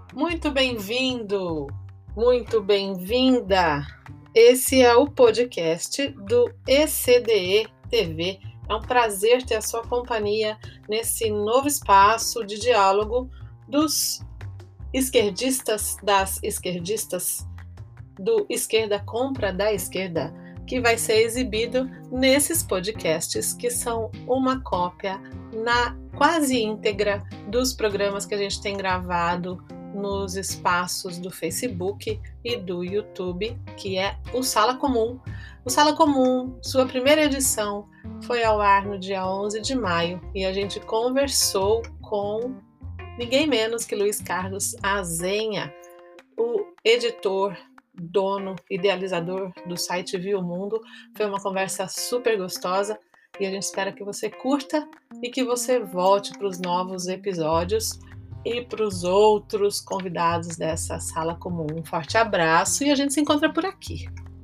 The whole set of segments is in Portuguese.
Muito bem-vindo, muito bem-vinda. Esse é o podcast do ECDE TV. É um prazer ter a sua companhia nesse novo espaço de diálogo dos esquerdistas, das esquerdistas, do Esquerda Compra da Esquerda, que vai ser exibido nesses podcasts que são uma cópia na quase íntegra dos programas que a gente tem gravado nos espaços do Facebook e do YouTube, que é o Sala Comum. O Sala Comum, sua primeira edição, foi ao ar no dia 11 de maio e a gente conversou com ninguém menos que Luiz Carlos Azenha, o editor, dono, idealizador do site Viu Mundo. Foi uma conversa super gostosa e a gente espera que você curta e que você volte para os novos episódios e para os outros convidados dessa sala comum. Um forte abraço e a gente se encontra por aqui.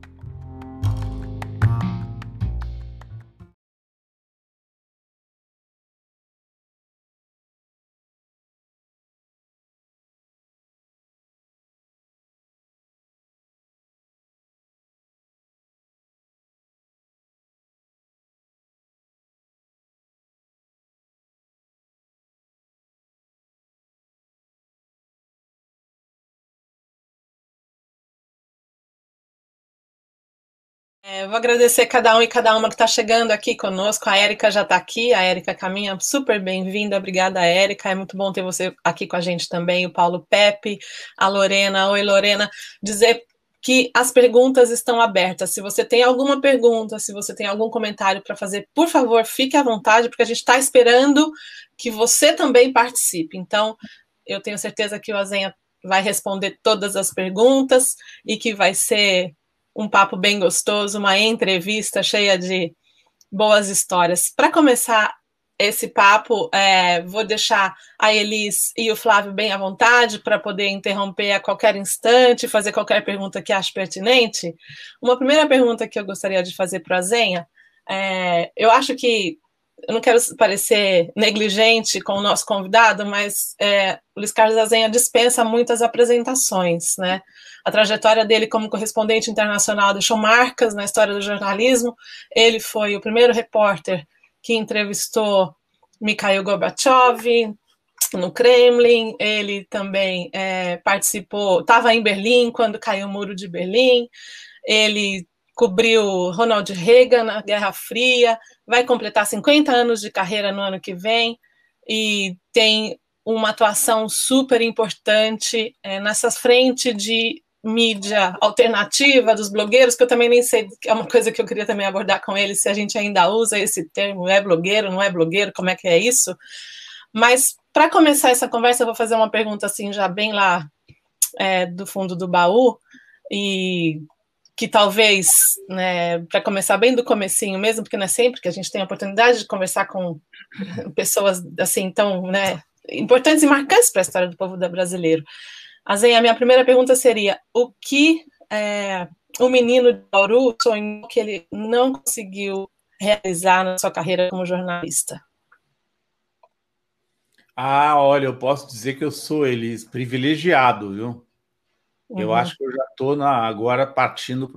Vou agradecer cada um e cada uma que está chegando aqui conosco. A Érica já está aqui, a Érica Caminha, super bem-vinda. Obrigada, Érica. É muito bom ter você aqui com a gente também. O Paulo Pepe, a Lorena. Oi, Lorena. Dizer que as perguntas estão abertas. Se você tem alguma pergunta, se você tem algum comentário para fazer, por favor, fique à vontade, porque a gente está esperando que você também participe. Então, eu tenho certeza que o Azenha vai responder todas as perguntas e que vai ser um papo bem gostoso, uma entrevista cheia de boas histórias. Para começar esse papo, vou deixar a Elis e o Flávio bem à vontade para poder interromper a qualquer instante, fazer qualquer pergunta que ache pertinente. Uma primeira pergunta que eu gostaria de fazer para a Zenha, eu acho que eu não quero parecer negligente com o nosso convidado, mas o Luiz Carlos Azenha dispensa muitas apresentações, né? A trajetória dele como correspondente internacional deixou marcas na história do jornalismo. Ele foi o primeiro repórter que entrevistou Mikhail Gorbachev no Kremlin. Ele também participou, estava em Berlim quando caiu o Muro de Berlim. Ele cobriu Ronald Reagan na Guerra Fria, vai completar 50 anos de carreira no ano que vem e tem uma atuação super importante nessa frente de mídia alternativa dos blogueiros, que eu também nem sei, é uma coisa que eu queria também abordar com ele, se a gente ainda usa esse termo, é blogueiro, não é blogueiro, como é que é isso? Mas, para começar essa conversa, eu vou fazer uma pergunta assim, já bem lá do fundo do baú, e que talvez, né, para começar bem do comecinho mesmo, porque não é sempre que a gente tem a oportunidade de conversar com pessoas assim tão, né, importantes e marcantes para a história do povo brasileiro. Azenha, a minha primeira pergunta seria: o que o menino de Bauru sonhou que ele não conseguiu realizar na sua carreira como jornalista? Olha, eu posso dizer que eu sou eles privilegiado, viu? Eu Uhum. acho que eu já estou agora partindo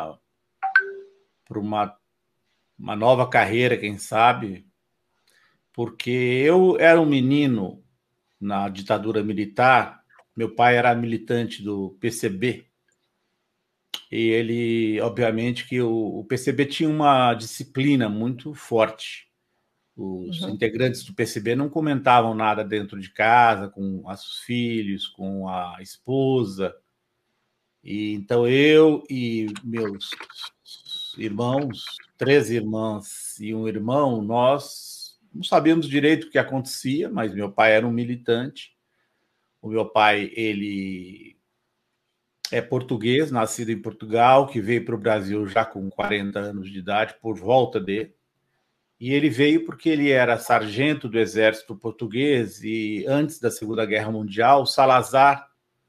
para uma nova carreira, quem sabe, porque eu era um menino na ditadura militar. Meu pai era militante do PCB e ele, obviamente, que o PCB tinha uma disciplina muito forte. Os Uhum. integrantes do PCB não comentavam nada dentro de casa, com os filhos, com a esposa. E então eu e meus irmãos, 3 irmãs e um irmão, nós não sabíamos direito o que acontecia, mas meu pai era um militante. O meu pai, ele é português, nascido em Portugal, que veio para o Brasil já com 40 anos de idade, por volta dele. E ele veio porque ele era sargento do exército português e antes da Segunda Guerra Mundial, Salazar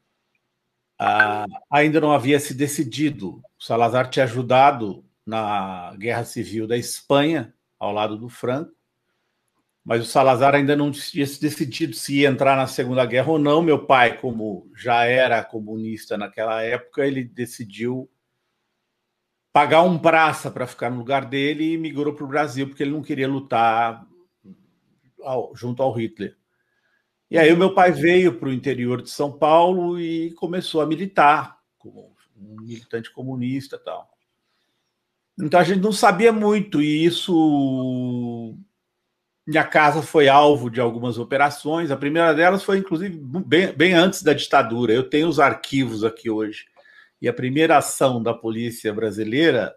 ainda não havia se decidido. O Salazar tinha ajudado na Guerra Civil da Espanha, ao lado do Franco, mas o Salazar ainda não tinha se decidido se ia entrar na Segunda Guerra ou não. Meu pai, como já era comunista naquela época, ele decidiu pagar um praça para ficar no lugar dele e migrou para o Brasil, porque ele não queria lutar junto ao Hitler. E aí o meu pai veio para o interior de São Paulo e começou a militar, como um militante comunista e tal. Então a gente não sabia muito, e isso... Minha casa foi alvo de algumas operações. A primeira delas foi, inclusive, bem antes da ditadura. Eu tenho os arquivos aqui hoje. E a primeira ação da polícia brasileira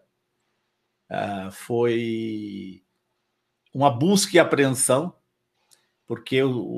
foi uma busca e apreensão, porque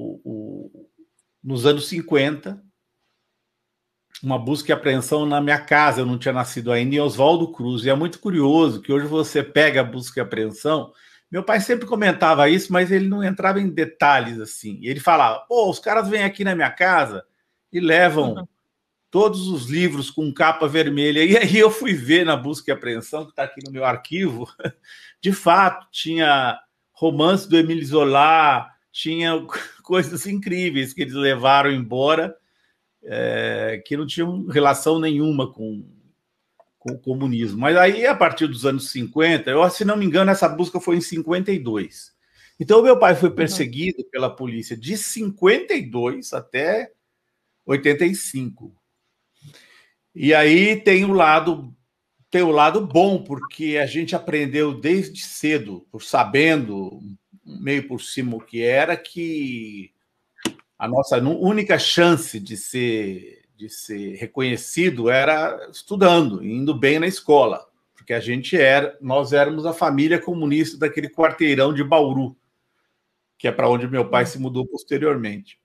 nos anos 50, uma busca e apreensão na minha casa, eu não tinha nascido ainda, em Oswaldo Cruz. E é muito curioso que hoje você pega a busca e apreensão. Meu pai sempre comentava isso, mas ele não entrava em detalhes assim. Ele falava: pô, os caras vêm aqui na minha casa e levam todos os livros com capa vermelha. E aí eu fui ver na busca e apreensão, que está aqui no meu arquivo, de fato, tinha romance do Émile Zola, tinha coisas incríveis que eles levaram embora, que não tinham relação nenhuma com o comunismo. Mas aí, a partir dos anos 50, se não me engano, essa busca foi em 52. Então, meu pai foi perseguido pela polícia de 52 até 85. E aí tem o lado bom, porque a gente aprendeu desde cedo, sabendo, meio por cima o que era, que a nossa única chance de ser reconhecido era estudando, indo bem na escola, porque nós éramos a família comunista daquele quarteirão de Bauru, que é para onde meu pai se mudou posteriormente.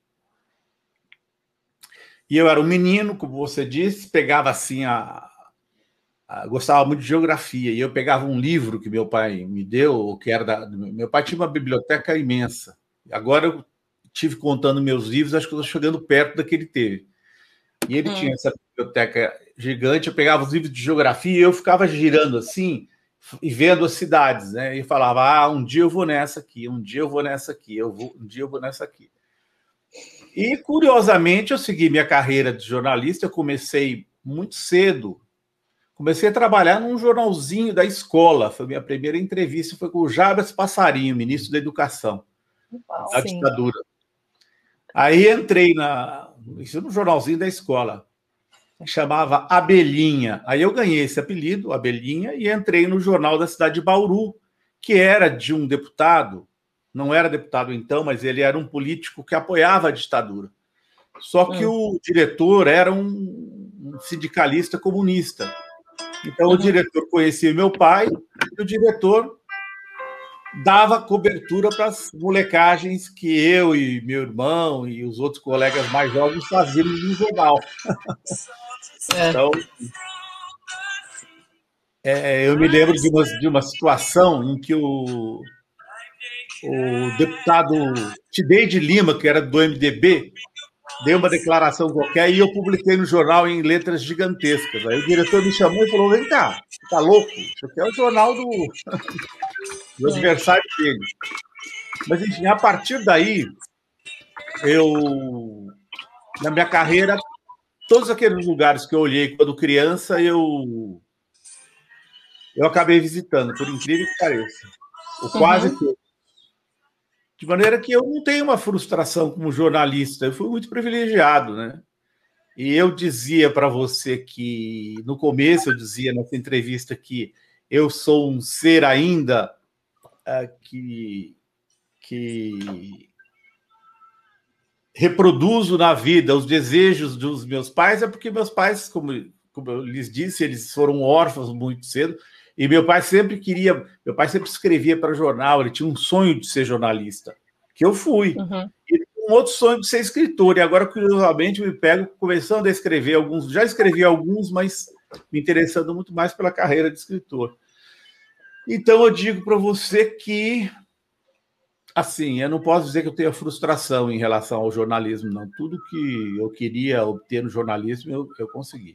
E eu era um menino, como você disse, pegava assim gostava muito de geografia, e eu pegava um livro que meu pai me deu, que era meu pai tinha uma biblioteca imensa. Agora eu tive contando meus livros, acho que eu estou chegando perto da que ele teve. E ele tinha essa biblioteca gigante, eu pegava os livros de geografia e eu ficava girando assim e vendo as cidades, né? E falava: um dia eu vou nessa aqui, um dia eu vou nessa aqui, um dia eu vou nessa aqui. E, curiosamente, eu segui minha carreira de jornalista, eu comecei muito cedo. Comecei a trabalhar num jornalzinho da escola. Foi minha primeira entrevista, foi com o Jabas Passarinho, ministro da Educação, da ditadura. Aí entrei no jornalzinho da escola, chamava Abelhinha. Aí eu ganhei esse apelido, Abelhinha, e entrei no jornal da cidade de Bauru, que era de um deputado, não era deputado então, mas ele era um político que apoiava a ditadura. Só que o diretor era um sindicalista comunista. Então o diretor conhecia meu pai e o diretor dava cobertura para as molecagens que eu e meu irmão e os outros colegas mais jovens fazíamos no jornal. Então, eu me lembro de uma situação em que o deputado Tideide Lima, que era do MDB, deu uma declaração qualquer e eu publiquei no jornal em letras gigantescas. Aí o diretor me chamou e falou: vem cá, tá louco? Isso aqui é o jornal do adversário dele. Mas, enfim, a partir daí, na minha carreira, todos aqueles lugares que eu olhei quando criança, eu acabei visitando, por incrível que pareça. Ou quase todos. De maneira que eu não tenho uma frustração como jornalista, eu fui muito privilegiado, né? E eu dizia para você que, no começo, eu dizia nessa entrevista que eu sou um ser ainda que reproduzo na vida os desejos dos meus pais, é porque meus pais, como eu lhes disse, eles foram órfãos muito cedo, e meu pai sempre escrevia para jornal, ele tinha um sonho de ser jornalista, que eu fui. E um outro sonho de ser escritor, e agora, curiosamente, me pego começando a escrever alguns, já escrevi alguns, mas me interessando muito mais pela carreira de escritor. Então, eu digo para você que, assim, eu não posso dizer que eu tenha frustração em relação ao jornalismo, não. Tudo que eu queria obter no jornalismo, eu consegui.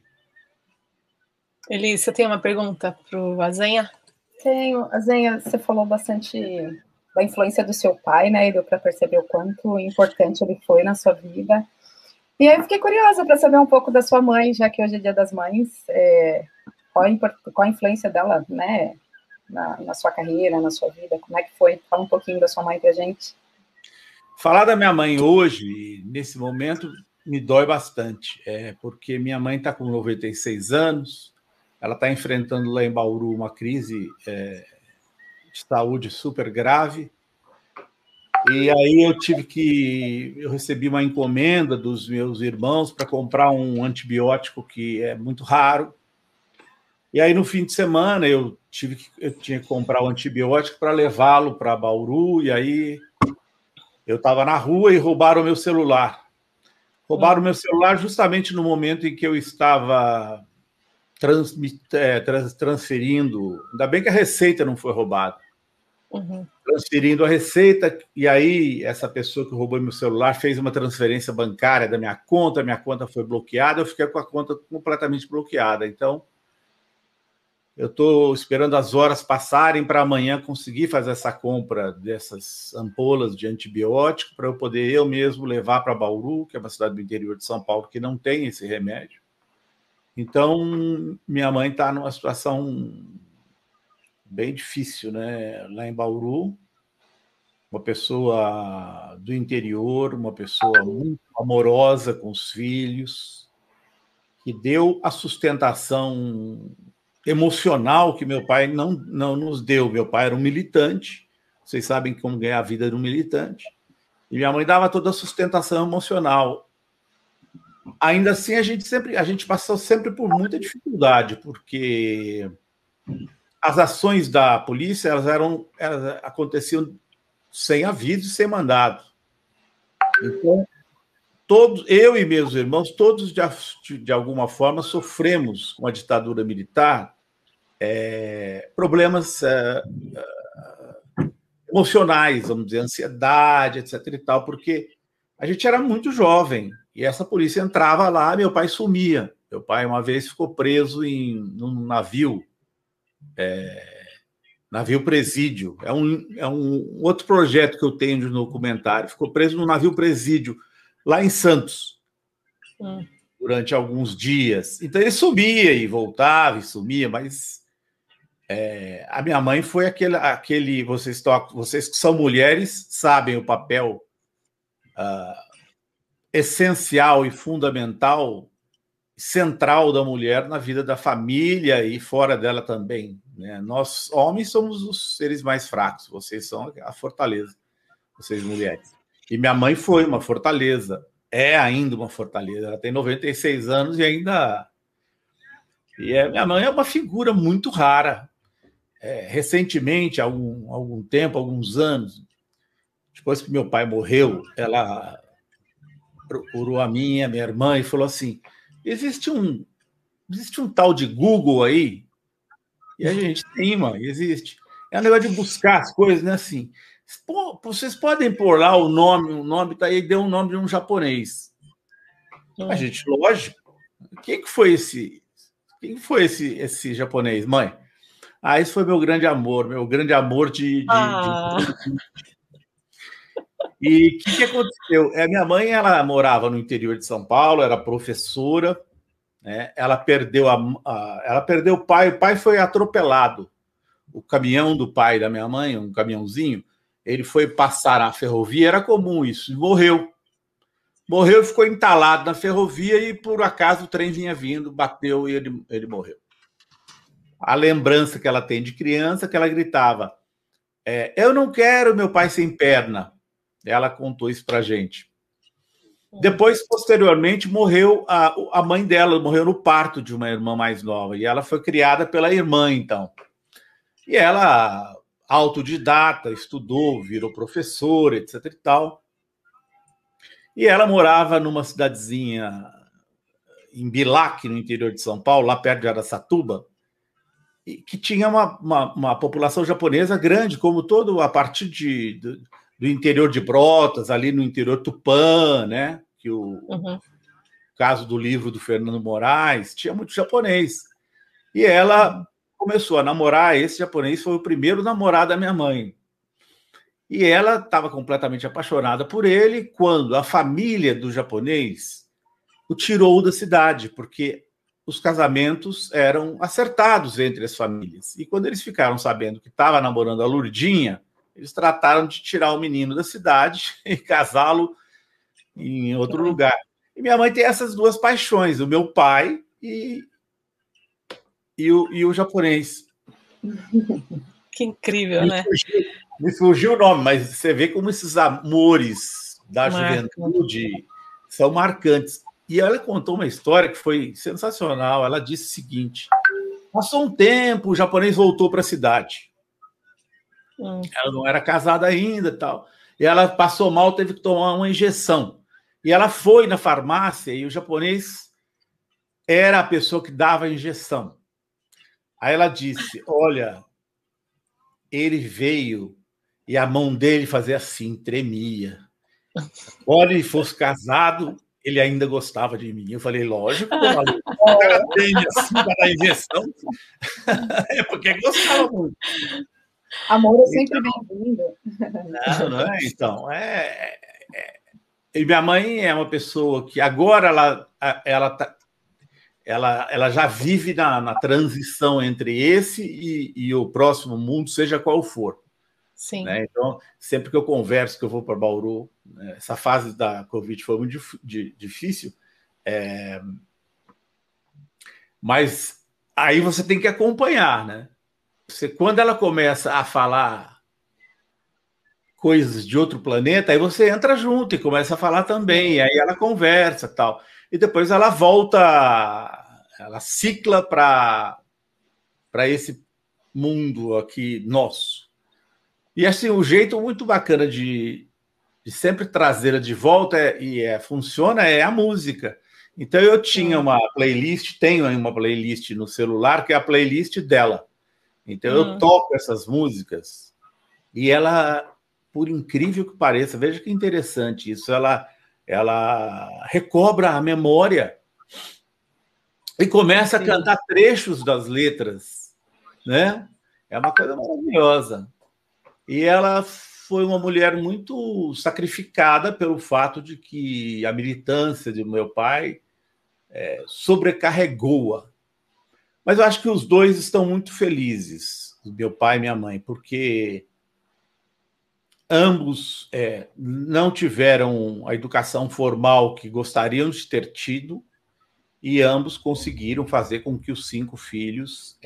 Eli, você tem uma pergunta para o Azenha? Tenho. Azenha, você falou bastante da influência do seu pai, né? E deu para perceber o quanto importante ele foi na sua vida. E aí eu fiquei curiosa para saber um pouco da sua mãe, já que hoje é Dia das Mães, qual a influência dela, né? Na sua carreira, na sua vida, como é que foi? Fala um pouquinho da sua mãe para a gente. Falar da minha mãe hoje, nesse momento, me dói bastante, porque minha mãe está com 96 anos, ela está enfrentando lá em Bauru uma crise de saúde super grave, e aí eu recebi uma encomenda dos meus irmãos para comprar um antibiótico que é muito raro, e aí no fim de semana eu tinha que comprar o antibiótico para levá-lo para Bauru, e aí eu estava na rua e roubaram o meu celular. Roubaram o meu celular justamente no momento em que eu estava transferindo. Ainda bem que a receita não foi roubada. Transferindo a receita, e aí essa pessoa que roubou meu celular fez uma transferência bancária da minha conta foi bloqueada, eu fiquei com a conta completamente bloqueada. Então, eu estou esperando as horas passarem para amanhã conseguir fazer essa compra dessas ampolas de antibiótico para eu poder eu mesmo levar para Bauru, que é uma cidade do interior de São Paulo que não tem esse remédio. Então, minha mãe está numa situação bem difícil, né? Lá em Bauru, uma pessoa do interior, uma pessoa muito amorosa com os filhos, que deu a sustentação emocional que meu pai não nos deu. Meu pai era um militante, vocês sabem como ganhar a vida de um militante, e minha mãe dava toda a sustentação emocional. Ainda assim, a gente passou sempre por muita dificuldade, porque as ações da polícia elas aconteciam sem aviso e sem mandado. Então, eu e meus irmãos, todos de alguma forma sofremos com a ditadura militar problemas emocionais, vamos dizer, ansiedade, etc. e tal, porque a gente era muito jovem e essa polícia entrava lá, meu pai sumia. Meu pai uma vez ficou preso num navio, navio presídio. É um outro projeto que eu tenho de documentário. Ficou preso no navio presídio lá em Santos. Durante alguns dias. Então ele sumia e voltava e sumia, mas a minha mãe foi aquele vocês que são mulheres sabem o papel essencial e fundamental, central da mulher na vida da família e fora dela também, né? Nós, homens, somos os seres mais fracos, vocês são a fortaleza, vocês mulheres. E minha mãe foi uma fortaleza, é ainda uma fortaleza, ela tem 96 anos e ainda... minha mãe é uma figura muito rara. Recentemente, há algum tempo, alguns anos, depois que meu pai morreu, ela procurou a minha irmã e falou assim, existe um tal de Google aí? E a gente tem, mãe, existe. É um negócio de buscar as coisas, né? Assim, vocês podem pôr lá o nome tá aí, deu um nome de um japonês. A gente, lógico. Quem foi esse japonês, mãe? Esse foi meu grande amor de... E o que aconteceu? Minha mãe, ela morava no interior de São Paulo, era professora, né? Ela perdeu o pai foi atropelado. O caminhão do pai da minha mãe, um caminhãozinho, ele foi passar na ferrovia, era comum isso, e morreu. Morreu e ficou entalado na ferrovia e, por acaso, o trem vinha vindo, bateu e ele morreu. A lembrança que ela tem de criança, que ela gritava, eu não quero meu pai sem perna. Ela contou isso pra gente. Depois, posteriormente, morreu a mãe dela, morreu no parto de uma irmã mais nova, e ela foi criada pela irmã, então. E ela, autodidata, estudou, virou professora, etc e tal. E ela morava numa cidadezinha em Bilac, no interior de São Paulo, lá perto de Araçatuba, que tinha uma população japonesa grande, como todo a partir do interior de Brotas, ali no interior Tupã, né? Que caso do livro do Fernando Moraes, tinha muito japonês. E ela começou a namorar, esse japonês foi o primeiro namorado da minha mãe. E ela estava completamente apaixonada por ele quando a família do japonês o tirou da cidade, porque os casamentos eram acertados entre as famílias. E quando eles ficaram sabendo que estava namorando a Lurdinha, eles trataram de tirar o menino da cidade e casá-lo em outro lugar. E minha mãe tem essas duas paixões, o meu pai e o japonês. Que incrível, né? Me fugiu o nome, mas você vê como esses amores da juventude são marcantes. E ela contou uma história que foi sensacional. Ela disse o seguinte: passou um tempo, o japonês voltou para a cidade. Ela não era casada ainda, tal. E ela passou mal, teve que tomar uma injeção. E ela foi na farmácia e o japonês era a pessoa que dava a injeção. Aí ela disse: olha, ele veio e a mão dele fazia assim, tremia. Quando ele fosse casado, ele ainda gostava de mim. Eu falei: lógico, dona Lu, o cara treme assim para dar injeção. É porque gostava muito. Amor é sempre bem-vindo. Não é? Então, E minha mãe é uma pessoa que agora ela já vive na transição entre esse e o próximo mundo, seja qual for. Sim. Né? Então, sempre que eu converso, que eu vou para Bauru, né, essa fase da Covid foi muito difícil, mas aí você tem que acompanhar, né? Quando ela começa a falar coisas de outro planeta, aí você entra junto e começa a falar também, e aí ela conversa tal. E depois ela volta, ela cicla para esse mundo aqui nosso. E assim, o jeito muito bacana de sempre trazê-la de volta funciona é a música. Então eu tinha uma playlist, tenho uma playlist no celular, que é a playlist dela. Então eu toco essas músicas e ela, por incrível que pareça, veja que interessante isso, ela recobra a memória e começa a cantar trechos das letras, né? É uma coisa maravilhosa. E ela foi uma mulher muito sacrificada pelo fato de que a militância de meu pai sobrecarregou-a. Mas eu acho que os dois estão muito felizes, meu pai e minha mãe, porque ambos não tiveram a educação formal que gostariam de ter tido e ambos conseguiram fazer com que os 5 filhos...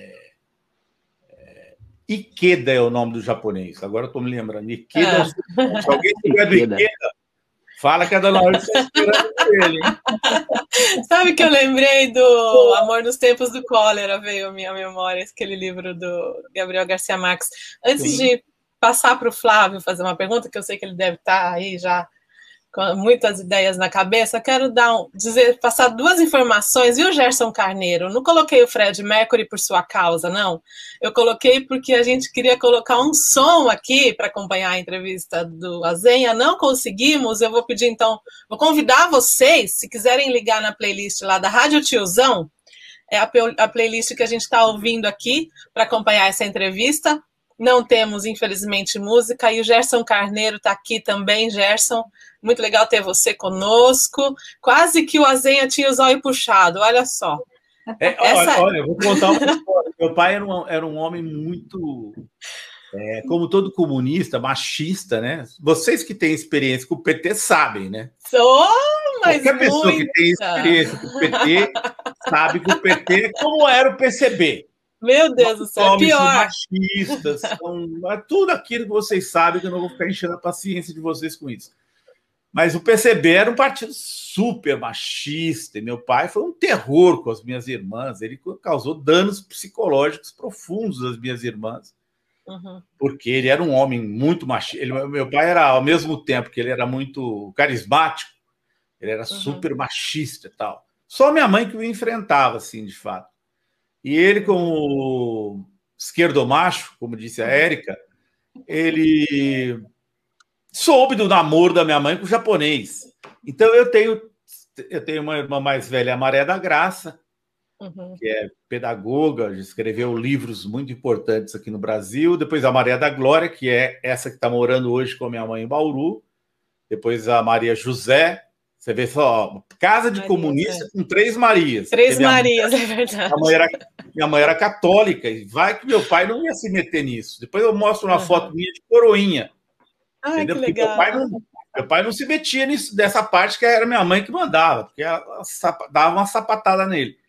Ikeda é o nome do japonês. Agora eu estou me lembrando. Ikeda, se alguém tiver do Ikeda, fala que a dona Laura está esperando por ele, hein? Sabe que eu lembrei do Amor nos Tempos do Cólera, veio a minha memória, aquele livro do Gabriel Garcia Marques. Antes de passar para o Flávio fazer uma pergunta, que eu sei que ele deve estar aí já com muitas ideias na cabeça, quero passar 2 informações, viu, Gerson Carneiro? Não coloquei o Fred Mercury por sua causa, não. Eu coloquei porque a gente queria colocar um som aqui para acompanhar a entrevista do Azenha, não conseguimos, eu vou pedir então, vou convidar vocês, se quiserem ligar na playlist lá da Rádio Tiozão, é a playlist que a gente está ouvindo aqui para acompanhar essa entrevista. Não temos, infelizmente, música, e o Gerson Carneiro está aqui também. Gerson, muito legal ter você conosco. Quase que o Azenha tinha os olhos puxados, olha só. Olha, eu vou contar uma história. Meu pai era um homem muito, como todo comunista, machista, né? Vocês que têm experiência com o PT sabem, né? Mas qualquer pessoa que tem experiência com o PT sabe que o PT é como era o PCB. Meu Deus do céu, pior. São machistas, tudo aquilo que vocês sabem, que eu não vou ficar enchendo a paciência de vocês com isso. Mas o PCB era um partido super machista, e meu pai foi um terror com as minhas irmãs, ele causou danos psicológicos profundos às minhas irmãs, porque ele era um homem muito machista. Meu pai era, ao mesmo tempo que ele era muito carismático, ele era super machista e tal. Só minha mãe que o enfrentava, assim, de fato. E ele, como esquerdomacho, como disse a Érica, ele soube do namoro da minha mãe com o japonês. Então eu tenho uma irmã mais velha, a Maré da Graça, que é pedagoga, escreveu livros muito importantes aqui no Brasil. Depois a Maria da Glória, que é essa que está morando hoje com a minha mãe em Bauru. Depois a Maria José. Você vê só, casa de comunista com 3 Marias. 3 Marias, é verdade. Minha mãe era católica, e vai que meu pai não ia se meter nisso. Depois eu mostro uma foto minha de coroinha. Ai, entendeu? que Porque legal. meu pai não se metia nisso, dessa parte que era minha mãe que mandava, porque ela dava uma sapatada nele.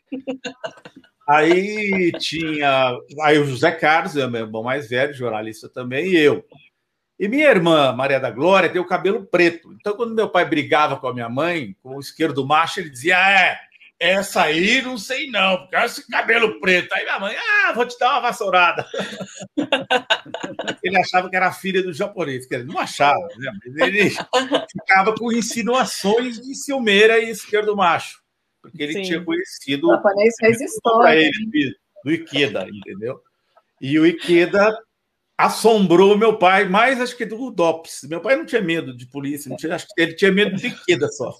Aí o José Carlos, meu irmão mais velho, jornalista também, e eu. E minha irmã, Maria da Glória, tem o cabelo preto. Então, quando meu pai brigava com a minha mãe, com o esquerdo macho, ele dizia: essa aí não sei não, porque esse cabelo preto. Aí minha mãe: vou te dar uma vassourada. Ele achava que era filha do japonês, que ele não achava, né? Mas ele ficava com insinuações de ciumeira e esquerdo macho, porque ele tinha conhecido o japonês fez história do Ikeda, entendeu? E o Ikeda assombrou meu pai, mais acho que do DOPS. Meu pai não tinha medo de polícia, acho que ele tinha medo de Ikeda só.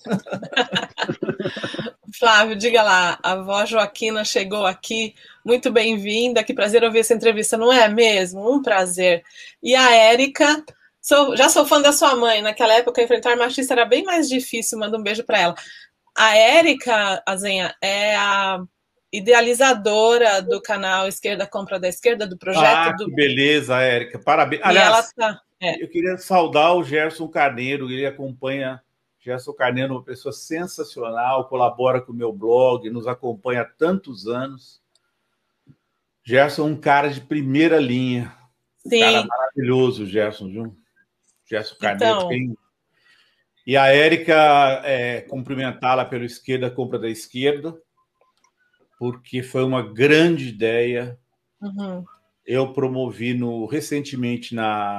Flávio, diga lá, a avó Joaquina chegou aqui, muito bem-vinda, que prazer ouvir essa entrevista, não é mesmo? Um prazer. E a Érica, já sou fã da sua mãe, naquela época enfrentar machista era bem mais difícil, manda um beijo para ela. A Érica, Azenha, é a idealizadora do canal Esquerda Compra da Esquerda, do projeto. Que beleza, Érica, parabéns. Aliás, eu queria saudar o Gerson Carneiro, ele acompanha. Gerson Carneiro é uma pessoa sensacional, colabora com o meu blog, nos acompanha há tantos anos. Gerson é um cara de primeira linha. Sim. Cara maravilhoso, Gerson, viu? Gerson Carneiro tem. E a Érica, cumprimentá-la pelo Esquerda Compra da Esquerda, porque foi uma grande ideia. Eu promovi recentemente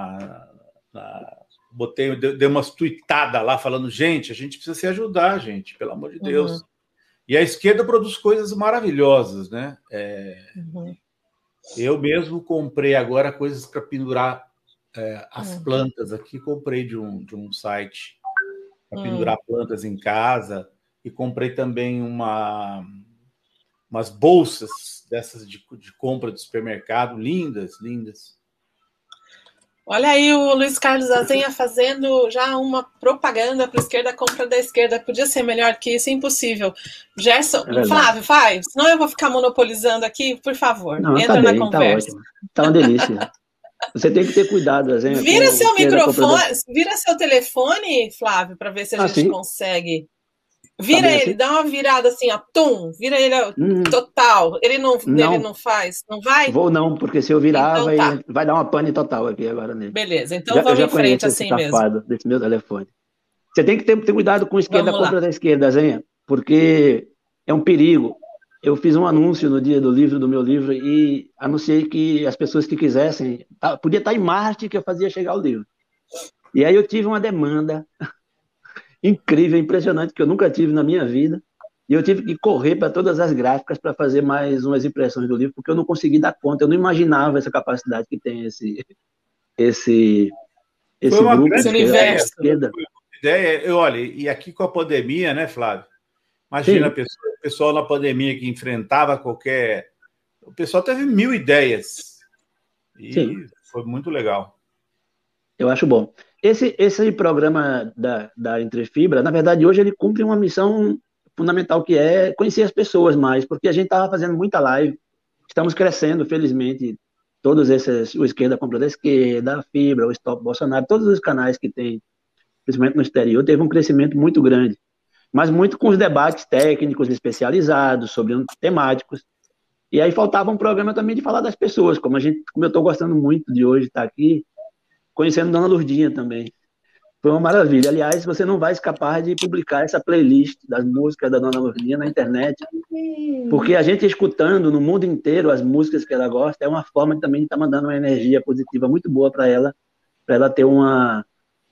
dei umas tuitadas lá falando: gente, a gente precisa se ajudar, gente, pelo amor de Deus. E a esquerda produz coisas maravilhosas, né? Eu mesmo comprei agora coisas para pendurar as plantas aqui, comprei de um site para pendurar plantas em casa, e comprei também umas bolsas dessas de compra de supermercado, lindas, lindas. Olha aí o Luiz Carlos Azenha fazendo já uma propaganda para a Esquerda Compra da Esquerda. Podia ser melhor que isso, impossível. Gerson, Flávio, faz. Senão eu vou ficar monopolizando aqui, por favor. Não, entra na conversa. Tá ótimo. Tá uma delícia. Você tem que ter cuidado, Azenha. Vira seu microfone, vira seu telefone, Flávio, para ver se a gente consegue. Vira ele, dá uma virada assim, ó, vira ele total. Ele não faz, não vai? Vou não, porque se eu virar, então, vai dar uma pane total aqui agora nele. Beleza, então vamos em frente assim mesmo. Desse meu telefone. Você tem que ter cuidado com a esquerda contra a esquerda, Zenha, porque é um perigo. Eu fiz um anúncio no dia do meu livro, e anunciei que as pessoas que quisessem, podia estar em Marte que eu fazia chegar o livro. E aí eu tive uma demanda incrível, impressionante, que eu nunca tive na minha vida, e eu tive que correr para todas as gráficas para fazer mais umas impressões do livro, porque eu não consegui dar conta, eu não imaginava essa capacidade que tem esse grupo, esse universo. Ideia. Olha, e aqui com a pandemia, né, Flávio? Imagina o pessoal na pandemia que enfrentava qualquer... O pessoal teve 1000 ideias, e foi muito legal. Eu acho bom. Esse programa da Entrefibra, na verdade, hoje ele cumpre uma missão fundamental, que é conhecer as pessoas mais, porque a gente estava fazendo muita live, estamos crescendo, felizmente, todos esses, o Esquerda Compra da Esquerda, a Fibra, o Stop Bolsonaro, todos os canais que tem, principalmente no exterior, teve um crescimento muito grande, mas muito com os debates técnicos especializados, sobre temáticos, e aí faltava um programa também de falar das pessoas, como eu estou gostando muito de hoje estar aqui, conhecendo Dona Lurdinha também. Foi uma maravilha. Aliás, você não vai escapar de publicar essa playlist das músicas da Dona Lurdinha na internet, porque a gente escutando no mundo inteiro as músicas que ela gosta é uma forma também de estar mandando uma energia positiva muito boa para ela ter uma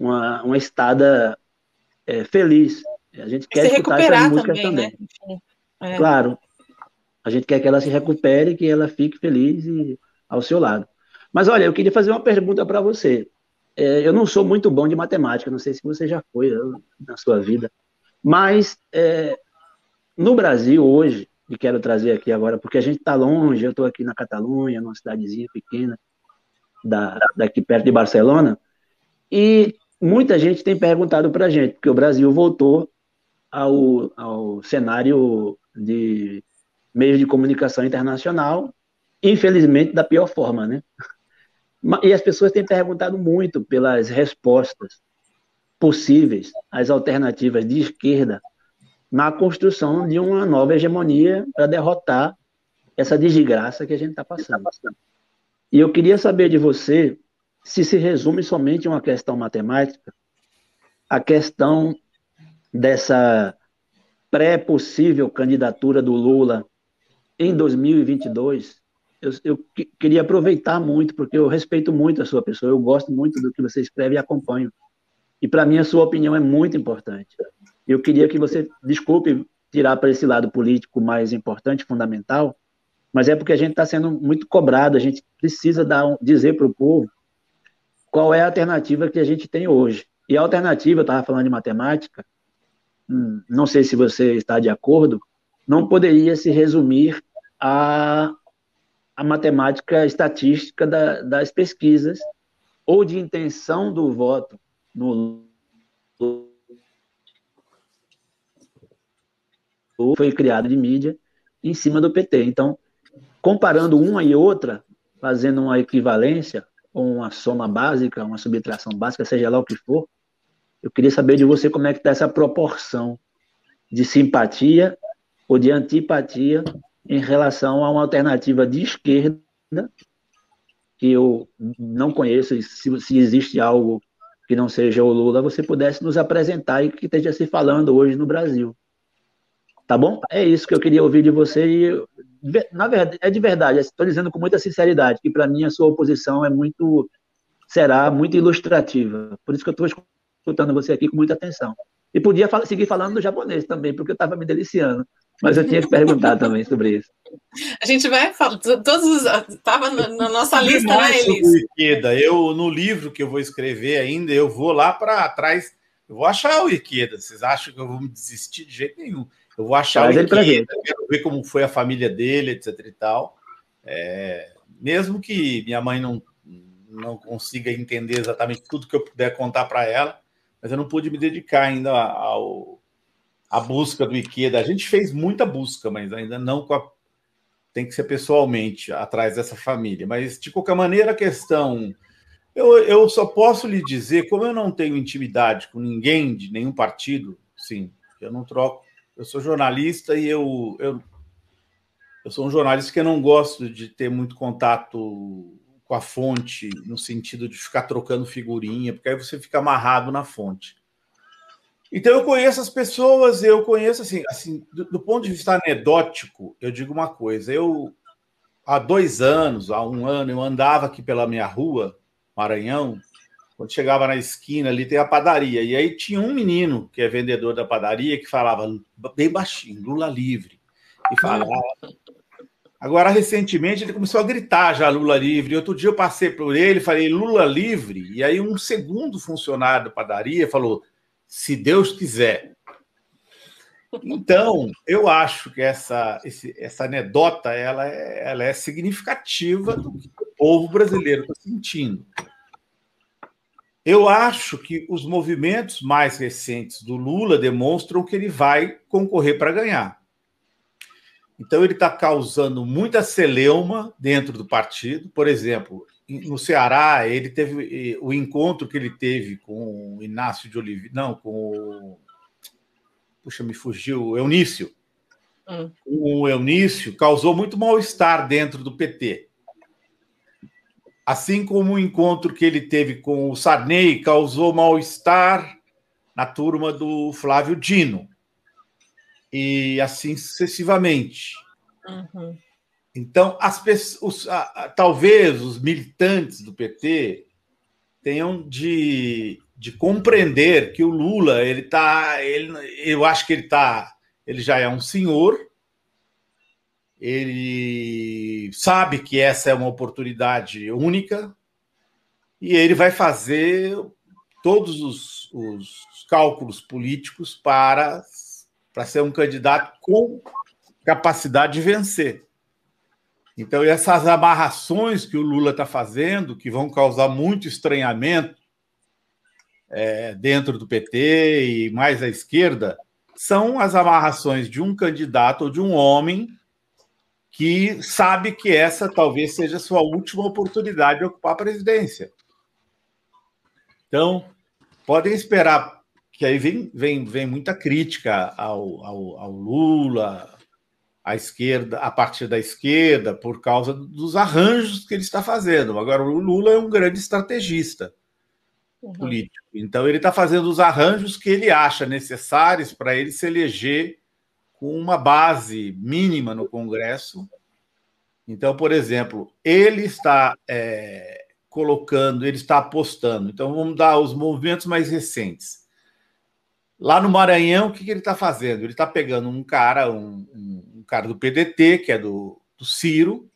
estada feliz. A gente quer escutar essas músicas também. Né? Claro. A gente quer que ela se recupere, que ela fique feliz e ao seu lado. Mas olha, eu queria fazer uma pergunta para você. Eu não sou muito bom de matemática, não sei se você já foi na sua vida, mas no Brasil hoje, que quero trazer aqui agora, porque a gente está longe, eu estou aqui na Catalunha, numa cidadezinha pequena, daqui perto de Barcelona, e muita gente tem perguntado para a gente, porque o Brasil voltou ao cenário de meios de comunicação internacional, infelizmente da pior forma, né? E as pessoas têm perguntado muito pelas respostas possíveis, as alternativas de esquerda na construção de uma nova hegemonia para derrotar essa desgraça que a gente está passando. E eu queria saber de você se resume somente a uma questão matemática, a questão dessa pré-possível candidatura do Lula em 2022. Eu queria aproveitar muito, porque eu respeito muito a sua pessoa, eu gosto muito do que você escreve e acompanho. E para mim a sua opinião é muito importante. Eu queria que você, desculpe tirar para esse lado político mais importante, fundamental, mas é porque a gente está sendo muito cobrado, a gente precisa dizer para o povo qual é a alternativa que a gente tem hoje. E a alternativa, eu estava falando de matemática, não sei se você está de acordo, não poderia se resumir a matemática estatística das pesquisas ou de intenção do voto no foi criado de mídia em cima do PT. Então, comparando uma e outra, fazendo uma equivalência, ou uma soma básica, uma subtração básica, seja lá o que for, eu queria saber de você como é que está essa proporção de simpatia ou de antipatia em relação a uma alternativa de esquerda que eu não conheço, e se existe algo que não seja o Lula, você pudesse nos apresentar e que esteja se falando hoje no Brasil. Tá bom? É isso que eu queria ouvir de você e, na verdade, é de verdade, estou dizendo com muita sinceridade, que para mim a sua oposição será muito ilustrativa. Por isso que eu estou escutando você aqui com muita atenção. E podia seguir falando do japonês também, porque eu estava me deliciando. Mas eu tinha que perguntar também sobre isso. A gente vai falar, estava na nossa lista, né, Elis? Ikeda. No livro que eu vou escrever ainda, eu vou lá para trás, eu vou achar o Ikeda. Vocês acham que eu vou me desistir de jeito nenhum? Eu vou achar o Ikeda, quero ver como foi a família dele, etc e tal. Mesmo que minha mãe não consiga entender exatamente tudo que eu puder contar para ela, mas eu não pude me dedicar ainda à busca do Ikeda. A gente fez muita busca, mas ainda não tem que ser pessoalmente atrás dessa família. Mas, de qualquer maneira, a questão... Eu só posso lhe dizer, como eu não tenho intimidade com ninguém de nenhum partido, sim, eu não troco. Eu sou jornalista e eu sou um jornalista que eu não gosto de ter muito contato com a fonte, no sentido de ficar trocando figurinha, porque aí você fica amarrado na fonte. Então, eu conheço as pessoas, eu conheço, assim do ponto de vista anedótico, eu digo uma coisa, há 2 anos, há 1 ano, eu andava aqui pela minha rua, Maranhão, quando chegava na esquina ali tem a padaria, e aí tinha um menino que é vendedor da padaria que falava bem baixinho, Lula livre, e falava... Agora, recentemente, ele começou a gritar já Lula livre. Outro dia eu passei por ele, falei Lula livre, e aí um segundo funcionário da padaria falou, se Deus quiser. Então, eu acho que essa anedota ela é significativa do que o povo brasileiro está sentindo. Eu acho que os movimentos mais recentes do Lula demonstram que ele vai concorrer para ganhar. Então, ele está causando muita celeuma dentro do partido. Por exemplo, no Ceará, ele teve o encontro que ele teve com o Inácio de Oliveira, não, com o... Puxa, me fugiu, o Eunício. O Eunício causou muito mal-estar dentro do PT. Assim como o encontro que ele teve com o Sarney causou mal-estar na turma do Flávio Dino. E assim sucessivamente. Uhum. Então, as pessoas, talvez os militantes do PT tenham de compreender que o Lula, eu acho que ele já é um senhor, ele sabe que essa é uma oportunidade única e ele vai fazer todos os cálculos políticos para ser um candidato com capacidade de vencer. Então, essas amarrações que o Lula está fazendo, que vão causar muito estranhamento dentro do PT e mais à esquerda, são as amarrações de um candidato ou de um homem que sabe que essa talvez seja a sua última oportunidade de ocupar a presidência. Então, podem esperar que aí vem muita crítica ao Lula, à esquerda, a partir da esquerda, por causa dos arranjos que ele está fazendo. Agora, o Lula é um grande estrategista político. Então, ele está fazendo os arranjos que ele acha necessários para ele se eleger com uma base mínima no Congresso. Então, por exemplo, ele está ele está apostando. Então, vamos dar os movimentos mais recentes. Lá no Maranhão, o que ele está fazendo? Ele está pegando um cara, um cara do PDT, que é do Ciro,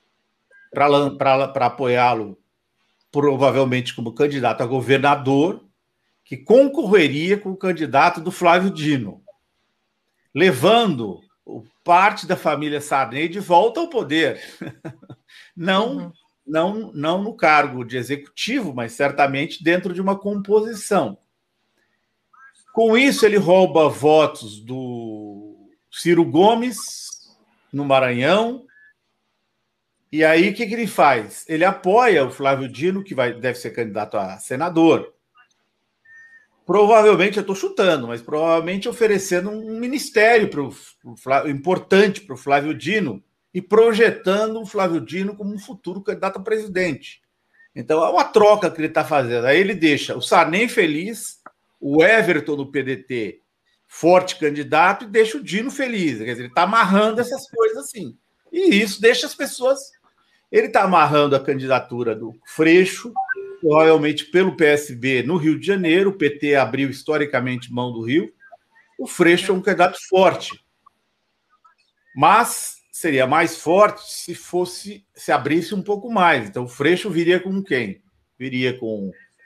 para apoiá-lo, provavelmente como candidato a governador, que concorreria com o candidato do Flávio Dino, levando parte da família Sarney de volta ao poder. Não no cargo de executivo, mas certamente dentro de uma composição. Com isso, ele rouba votos do Ciro Gomes no Maranhão. E aí, o que ele faz? Ele apoia o Flávio Dino, que deve ser candidato a senador. Provavelmente, eu estou chutando, mas provavelmente oferecendo um ministério importante para o Flávio Dino e projetando o Flávio Dino como um futuro candidato a presidente. Então, é uma troca que ele está fazendo. Aí ele deixa o Sarney feliz, o Everton do PDT forte candidato, e deixa o Dino feliz. Quer dizer, ele está amarrando essas coisas assim. E isso deixa as pessoas... Ele está amarrando a candidatura do Freixo, provavelmente pelo PSB no Rio de Janeiro. O PT abriu historicamente mão do Rio. O Freixo é um candidato forte. Mas seria mais forte se abrisse um pouco mais. Então, o Freixo viria com quem? Viria com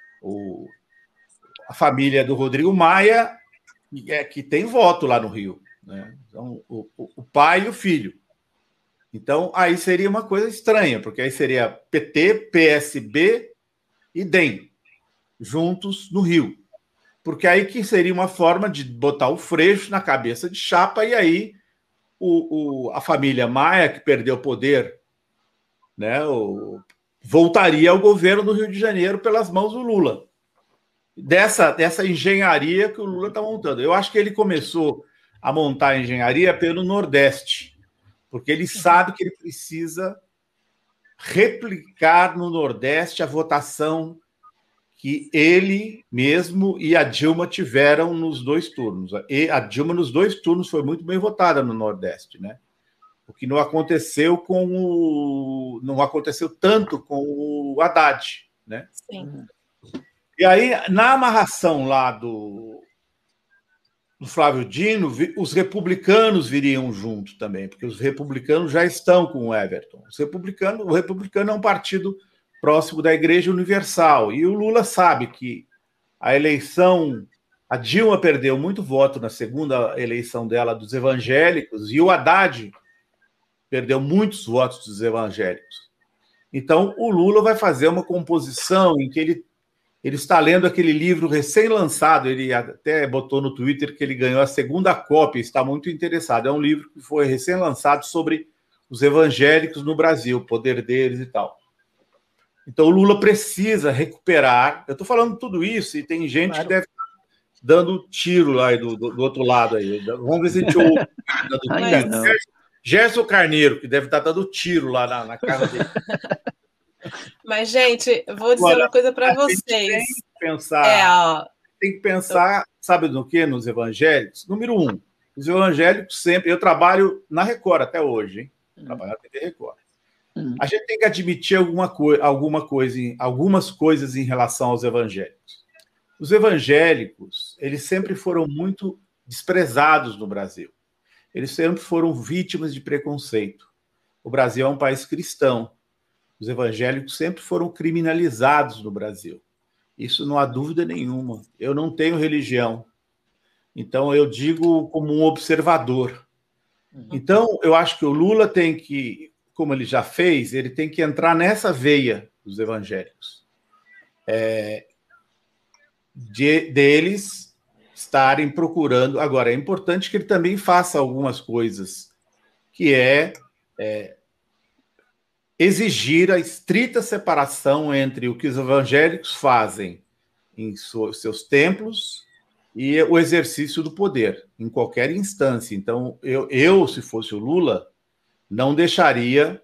a família do Rodrigo Maia, que tem voto lá no Rio, né? Então, o pai e o filho. Então, aí seria uma coisa estranha, porque aí seria PT, PSB e DEM, juntos no Rio. Porque aí que seria uma forma de botar o Freixo na cabeça de chapa, e aí a família Maia, que perdeu o poder, né, voltaria ao governo do Rio de Janeiro pelas mãos do Lula. Dessa engenharia que o Lula está montando. Eu acho que ele começou a montar a engenharia pelo Nordeste, porque ele sabe que ele precisa replicar no Nordeste a votação que ele mesmo e a Dilma tiveram nos 2 turnos. E a Dilma, nos 2 turnos, foi muito bem votada no Nordeste, né? O que não aconteceu não aconteceu tanto com o Haddad, né? Sim. E aí, na amarração lá do Flávio Dino, os republicanos viriam junto também, porque os republicanos já estão com o Everton. O republicano é um partido próximo da Igreja Universal, e o Lula sabe que a Dilma perdeu muito voto na segunda eleição dela dos evangélicos, e o Haddad perdeu muitos votos dos evangélicos. Então, o Lula vai fazer uma composição em que ele está lendo aquele livro recém-lançado, ele até botou no Twitter que ele ganhou a 2ª cópia, está muito interessado. É um livro que foi recém-lançado sobre os evangélicos no Brasil, o poder deles e tal. Então, o Lula precisa recuperar... Eu estou falando tudo isso e tem gente que deve estar dando tiro lá do outro lado aí. Vamos ver se a gente ouve. Gerson Carneiro, que deve estar dando tiro lá na casa dele. Mas, gente, eu vou dizer uma coisa para vocês. Tem que pensar, sabe no quê? Nos evangélicos. Número 1, os evangélicos sempre... Eu trabalho na Record até hoje, hein? Trabalho na TV Record. A gente tem que admitir algumas coisas em relação aos evangélicos. Os evangélicos, eles sempre foram muito desprezados no Brasil. Eles sempre foram vítimas de preconceito. O Brasil é um país cristão. Os evangélicos sempre foram criminalizados no Brasil. Isso não há dúvida nenhuma. Eu não tenho religião. Então, eu digo como um observador. Então, eu acho que o Lula tem que, como ele já fez, ele tem que entrar nessa veia dos evangélicos. Deles estarem procurando. Agora, é importante que ele também faça algumas coisas, que exigir a estrita separação entre o que os evangélicos fazem em seus templos e o exercício do poder, em qualquer instância. Então, eu se fosse o Lula, não deixaria,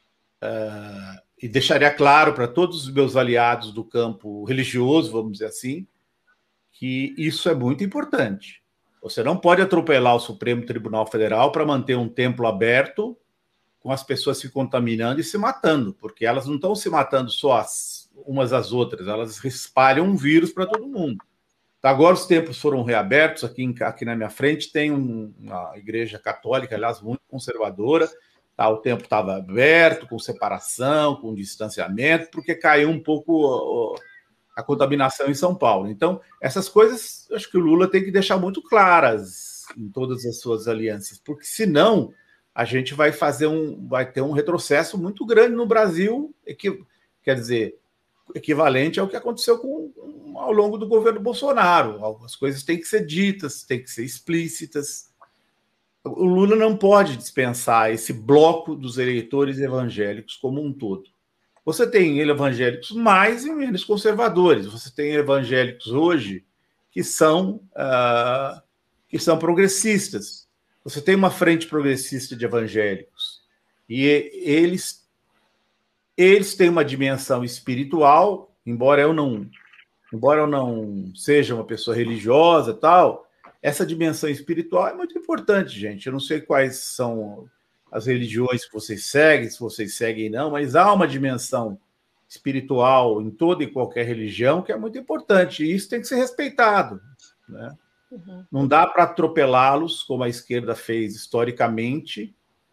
e deixaria claro para todos os meus aliados do campo religioso, vamos dizer assim, que isso é muito importante. Você não pode atropelar o Supremo Tribunal Federal para manter um templo aberto com as pessoas se contaminando e se matando, porque elas não estão se matando só umas às outras, elas espalham um vírus para todo mundo. Então, agora os templos foram reabertos, aqui na minha frente tem uma igreja católica, aliás, muito conservadora, tá? O templo estava aberto, com separação, com distanciamento, porque caiu um pouco a contaminação em São Paulo. Então, essas coisas, acho que o Lula tem que deixar muito claras em todas as suas alianças, porque senão a gente vai ter um retrocesso muito grande no Brasil, quer dizer, equivalente ao que aconteceu ao longo do governo Bolsonaro. Algumas coisas têm que ser ditas, têm que ser explícitas. O Lula não pode dispensar esse bloco dos eleitores evangélicos como um todo. Você tem evangélicos mais e menos conservadores. Você tem evangélicos hoje que são progressistas. Você tem uma frente progressista de evangélicos. E eles têm uma dimensão espiritual, embora eu não seja uma pessoa religiosa, tal, essa dimensão espiritual é muito importante, gente. Eu não sei quais são as religiões que vocês seguem, se vocês seguem não, mas há uma dimensão espiritual em toda e qualquer religião que é muito importante, e isso tem que ser respeitado, né? Uhum. Não dá para atropelá-los, como a esquerda fez historicamente,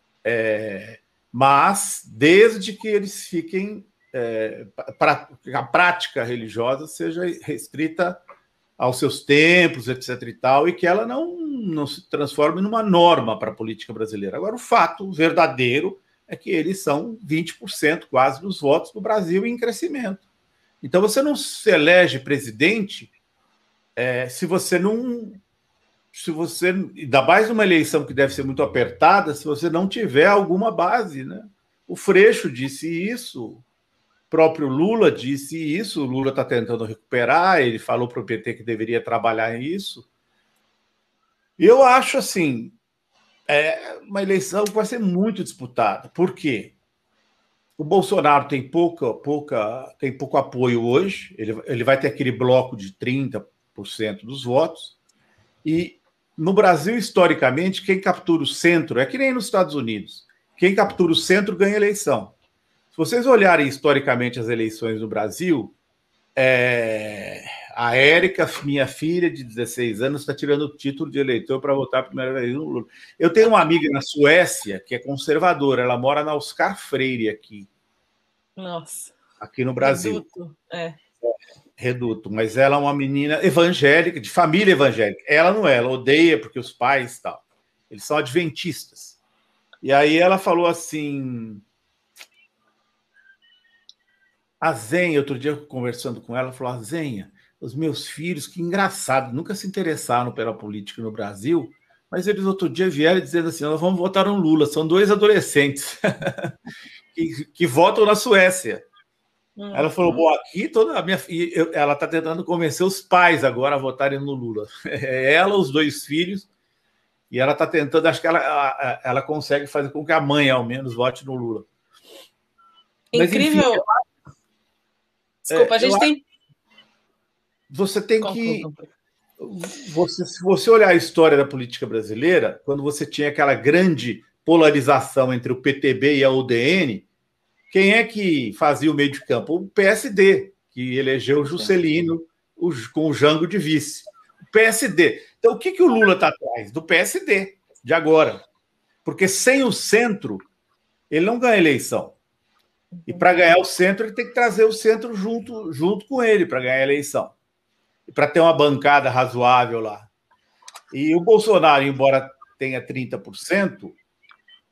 mas desde que eles fiquem, a prática religiosa seja restrita aos seus templos, etc. e tal, e que ela não se transforme numa norma para a política brasileira. Agora, o fato verdadeiro é que eles são 20% quase dos votos do Brasil em crescimento. Então, você não se elege presidente se você, ainda mais numa eleição que deve ser muito apertada, se você não tiver alguma base, né? O Freixo disse isso, o próprio Lula disse isso, o Lula está tentando recuperar, ele falou para o PT que deveria trabalhar nisso. E eu acho, assim, uma eleição que vai ser muito disputada. Por quê? O Bolsonaro tem pouco apoio hoje, ele vai ter aquele bloco de 30% dos votos, e no Brasil, historicamente, quem captura o centro é que nem nos Estados Unidos. Quem captura o centro ganha eleição. Se vocês olharem historicamente as eleições no Brasil, a Érica, minha filha de 16 anos, está tirando o título de eleitor para votar a primeira vez no Lula. Eu tenho uma amiga na Suécia que é conservadora, ela mora na Oscar Freire aqui. Nossa. Aqui no Brasil. Reduto, Reduto, mas ela é uma menina evangélica, de família evangélica. Ela não é, ela odeia porque os pais tal. Eles são adventistas. E aí ela falou assim... A Zenha, outro dia conversando com ela, falou: a Zenha, os meus filhos, que engraçado, nunca se interessaram pela política no Brasil, mas eles outro dia vieram dizendo assim: nós vamos votar no Lula. São dois adolescentes que votam na Suécia. Ela falou: bom, aqui toda a minha filha, ela está tentando convencer os pais agora a votarem no Lula. Ela, os dois filhos, e ela está tentando, acho que ela consegue fazer com que a mãe, ao menos, vote no Lula. Incrível. Mas, enfim, desculpa, a gente tem... Você tem que... se você olhar a história da política brasileira, quando você tinha aquela grande polarização entre o PTB e a UDN, quem é que fazia o meio de campo? O PSD, que elegeu o Juscelino com o Jango de vice. O PSD. Então, o que o Lula está atrás? Do PSD, de agora. Porque sem o centro, ele não ganha eleição. E para ganhar o centro, ele tem que trazer o centro junto com ele para ganhar a eleição. E para ter uma bancada razoável lá. E o Bolsonaro, embora tenha 30%,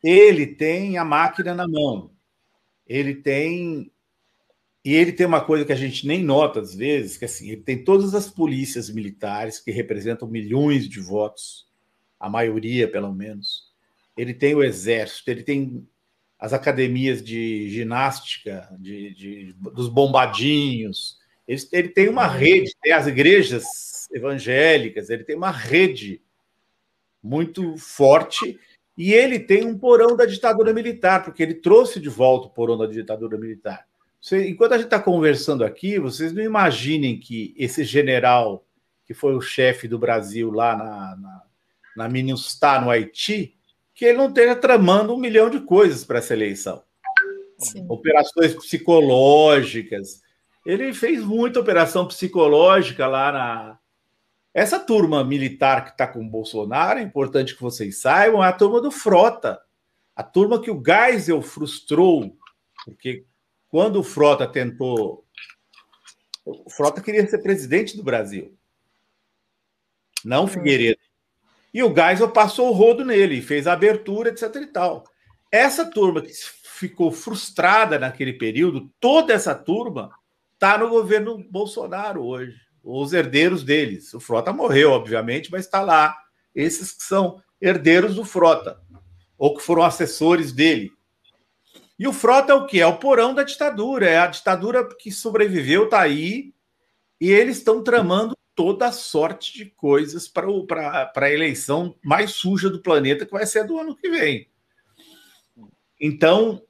ele tem a máquina na mão. Ele tem uma coisa que a gente nem nota às vezes, que assim, ele tem todas as polícias militares que representam milhões de votos, a maioria, pelo menos. Ele tem o exército, ele tem as academias de ginástica, dos bombadinhos. Ele tem uma rede, tem as igrejas evangélicas, ele tem uma rede muito forte, e ele tem um porão da ditadura militar, porque ele trouxe de volta o porão da ditadura militar. Enquanto a gente está conversando aqui, vocês não imaginem que esse general, que foi o chefe do Brasil lá na MINUSTAH, no Haiti, que ele não esteja tramando 1 milhão de coisas para essa eleição. Sim. Operações psicológicas. Ele fez muita operação psicológica lá Essa turma militar que está com o Bolsonaro, é importante que vocês saibam, é a turma do Frota. A turma que o Geisel frustrou, porque quando o Frota tentou... O Frota queria ser presidente do Brasil, não Figueiredo. E o Geisel passou o rodo nele, fez a abertura, etc. e tal. Essa turma que ficou frustrada naquele período, toda essa turma está no governo Bolsonaro hoje. Os herdeiros deles. O Frota morreu, obviamente, mas está lá. Esses que são herdeiros do Frota, ou que foram assessores dele. E o Frota é o quê? É o porão da ditadura. É a ditadura que sobreviveu, está aí, e eles estão tramando toda a sorte de coisas para a eleição mais suja do planeta, que vai ser do ano que vem. Então,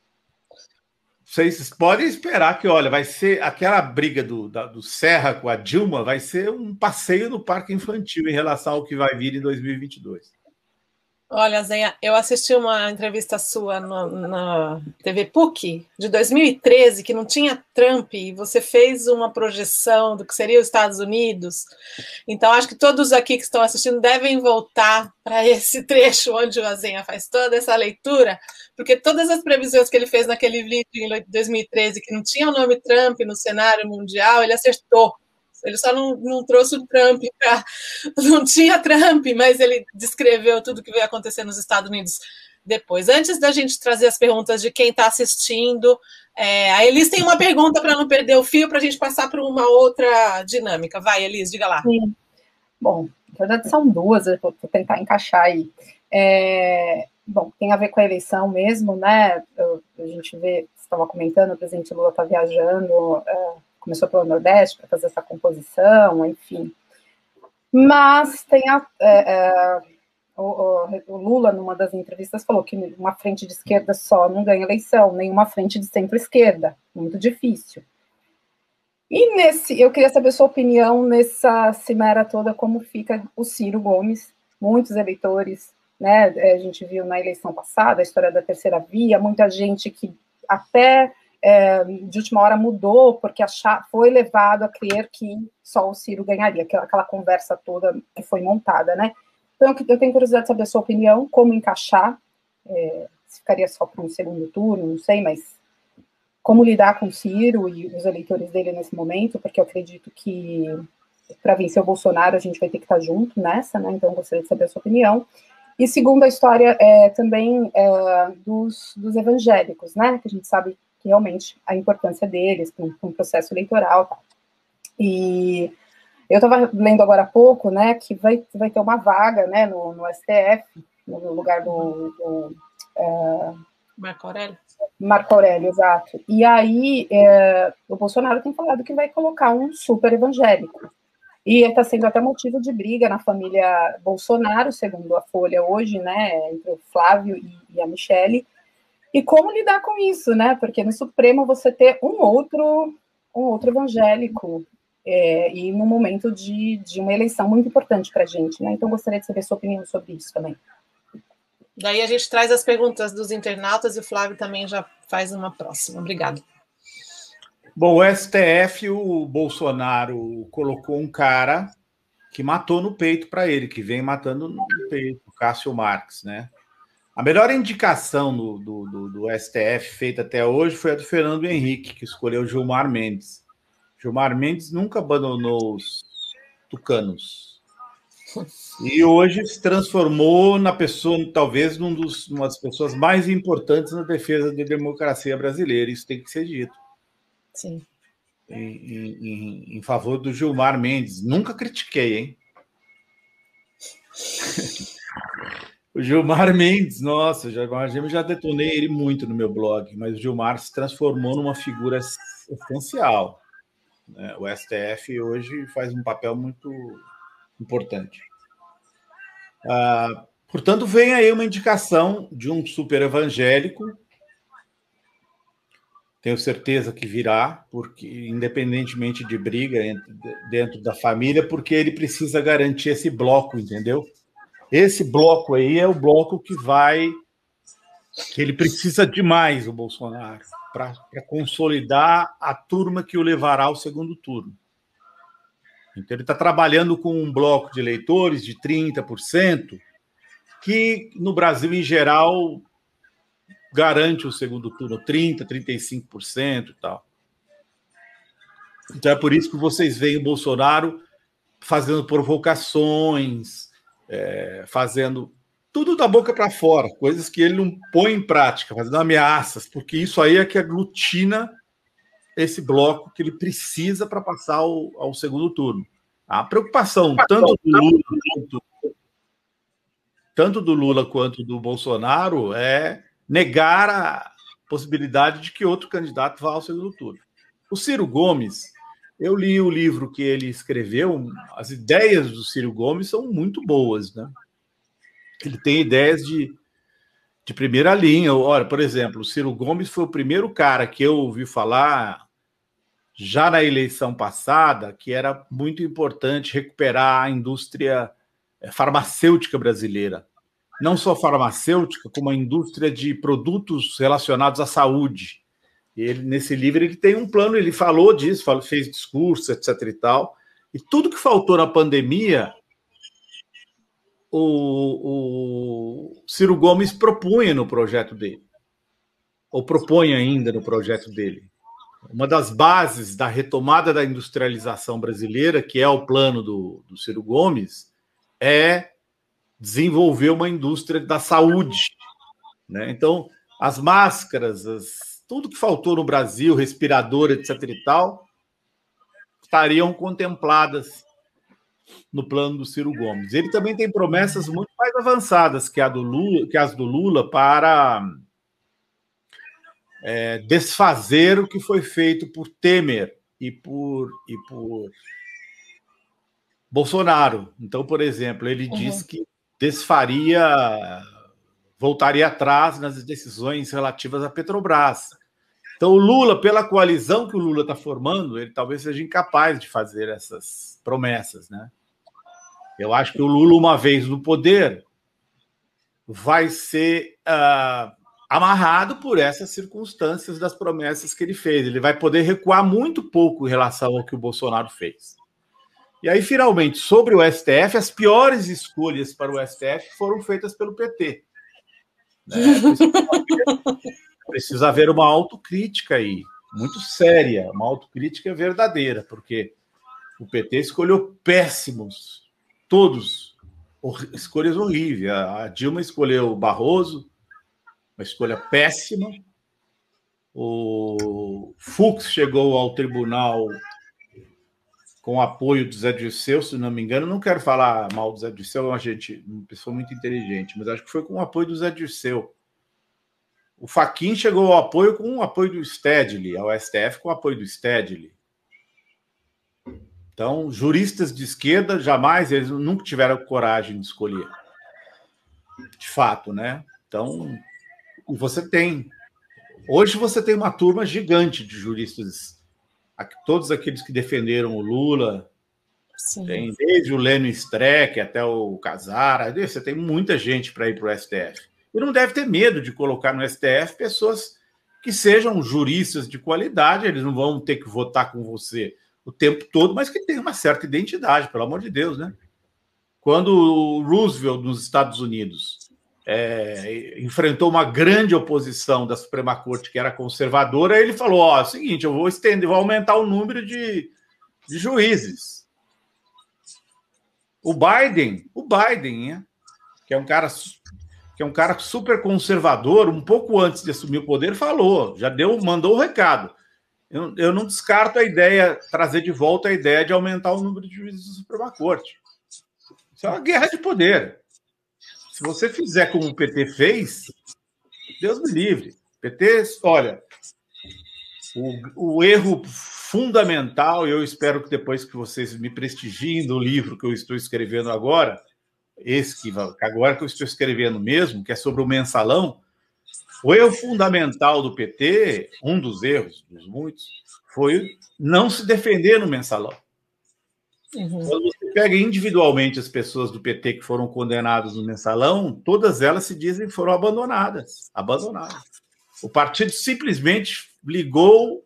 vocês podem esperar que, olha, vai ser aquela briga do Serra com a Dilma, vai ser um passeio no parque infantil em relação ao que vai vir em 2022. Olha, Zenha, eu assisti uma entrevista sua na TV PUC de 2013, que não tinha Trump, e você fez uma projeção do que seria os Estados Unidos. Então, acho que todos aqui que estão assistindo devem voltar para esse trecho onde o Zenha faz toda essa leitura, porque todas as previsões que ele fez naquele vídeo em 2013, que não tinha o nome Trump no cenário mundial, ele acertou. Ele só não trouxe o Trump para... Não tinha Trump, mas ele descreveu tudo que veio acontecer nos Estados Unidos depois. Antes da gente trazer as perguntas de quem está assistindo, a Elis tem uma pergunta para não perder o fio, para a gente passar para uma outra dinâmica. Vai, Elis, diga lá. Sim. Bom, na verdade são duas, eu vou tentar encaixar aí. Bom, tem a ver com a eleição mesmo, né? A gente vê, você estava comentando, o presidente Lula está viajando... começou pelo Nordeste para fazer essa composição, enfim. Mas tem o Lula, numa das entrevistas, falou que uma frente de esquerda só não ganha eleição, nem uma frente de centro-esquerda. Muito difícil. E eu queria saber sua opinião nessa cimera toda, como fica o Ciro Gomes, muitos eleitores, né? A gente viu na eleição passada a história da terceira via, muita gente que até... de última hora mudou, porque foi levado a crer que só o Ciro ganharia, aquela conversa toda que foi montada, né? Então, eu tenho curiosidade de saber a sua opinião, como encaixar, se ficaria só para um segundo turno, não sei, mas como lidar com o Ciro e os eleitores dele nesse momento, porque eu acredito que para vencer o Bolsonaro a gente vai ter que estar junto nessa, né? Então, eu gostaria de saber a sua opinião. E segundo, a história também dos evangélicos, né? Que a gente sabe realmente a importância deles para um processo eleitoral. Tá? E eu estava lendo agora há pouco, né, que vai ter uma vaga, né, no STF, no lugar do Marco Aurélio. Marco Aurélio, exato. E aí o Bolsonaro tem falado que vai colocar um super evangélico. E está sendo até motivo de briga na família Bolsonaro, segundo a Folha hoje, né, entre o Flávio e a Michele. E como lidar com isso, né? Porque no Supremo você ter um outro evangélico e num momento de uma eleição muito importante para a gente, né? Então, gostaria de saber sua opinião sobre isso também. Daí a gente traz as perguntas dos internautas e o Flávio também já faz uma próxima. Obrigado. Bom, o STF, o Bolsonaro colocou um cara que matou no peito para ele, que vem matando no peito, o Cássio Marques, né? A melhor indicação do STF feita até hoje foi a do Fernando Henrique, que escolheu Gilmar Mendes. Gilmar Mendes nunca abandonou os tucanos. E hoje se transformou na pessoa, talvez, uma das pessoas mais importantes na defesa da democracia brasileira. Isso tem que ser dito. Sim. Em favor do Gilmar Mendes. Nunca critiquei, hein? O Gilmar Mendes, nossa, já detonei ele muito no meu blog, mas o Gilmar se transformou numa figura essencial. Né? O STF hoje faz um papel muito importante. Portanto, vem aí uma indicação de um super evangélico. Tenho certeza que virá, porque independentemente de briga dentro da família, porque ele precisa garantir esse bloco, entendeu? Esse bloco aí é o bloco que ele precisa demais, o Bolsonaro, para consolidar a turma que o levará ao segundo turno. Então, ele está trabalhando com um bloco de eleitores de 30%, que no Brasil, em geral, garante o segundo turno, 30%, 35% e tal. Então, é por isso que vocês veem o Bolsonaro fazendo provocações, fazendo tudo da boca para fora, coisas que ele não põe em prática, fazendo ameaças, porque isso aí é que aglutina esse bloco que ele precisa para passar ao segundo turno. A preocupação tanto do Lula quanto do Bolsonaro é negar a possibilidade de que outro candidato vá ao segundo turno. O Ciro Gomes, eu li o livro que ele escreveu, as ideias do Ciro Gomes são muito boas, né? Ele tem ideias de primeira linha. Olha, por exemplo, o Ciro Gomes foi o primeiro cara que eu ouvi falar já na eleição passada que era muito importante recuperar a indústria farmacêutica brasileira. Não só farmacêutica, como a indústria de produtos relacionados à saúde. Ele, nesse livro, ele tem um plano, ele falou disso, fez discurso, etc. e tal. E tudo que faltou na pandemia, o Ciro Gomes propunha no projeto dele, ou propõe ainda no projeto dele. Uma das bases da retomada da industrialização brasileira, que é o plano do Ciro Gomes, é desenvolver uma indústria da saúde. Né? Então, as máscaras, tudo que faltou no Brasil, respirador, etc. e tal, estariam contempladas no plano do Ciro Gomes. Ele também tem promessas muito mais avançadas que as do Lula para desfazer o que foi feito por Temer e por Bolsonaro. Então, por exemplo, ele diz que voltaria atrás nas decisões relativas à Petrobras. Então, o Lula, pela coalizão que o Lula está formando, ele talvez seja incapaz de fazer essas promessas, né? Eu acho que o Lula, uma vez no poder, vai ser amarrado por essas circunstâncias das promessas que ele fez. Ele vai poder recuar muito pouco em relação ao que o Bolsonaro fez. E aí, finalmente, sobre o STF, as piores escolhas para o STF foram feitas pelo PT. Né? Precisa haver uma autocrítica aí, muito séria, uma autocrítica verdadeira, porque o PT escolheu péssimos, todos, escolhas horríveis. A Dilma escolheu o Barroso, uma escolha péssima. O Fux chegou ao tribunal com o apoio do Zé Dirceu, se não me engano. Não quero falar mal do Zé Dirceu, é uma pessoa muito inteligente, mas acho que foi com o apoio do Zé Dirceu. O Fachin chegou ao apoio com o apoio do Stedley, ao STF com o apoio do Stedley. Então, juristas de esquerda, jamais, eles nunca tiveram coragem de escolher. De fato, né? Então, hoje você tem uma turma gigante de juristas, todos aqueles que defenderam o Lula. Sim. Tem desde o Lênio Streck até o Casara, você tem muita gente para ir para o STF. E não deve ter medo de colocar no STF pessoas que sejam juristas de qualidade, eles não vão ter que votar com você o tempo todo, mas que tenham uma certa identidade, pelo amor de Deus, né? Quando o Roosevelt, nos Estados Unidos, enfrentou uma grande oposição da Suprema Corte, que era conservadora, ele falou, é o seguinte, eu vou aumentar o número de juízes. O Biden, né? que é um cara super conservador, um pouco antes de assumir o poder, falou, mandou o recado. Eu não descarto a ideia, trazer de volta a ideia de aumentar o número de juízes da Suprema Corte. Isso é uma guerra de poder. Se você fizer como o PT fez, Deus me livre. PT, olha, o erro fundamental, e eu espero que depois que vocês me prestigiem do livro que eu estou escrevendo agora, agora que eu estou escrevendo mesmo, que é sobre o mensalão, o erro fundamental do PT, um dos erros, dos muitos, foi não se defender no mensalão. Uhum. Quando você pega individualmente as pessoas do PT que foram condenadas no mensalão, todas elas se dizem que foram abandonadas. O partido simplesmente ligou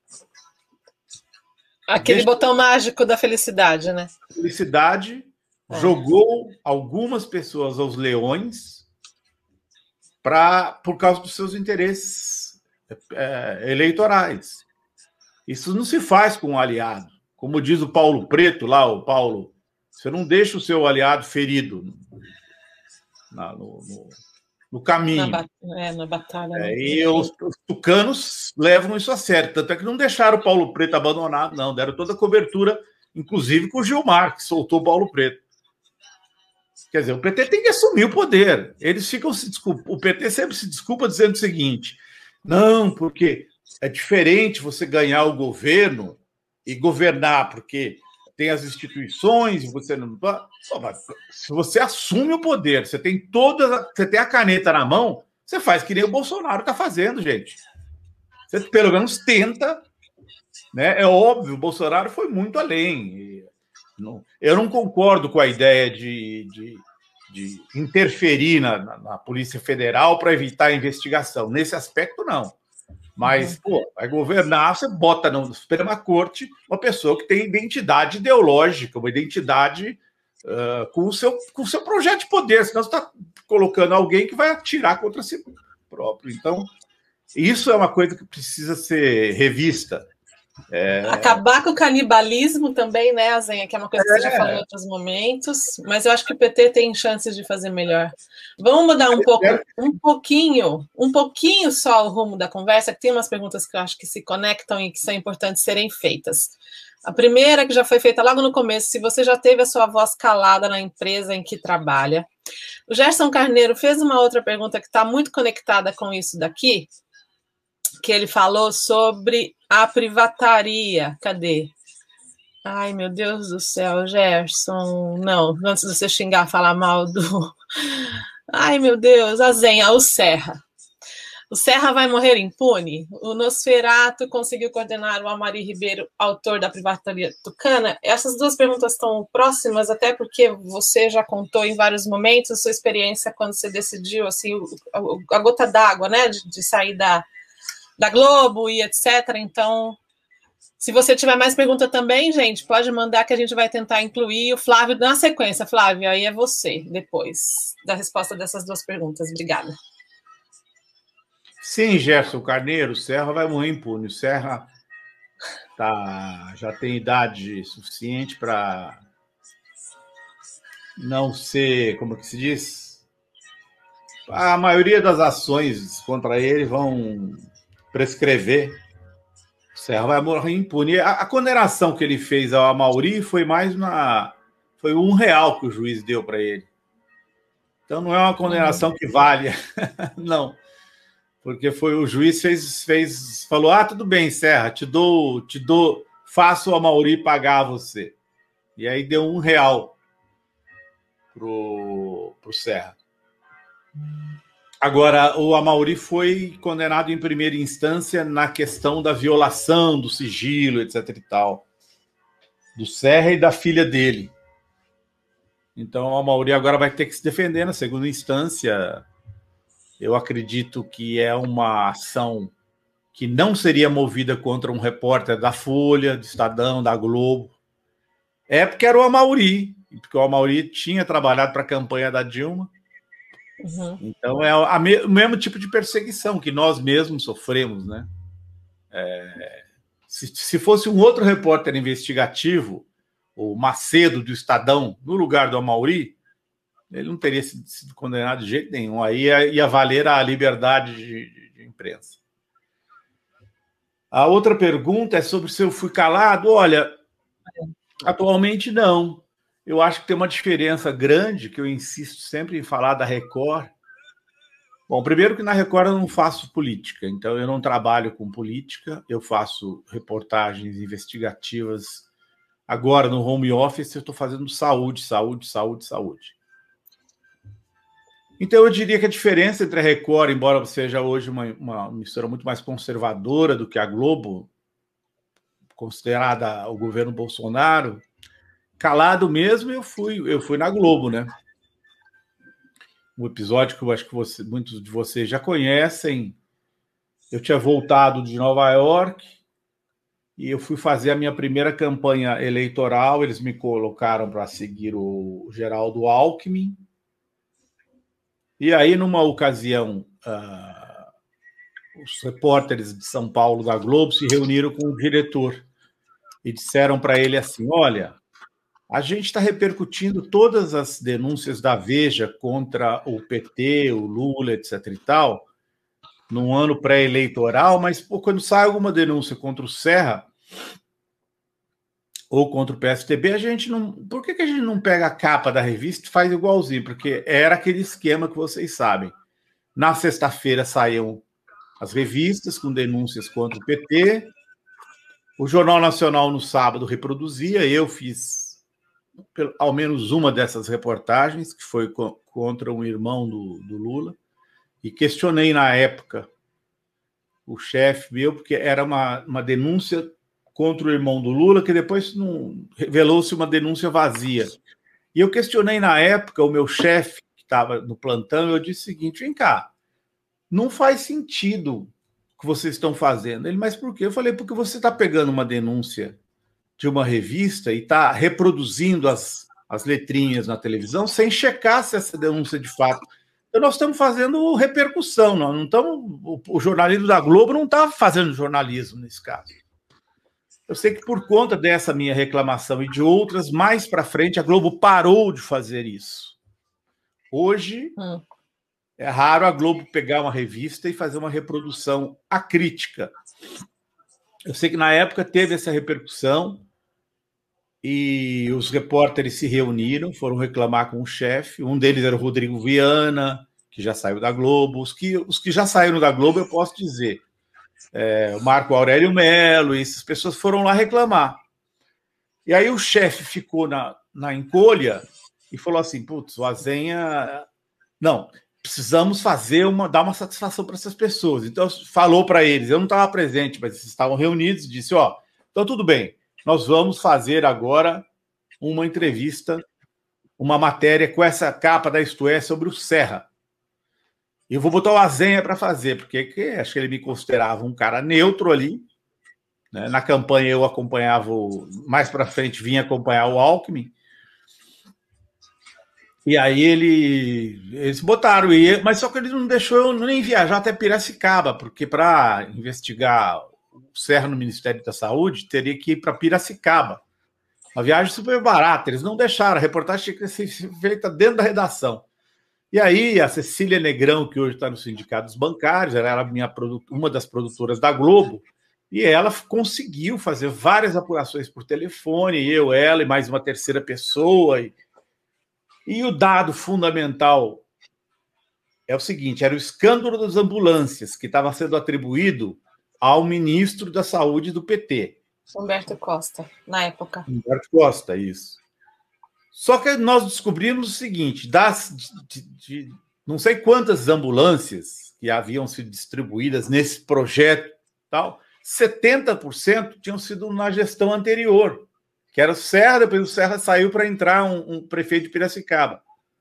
aquele botão mágico da felicidade, né? Felicidade, jogou algumas pessoas aos leões por causa dos seus interesses eleitorais. Isso não se faz com um aliado. Como diz o Paulo Preto lá, o Paulo, você não deixa o seu aliado ferido no caminho. Na batalha. E os tucanos levam isso a sério. Tanto é que não deixaram o Paulo Preto abandonado, não. Deram toda a cobertura, inclusive com o Gilmar, que soltou o Paulo Preto. Quer dizer, o PT tem que assumir o poder. Eles ficam se desculpando. O PT sempre se desculpa dizendo o seguinte: não, porque é diferente você ganhar o governo e governar, porque tem as instituições e você não. Se você assume o poder, você tem a caneta na mão, você faz que nem o Bolsonaro está fazendo, gente. Você pelo menos tenta, né? É óbvio, o Bolsonaro foi muito além. Eu não concordo com a ideia de interferir na Polícia Federal para evitar a investigação. Nesse aspecto, não. Mas, vai governar, você bota na Suprema Corte uma pessoa que tem identidade ideológica, uma identidade com o seu projeto de poder, senão você está colocando alguém que vai atirar contra si próprio. Então, isso é uma coisa que precisa ser revista. Acabar com o canibalismo também, né, Azenha, que é uma coisa que você já falou em outros momentos, mas eu acho que o PT tem chances de fazer melhor. Vamos mudar um pouquinho só o rumo da conversa, que tem umas perguntas que eu acho que se conectam e que são importantes serem feitas. A primeira, que já foi feita logo no começo, se você já teve a sua voz calada na empresa em que trabalha. O Gerson Carneiro fez uma outra pergunta que está muito conectada com isso daqui, que ele falou sobre a privataria. Cadê? Ai, meu Deus do céu, Gerson. Não, antes de você xingar, falar mal do... Ai, meu Deus, Azenha, o Serra. O Serra vai morrer impune? O Nosferatu conseguiu coordenar o Amari Ribeiro, autor da privataria tucana? Essas duas perguntas estão próximas, até porque você já contou em vários momentos a sua experiência quando você decidiu, assim, a gota d'água, né, de sair da Globo e etc. Então, se você tiver mais pergunta também, gente, pode mandar que a gente vai tentar incluir o Flávio na sequência. Flávio, aí é você, depois da resposta dessas duas perguntas. Obrigada. Sim, Gerson Carneiro, o Serra vai morrer impune. O Serra já tem idade suficiente para não ser, como que se diz? A maioria das ações contra ele vão prescrever. O Serra vai morrer impune. A condenação que ele fez ao Amaury foi foi R$1 que o juiz deu para ele. Então não é uma condenação que vale, não. Porque o juiz falou: tudo bem, Serra, te dou, faço o Amaury pagar você. E aí deu R$1 pro Serra. Agora, o Amaury foi condenado em primeira instância na questão da violação do sigilo, etc. e tal, do Serra e da filha dele. Então, o Amaury agora vai ter que se defender na segunda instância. Eu acredito que é uma ação que não seria movida contra um repórter da Folha, do Estadão, da Globo. Porque era o Amaury, porque o Amaury tinha trabalhado para a campanha da Dilma. Uhum. Então, é o mesmo tipo de perseguição que nós mesmos sofremos, né? Se fosse um outro repórter investigativo, o Macedo do Estadão no lugar do Amaury, ele não teria sido condenado de jeito nenhum. Aí ia valer a liberdade de imprensa. A outra pergunta é sobre se eu fui calado. Olha, atualmente não. Eu acho que tem uma diferença grande, que eu insisto sempre em falar da Record. Bom, primeiro que na Record eu não faço política, então eu não trabalho com política, eu faço reportagens investigativas. Agora, no home office, eu estou fazendo saúde. Então, eu diria que a diferença entre a Record, embora seja hoje uma emissora muito mais conservadora do que a Globo, considerada o governo Bolsonaro, calado mesmo, eu fui na Globo, né? Um episódio que eu acho que muitos de vocês já conhecem. Eu tinha voltado de Nova York e eu fui fazer a minha primeira campanha eleitoral. Eles me colocaram para seguir o Geraldo Alckmin. E aí, numa ocasião, os repórteres de São Paulo da Globo se reuniram com o diretor e disseram para ele assim: olha, a gente está repercutindo todas as denúncias da Veja contra o PT, o Lula, etc. e tal, num ano pré-eleitoral, mas quando sai alguma denúncia contra o Serra ou contra o PSDB, a gente não. Por que a gente não pega a capa da revista e faz igualzinho? Porque era aquele esquema que vocês sabem. Na sexta-feira saíam as revistas com denúncias contra o PT, o Jornal Nacional no sábado reproduzia, eu fiz ao menos uma dessas reportagens, que foi contra um irmão do Lula, e questionei na época o chefe meu, porque era uma denúncia contra o irmão do Lula, que depois revelou-se uma denúncia vazia. E eu questionei na época o meu chefe, que estava no plantão, e eu disse o seguinte: vem cá, não faz sentido o que vocês estão fazendo. Ele: mas por quê? Eu falei: porque você está pegando uma denúncia de uma revista e está reproduzindo as letrinhas na televisão sem checar se essa denúncia de fato. Então, nós estamos fazendo repercussão, nós não estamos. O jornalismo da Globo não está fazendo jornalismo nesse caso. Eu sei que por conta dessa minha reclamação e de outras, mais para frente, a Globo parou de fazer isso. Hoje, é raro a Globo pegar uma revista e fazer uma reprodução acrítica. Eu sei que na época teve essa repercussão e os repórteres se reuniram, foram reclamar com o chefe. Um deles era o Rodrigo Viana, que já saiu da Globo. Os que já saíram da Globo, eu posso dizer, o Marco Aurélio Melo, e essas pessoas foram lá reclamar. E aí o chefe ficou na encolha e falou assim: putz, o Azenha... Não, precisamos dar uma satisfação para essas pessoas. Então, falou para eles, eu não estava presente, mas eles estavam reunidos, e disse: ó, então tudo bem, nós vamos fazer agora uma entrevista, uma matéria com essa capa da Isto É sobre o Serra. E eu vou botar o Azenha para fazer, porque acho que ele me considerava um cara neutro ali, né? Na campanha eu acompanhava, mais para frente vinha acompanhar o Alckmin. E aí eles botaram, mas só que ele não deixou eu nem viajar até Piracicaba, porque para investigar o Serra no Ministério da Saúde, teria que ir para Piracicaba. Uma viagem super barata, eles não deixaram, a reportagem tinha que ser feita dentro da redação. E aí a Cecília Negrão, que hoje está no Sindicato dos Bancários, ela era uma das produtoras da Globo, e ela conseguiu fazer várias apurações por telefone, ela e mais uma terceira pessoa. E o dado fundamental é o seguinte: era o escândalo das ambulâncias, que estava sendo atribuído ao ministro da Saúde do PT. Humberto Costa, na época. Humberto Costa, isso. Só que nós descobrimos o seguinte: de não sei quantas ambulâncias que haviam sido distribuídas nesse projeto, 70% tinham sido na gestão anterior, que era o Serra. Depois o Serra saiu para entrar um prefeito de Piracicaba.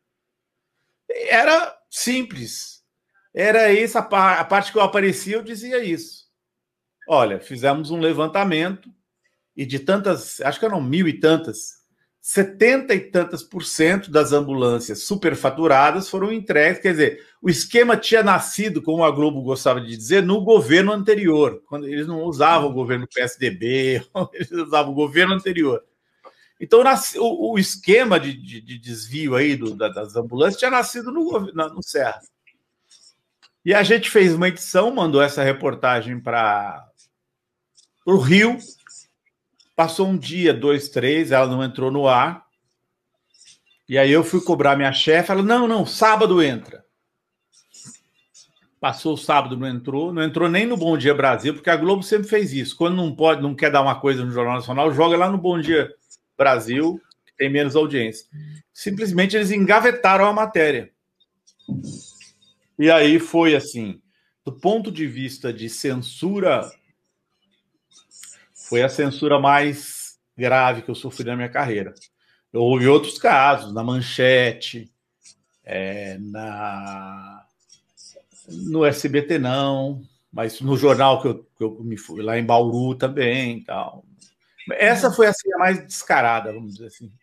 Era simples. Era essa a parte que eu aparecia, eu dizia isso. Olha, fizemos um levantamento e de tantas, acho que eram 1.000 e tantas, 70 e tantas % das ambulâncias superfaturadas foram entregues. Quer dizer, o esquema tinha nascido, como a Globo gostava de dizer, no governo anterior, quando eles não usavam o governo PSDB, eles usavam o governo anterior. Então, o esquema de desvio aí das ambulâncias tinha nascido no Serra. E a gente fez uma edição, mandou essa reportagem para o Rio. Passou um dia, 2, 3, ela não entrou no ar. E aí eu fui cobrar minha chefe, ela, não, sábado entra. Passou o sábado, não entrou nem no Bom Dia Brasil, porque a Globo sempre fez isso. Quando não quer dar uma coisa no Jornal Nacional, joga lá no Bom Dia Brasil, que tem menos audiência. Simplesmente eles engavetaram a matéria. E aí foi assim, do ponto de vista de censura, foi a censura mais grave que eu sofri na minha carreira. Houve outros casos, na Manchete, no SBT não, mas no jornal que eu me fui, lá em Bauru também. Tal. Essa foi assim, a mais descarada, vamos dizer assim.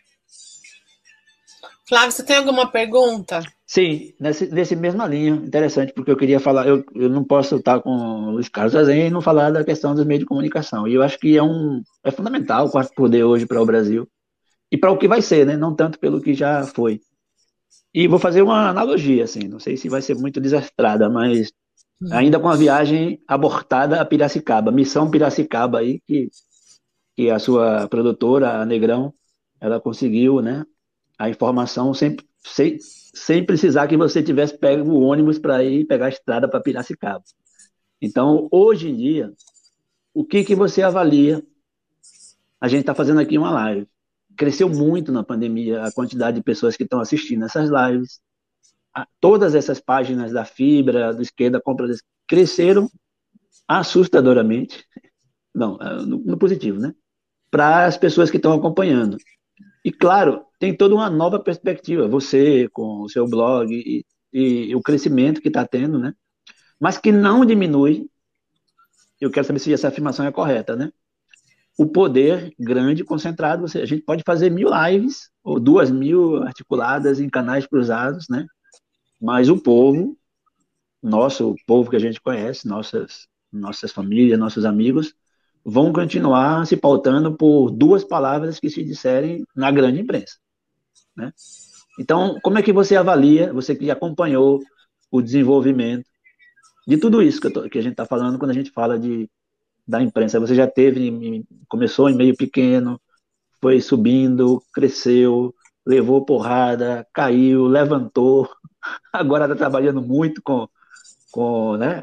Flávio, você tem alguma pergunta? Sim, nesse mesma linha, interessante, porque eu queria falar, eu não posso estar com o Luiz Carlos Azen e não falar da questão dos meios de comunicação. E eu acho que é fundamental o quarto poder hoje para o Brasil e para o que vai ser, né? Não tanto pelo que já foi. E vou fazer uma analogia, assim, não sei se vai ser muito desastrada, mas ainda com a viagem abortada a Piracicaba, Missão Piracicaba aí, que a sua produtora, a Negrão, ela conseguiu, né, a informação sem precisar que você tivesse pego o ônibus para ir pegar a estrada para Piracicaba. Então, hoje em dia, o que você avalia? A gente está fazendo aqui uma live. Cresceu muito na pandemia a quantidade de pessoas que estão assistindo essas lives. Todas essas páginas da Fibra, do Esquerda Compra, cresceram assustadoramente, não, no positivo, né? Para as pessoas que estão acompanhando. E, claro, tem toda uma nova perspectiva, você com o seu blog e o crescimento que está tendo, né? Mas que não diminui, eu quero saber se essa afirmação é correta, né? O poder grande, concentrado, a gente pode fazer 1000 lives, ou 2000 articuladas em canais cruzados, né? Mas o povo, nosso povo que a gente conhece, nossas famílias, nossos amigos, vão continuar se pautando por 2 palavras que se disserem na grande imprensa, né? Então, como é que você avalia, você que acompanhou o desenvolvimento de tudo isso que a gente está falando quando a gente fala da imprensa? Você já começou em meio pequeno, foi subindo, cresceu, levou porrada, caiu, levantou, agora está trabalhando muito com né,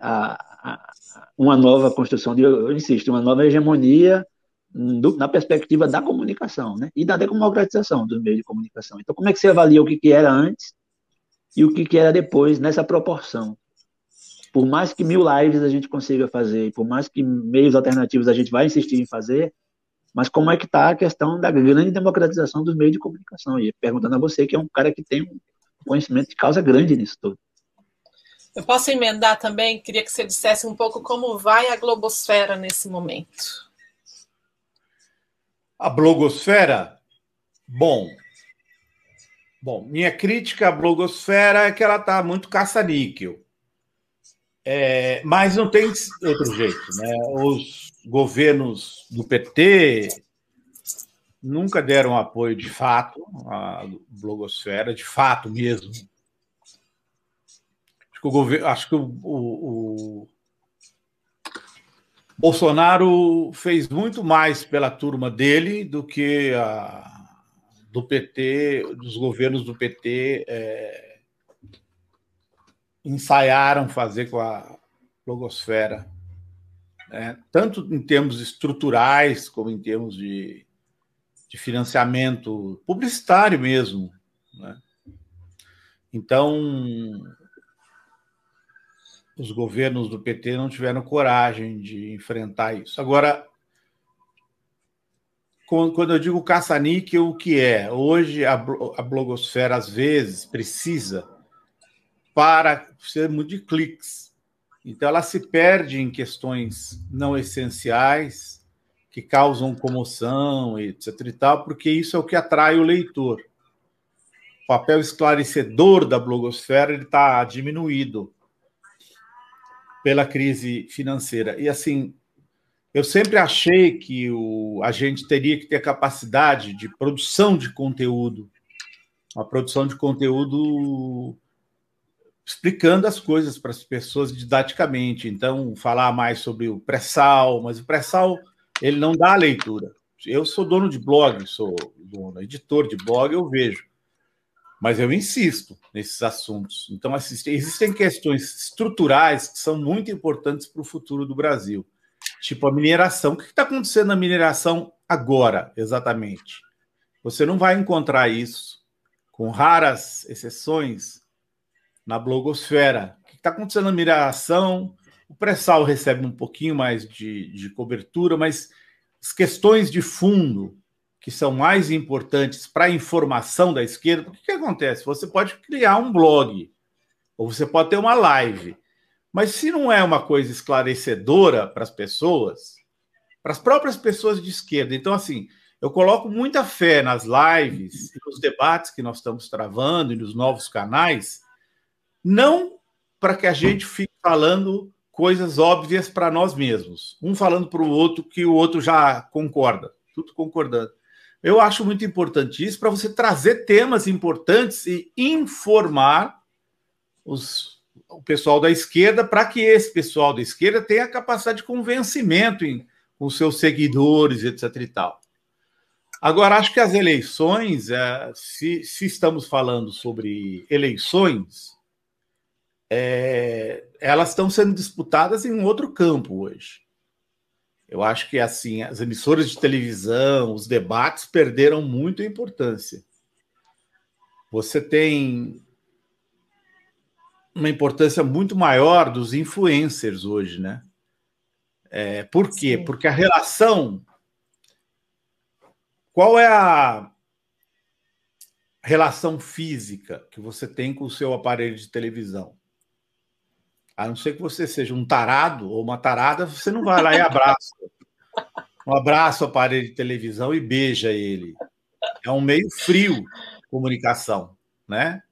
uma nova construção, eu insisto, uma nova hegemonia na perspectiva da comunicação, né, e da democratização dos meios de comunicação. Então, como é que você avalia o que era antes e o que era depois nessa proporção? Por mais que 1000 lives a gente consiga fazer, por mais que meios alternativos a gente vai insistir em fazer, mas como é que está a questão da grande democratização dos meios de comunicação? E perguntando a você, que é um cara que tem um conhecimento de causa grande nisso tudo. Eu posso emendar também? Queria que você dissesse um pouco como vai a globosfera nesse momento. A blogosfera? Bom, minha crítica à blogosfera é que ela está muito caça-níquel. Mas não tem outro jeito, né? Os governos do PT nunca deram apoio de fato à blogosfera, de fato mesmo. Acho que o Bolsonaro fez muito mais pela turma dele do que do PT, dos governos do PT ensaiaram fazer com a blogosfera, né? Tanto em termos estruturais como em termos de financiamento publicitário mesmo, né? Então, os governos do PT não tiveram coragem de enfrentar isso. Agora, quando eu digo caça-níquel, o que é? Hoje, a blogosfera, às vezes, precisa para ser muito de cliques. Então, ela se perde em questões não essenciais, que causam comoção, etc. e tal, porque isso é o que atrai o leitor. O papel esclarecedor da blogosfera está diminuído pela crise financeira. E, assim, Eu sempre achei que a gente teria que ter capacidade de produção de conteúdo, uma produção de conteúdo explicando as coisas para as pessoas didaticamente. Então, falar mais sobre o pré-sal, mas o pré-sal ele não dá leitura. Eu sou dono de blog, sou editor de blog, eu vejo. Mas eu insisto nesses assuntos. Então, existem questões estruturais que são muito importantes para o futuro do Brasil. Tipo a mineração. O que está acontecendo na mineração agora, exatamente? Você não vai encontrar isso, com raras exceções, na blogosfera. O que está acontecendo na mineração? O pré-sal recebe um pouquinho mais de cobertura, mas as questões de fundo, que são mais importantes para a informação da esquerda, o que acontece? Você pode criar um blog, ou você pode ter uma live, mas se não é uma coisa esclarecedora para as pessoas, para as próprias pessoas de esquerda, então, assim, eu coloco muita fé nas lives e nos debates que nós estamos travando e nos novos canais, não para que a gente fique falando coisas óbvias para nós mesmos, um falando para o outro que o outro já concorda, tudo concordando. Eu acho muito importante isso para você trazer temas importantes e informar o pessoal da esquerda para que esse pessoal da esquerda tenha a capacidade de convencimento com seus seguidores, etc. e tal. Agora, acho que as eleições, se estamos falando sobre eleições, elas estão sendo disputadas em um outro campo hoje. Eu acho que assim as emissoras de televisão, os debates perderam muito a importância. Você tem uma importância muito maior dos influencers hoje, né? Por quê? Sim. Porque a relação... Qual é a relação física que você tem com o seu aparelho de televisão? A não ser que você seja um tarado ou uma tarada, você não vai lá e abraça. Um abraço ao aparelho de televisão e beija ele. É um meio frio de comunicação, né?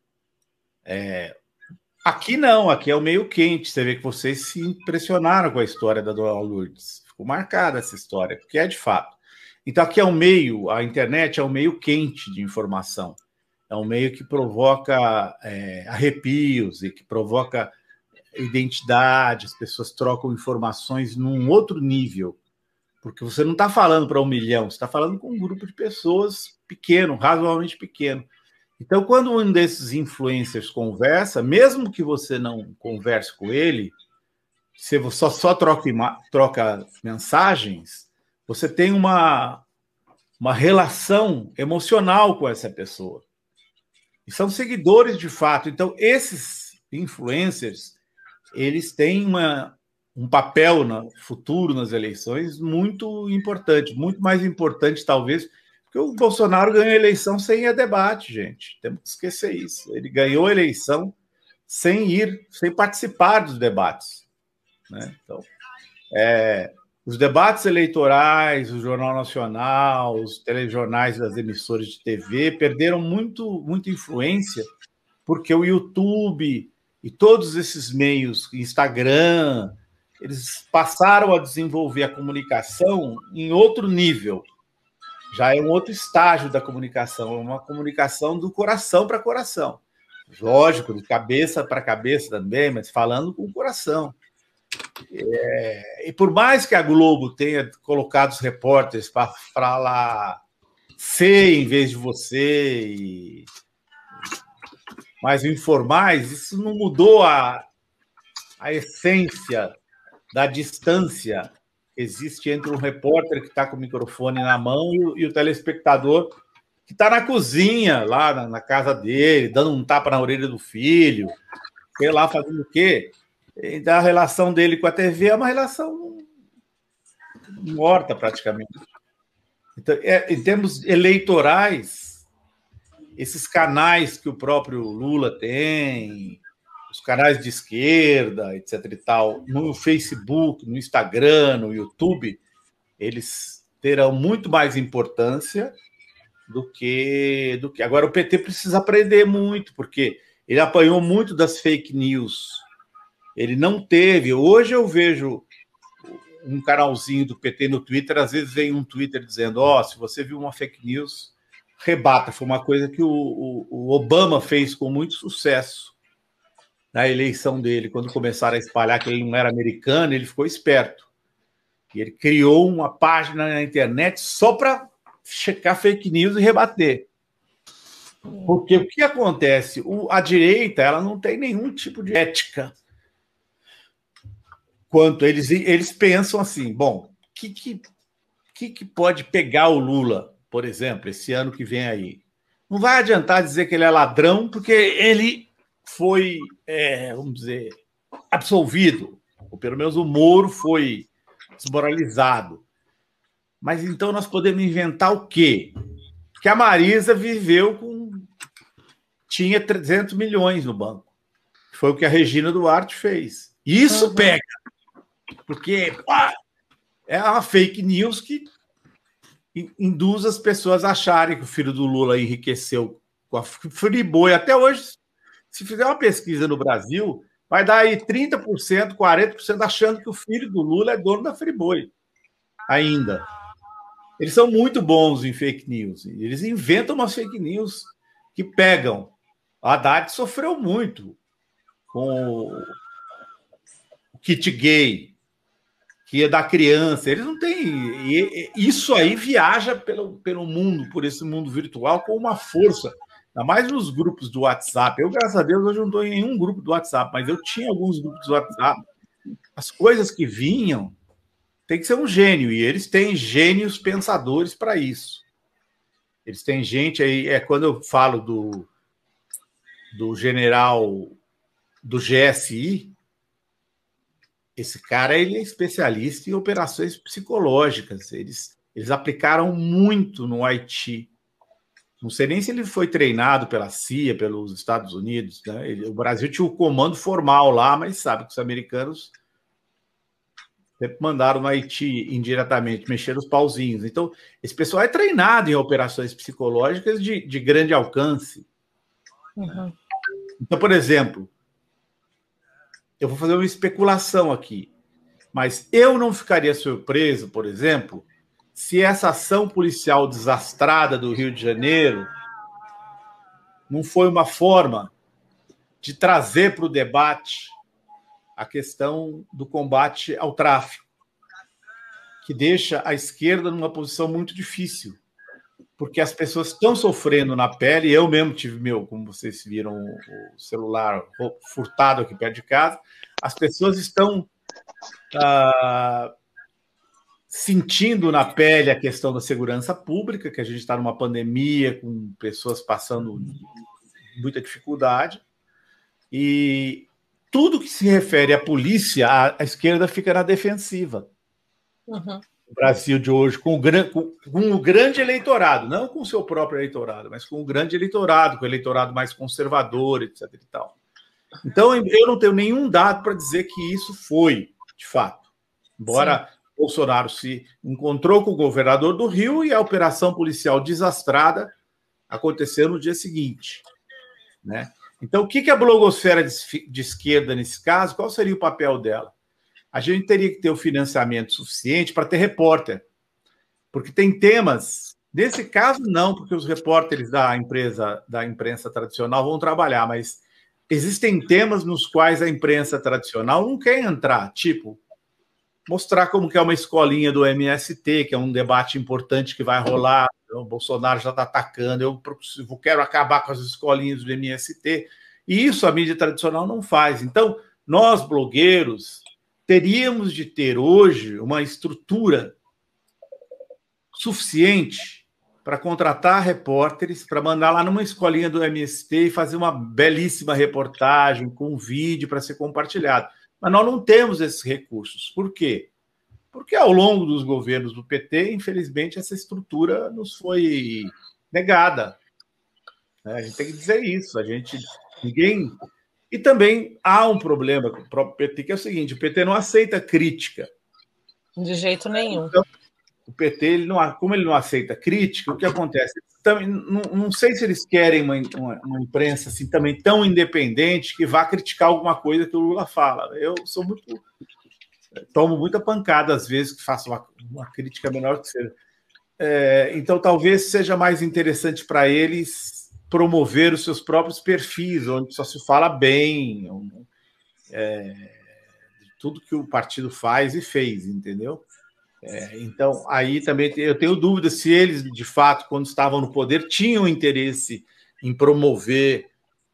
Aqui não, aqui é o meio quente. Você vê que vocês se impressionaram com a história da Dona Lourdes. Ficou marcada essa história, porque é de fato. Então aqui é um meio, a internet é um meio quente de informação. É um meio que provoca arrepios e que provoca identidade, as pessoas trocam informações num outro nível, porque você não está falando para 1 milhão, você está falando com um grupo de pessoas pequeno, razoavelmente pequeno. Então, quando um desses influencers conversa, mesmo que você não converse com ele, se você só troca mensagens, você tem uma relação emocional com essa pessoa. E são seguidores de fato. Então, esses influencers, eles têm um papel futuro nas eleições muito importante, muito mais importante, talvez, porque o Bolsonaro ganhou a eleição sem ir a debate, gente. Temos que esquecer isso. Ele ganhou a eleição sem participar dos debates, né? Então, os debates eleitorais, o Jornal Nacional, os telejornais das emissoras de TV perderam muita influência, porque o YouTube e todos esses meios, Instagram, eles passaram a desenvolver a comunicação em outro nível. Já é um outro estágio da comunicação, é uma comunicação do coração para coração. Lógico, de cabeça para cabeça também, mas falando com o coração. E por mais que a Globo tenha colocado os repórteres para falar C em vez de você, mais informais, isso não mudou a essência da distância que existe entre um repórter que está com o microfone na mão e o telespectador que está na cozinha, lá na casa dele, dando um tapa na orelha do filho, sei lá, fazendo o quê? E a relação dele com a TV é uma relação morta, praticamente. Então, em termos eleitorais, esses canais que o próprio Lula tem, os canais de esquerda, etc. e tal, no Facebook, no Instagram, no YouTube, eles terão muito mais importância do que... Agora, o PT precisa aprender muito, porque ele apanhou muito das fake news. Ele não teve... Hoje eu vejo um canalzinho do PT no Twitter, às vezes vem um Twitter dizendo, se você viu uma fake news, rebata. Foi uma coisa que o Obama fez com muito sucesso na eleição dele. Quando começaram a espalhar que ele não era americano, ele ficou esperto. E ele criou uma página na internet só para checar fake news e rebater. Porque o que acontece? A direita, ela não tem nenhum tipo de ética. Quanto eles pensam assim, bom, o que pode pegar o Lula, por exemplo, esse ano que vem aí? Não vai adiantar dizer que ele é ladrão, porque ele foi, vamos dizer, absolvido, ou pelo menos o Moro foi desmoralizado. Mas então nós podemos inventar o quê? Que a Marisa tinha 300 milhões no banco. Foi o que a Regina Duarte fez. Isso pega. Porque é uma fake news que induz as pessoas a acharem que o filho do Lula enriqueceu com a Friboi. Até hoje, se fizer uma pesquisa no Brasil, vai dar aí 30%, 40% achando que o filho do Lula é dono da Friboi. Ainda. Eles são muito bons em fake news. Eles inventam umas fake news que pegam. A Haddad sofreu muito com o kit gay, que é da criança. Eles não têm... Isso aí viaja pelo mundo, por esse mundo virtual, com uma força. Ainda mais nos grupos do WhatsApp. Eu, graças a Deus, hoje não estou em nenhum grupo do WhatsApp, mas eu tinha alguns grupos do WhatsApp. As coisas que vinham, tem que ser um gênio, e eles têm gênios pensadores para isso. Eles têm gente aí... quando eu falo do general do GSI, esse cara ele é especialista em operações psicológicas. Eles aplicaram muito no Haiti. Não sei nem se ele foi treinado pela CIA, pelos Estados Unidos, né? O Brasil tinha o comando formal lá, mas sabe que os americanos sempre mandaram no Haiti indiretamente, mexer os pauzinhos. Então, esse pessoal é treinado em operações psicológicas de grande alcance. Uhum. Então, por exemplo, eu vou fazer uma especulação aqui, mas eu não ficaria surpreso, por exemplo, se essa ação policial desastrada do Rio de Janeiro não foi uma forma de trazer para o debate a questão do combate ao tráfico, que deixa a esquerda numa posição muito difícil, porque as pessoas estão sofrendo na pele. Eu mesmo tive como vocês viram, o celular furtado aqui perto de casa. As pessoas estão sentindo na pele a questão da segurança pública, que a gente está numa pandemia, com pessoas passando muita dificuldade, e tudo que se refere à polícia, a esquerda fica na defensiva. Uhum. O Brasil de hoje, com o grande eleitorado, não com o seu próprio eleitorado, mas com o grande eleitorado, com o eleitorado mais conservador, etc. e tal. Então, eu não tenho nenhum dado para dizer que isso foi, de fato. Embora Bolsonaro se encontrou com o governador do Rio e a operação policial desastrada aconteceu no dia seguinte, né? Então, o que a blogosfera de esquerda, nesse caso, qual seria o papel dela? A gente teria que ter o financiamento suficiente para ter repórter, porque tem temas, nesse caso não, porque os repórteres da imprensa tradicional vão trabalhar, mas existem temas nos quais a imprensa tradicional não quer entrar, tipo mostrar como que é uma escolinha do MST, que é um debate importante que vai rolar. O Bolsonaro já está atacando, eu quero acabar com as escolinhas do MST, e isso a mídia tradicional não faz. Então, nós, blogueiros, teríamos de ter hoje uma estrutura suficiente para contratar repórteres, para mandar lá numa escolinha do MST e fazer uma belíssima reportagem com vídeo para ser compartilhado. Mas nós não temos esses recursos. Por quê? Porque ao longo dos governos do PT, infelizmente, essa estrutura nos foi negada. A gente tem que dizer isso. Ninguém... E também há um problema com o próprio PT, que é o seguinte: o PT não aceita crítica. De jeito nenhum. Então, o PT, como ele não aceita crítica, o que acontece? Também, não sei se eles querem uma imprensa assim, também tão independente que vá criticar alguma coisa que o Lula fala. Eu sou muito tomo muita pancada às vezes, que faço uma crítica menor que seja. Então, talvez seja mais interessante para eles promover os seus próprios perfis, onde só se fala bem, de tudo que o partido faz e fez, entendeu? Então, aí também eu tenho dúvida se eles, de fato, quando estavam no poder, tinham interesse em promover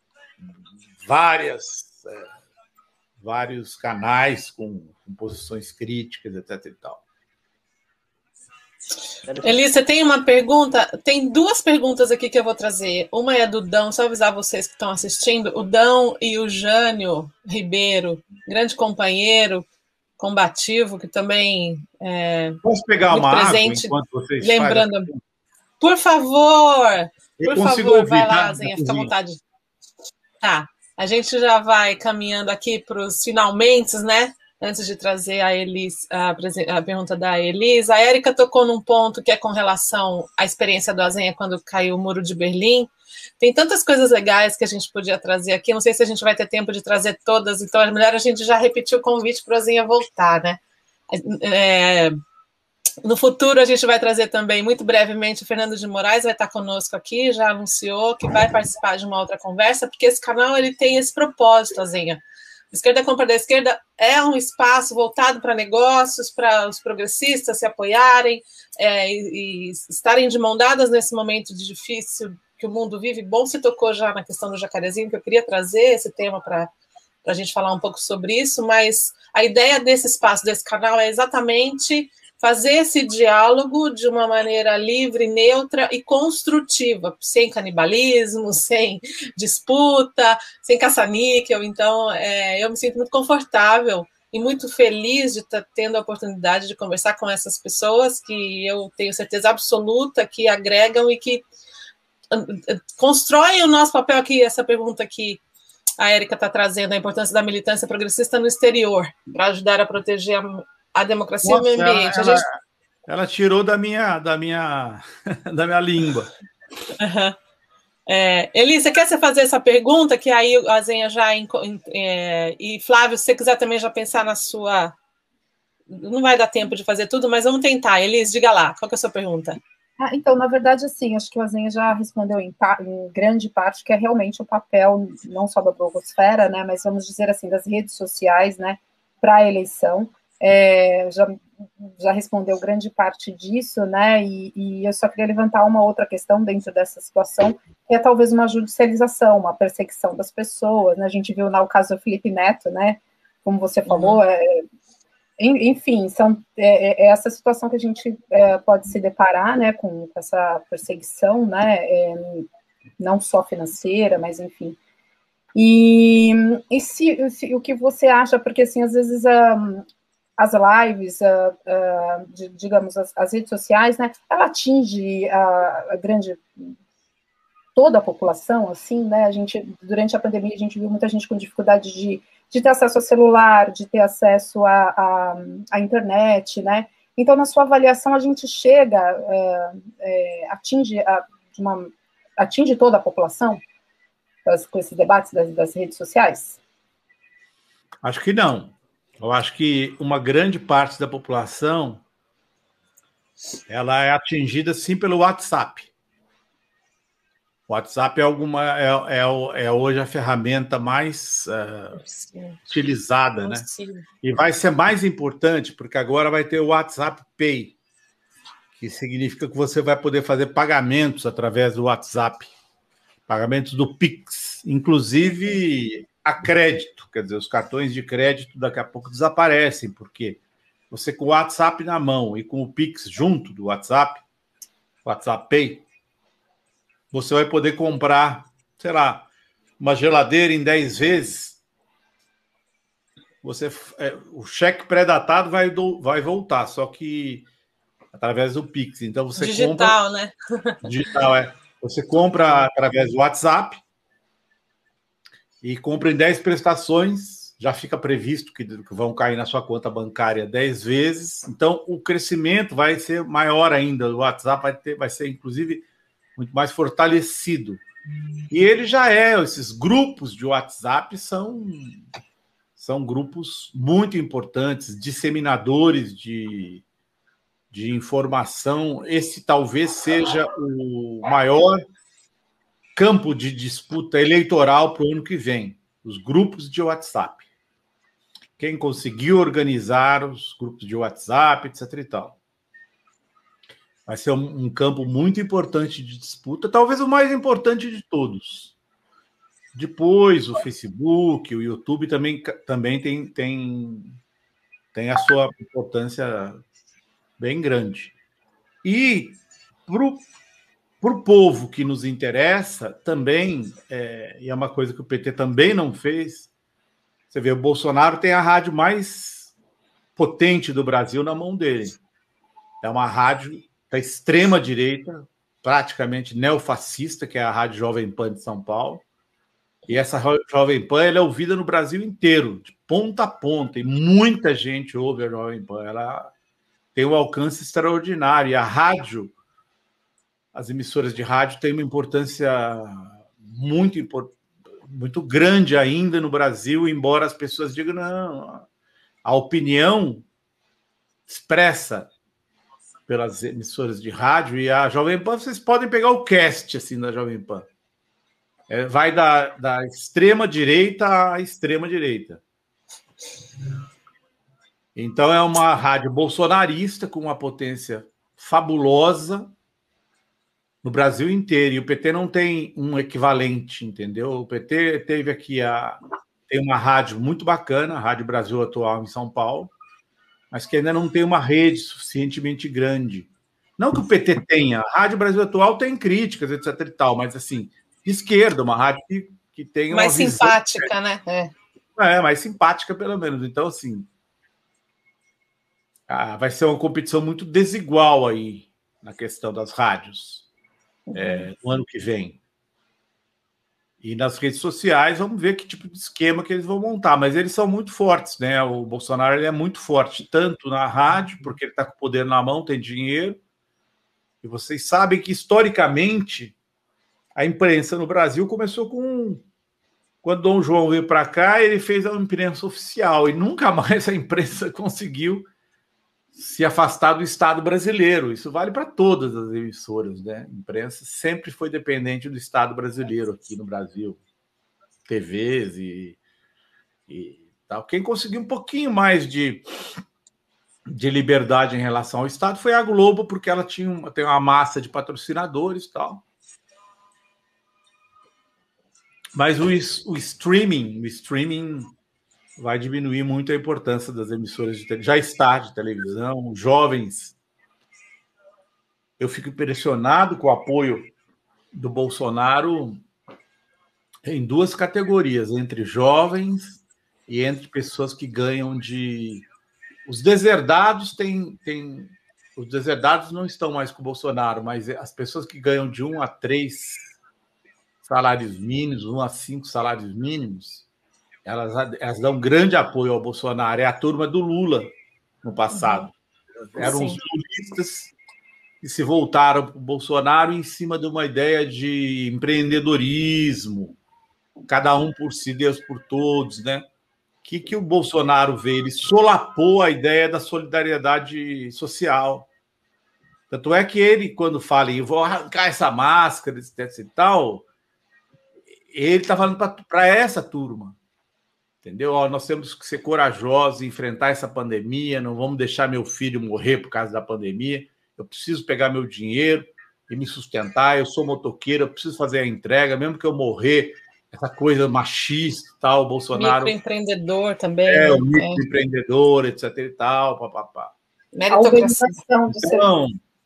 vários canais com posições críticas, etc. e tal. Elis, você tem uma pergunta? Tem duas perguntas aqui que eu vou trazer. Uma é do Dão, só avisar vocês que estão assistindo. O Dão e o Jânio Ribeiro, grande companheiro, combativo, que também Posso pegar muito uma presente, água enquanto vocês lembrando. fazem? Por favor, ouvir, vai lá, tá? Zenha, fica à vontade. Tá, a gente já vai caminhando aqui para os finalmente, né? Antes de trazer a Elis, a pergunta da Elis, a Érica tocou num ponto que é com relação à experiência do Azenha quando caiu o Muro de Berlim. Tem tantas coisas legais que a gente podia trazer aqui, não sei se a gente vai ter tempo de trazer todas, então é melhor a gente já repetir o convite para o Azenha voltar, né? No futuro a gente vai trazer também, muito brevemente, o Fernando de Moraes vai estar conosco aqui, já anunciou que vai participar de uma outra conversa, porque esse canal ele tem esse propósito, Azenha. Esquerda Compra da Esquerda é um espaço voltado para negócios, para os progressistas se apoiarem e estarem de mão dadas nesse momento difícil que o mundo vive. Bom, você tocou já na questão do jacarezinho, que eu queria trazer esse tema para a gente falar um pouco sobre isso, mas a ideia desse espaço, desse canal, é exatamente fazer esse diálogo de uma maneira livre, neutra e construtiva, sem canibalismo, sem disputa, sem caça-níquel. Então, eu me sinto muito confortável e muito feliz de estar tendo a oportunidade de conversar com essas pessoas que eu tenho certeza absoluta que agregam e que constroem o nosso papel aqui, essa pergunta que a Érica está trazendo, a importância da militância progressista no exterior, para ajudar a proteger a democracia e o meio ambiente. Ela tirou da minha língua. Uhum. Elis, você quer fazer essa pergunta? Que aí a Zenha já... e Flávio, se você quiser também já pensar na sua... Não vai dar tempo de fazer tudo, mas vamos tentar. Elis, diga lá, qual que é a sua pergunta? Então, na verdade, assim, acho que o Azenha já respondeu em grande parte, que é realmente o papel, não só da blogosfera, né, mas vamos dizer assim, das redes sociais, né, para a eleição. Já respondeu grande parte disso, né, e eu só queria levantar uma outra questão dentro dessa situação, que é talvez uma judicialização, uma perseguição das pessoas, né, a gente viu no caso do Felipe Neto, né, como você falou, enfim, é essa situação que a gente pode se deparar, né, com essa perseguição, né, não só financeira, mas enfim. E se o que você acha, porque assim, às vezes as lives, digamos, as redes sociais, né, ela atinge toda a população, assim, né, durante a pandemia, a gente viu muita gente com dificuldade de ter acesso ao celular, de ter acesso à internet, né, então, na sua avaliação, a gente atinge toda a população com esses debates das redes sociais? Acho que não. Eu acho que uma grande parte da população ela é atingida, sim, pelo WhatsApp. O WhatsApp é hoje a ferramenta mais utilizada, né? E vai ser mais importante, porque agora vai ter o WhatsApp Pay, que significa que você vai poder fazer pagamentos através do WhatsApp, pagamentos do Pix, inclusive a crédito, quer dizer, os cartões de crédito daqui a pouco desaparecem, porque você com o WhatsApp na mão e com o Pix junto do WhatsApp Pay, você vai poder comprar, sei lá, uma geladeira em 10 vezes. O cheque pré-datado vai voltar, só que através do Pix. Então você digital, compra... né? Digital, Você compra através do WhatsApp e compra em 10 prestações, já fica previsto que vão cair na sua conta bancária 10 vezes. Então o crescimento vai ser maior ainda. O WhatsApp vai ser, inclusive, muito mais fortalecido. E ele já esses grupos de WhatsApp são são grupos muito importantes, disseminadores de informação. Esse talvez seja o maior campo de disputa eleitoral para o ano que vem, os grupos de WhatsApp. Quem conseguiu organizar os grupos de WhatsApp, etc. e tal. Vai ser um campo muito importante de disputa, talvez o mais importante de todos. Depois, o Facebook, o YouTube também tem a sua importância bem grande. E para o povo que nos interessa, também, e é uma coisa que o PT também não fez, você vê, o Bolsonaro tem a rádio mais potente do Brasil na mão dele. É uma rádio da extrema-direita, praticamente neofascista, que é a Rádio Jovem Pan de São Paulo. E essa Jovem Pan ela é ouvida no Brasil inteiro, de ponta a ponta, e muita gente ouve a Jovem Pan. Ela tem um alcance extraordinário. E a rádio, as emissoras de rádio têm uma importância muito grande ainda no Brasil, embora as pessoas digam, não, a opinião expressa pelas emissoras de rádio e a Jovem Pan, vocês podem pegar o cast assim da Jovem Pan. Vai da extrema-direita à extrema-direita. Então é uma rádio bolsonarista com uma potência fabulosa no Brasil inteiro. E o PT não tem um equivalente, entendeu? O PT teve aqui tem uma rádio muito bacana, a Rádio Brasil Atual em São Paulo, mas que ainda não tem uma rede suficientemente grande. Não que o PT tenha, a Rádio Brasil Atual tem críticas, etc. e tal, mas assim, de esquerda, uma rádio que tem uma mais visão, simpática, né? Mais simpática, pelo menos. Então, assim, vai ser uma competição muito desigual aí na questão das rádios no ano que vem. E nas redes sociais, vamos ver que tipo de esquema que eles vão montar. Mas eles são muito fortes, né? O Bolsonaro ele é muito forte, tanto na rádio, porque ele está com o poder na mão, tem dinheiro. E vocês sabem que, historicamente, a imprensa no Brasil começou quando Dom João veio para cá, ele fez a imprensa oficial. E nunca mais a imprensa conseguiu se afastar do Estado brasileiro. Isso vale para todas as emissoras, né? A imprensa sempre foi dependente do Estado brasileiro aqui no Brasil. TVs e tal. Quem conseguiu um pouquinho mais de liberdade em relação ao Estado foi a Globo, porque ela tem uma massa de patrocinadores e tal. Mas o streaming vai diminuir muito a importância das emissoras de televisão. Já está de televisão, jovens. Eu fico impressionado com o apoio do Bolsonaro em duas categorias, entre jovens e entre pessoas que ganham de... Os deserdados Os deserdados não estão mais com o Bolsonaro, mas as pessoas que ganham de 1 a 3 salários mínimos, 1 a 5 salários mínimos, elas dão grande apoio ao Bolsonaro. É a turma do Lula no passado. Eram os lulistas que se voltaram para o Bolsonaro em cima de uma ideia de empreendedorismo, cada um por si, Deus por todos, né? Que o Bolsonaro veio? Ele solapou a ideia da solidariedade social. Tanto é que ele, quando fala em vou arrancar essa máscara, etc e tal, ele está falando para essa turma. Entendeu? Nós temos que ser corajosos e enfrentar essa pandemia, não vamos deixar meu filho morrer por causa da pandemia, eu preciso pegar meu dinheiro e me sustentar, eu sou motoqueiro, eu preciso fazer a entrega, mesmo que eu morrer, essa coisa machista e tal, o Bolsonaro... Microempreendedor também. O microempreendedor, etc e tal, papapá. Meritocracia. Então,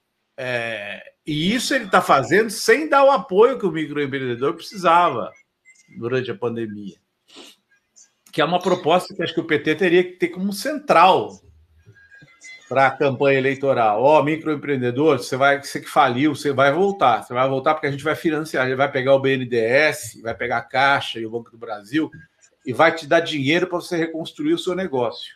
e isso ele está fazendo sem dar o apoio que o microempreendedor precisava durante a pandemia. Que é uma proposta que acho que o PT teria que ter como central para a campanha eleitoral. Microempreendedor, você que faliu, você vai voltar. Você vai voltar porque a gente vai financiar. A gente vai pegar o BNDES, vai pegar a Caixa e o Banco do Brasil e vai te dar dinheiro para você reconstruir o seu negócio.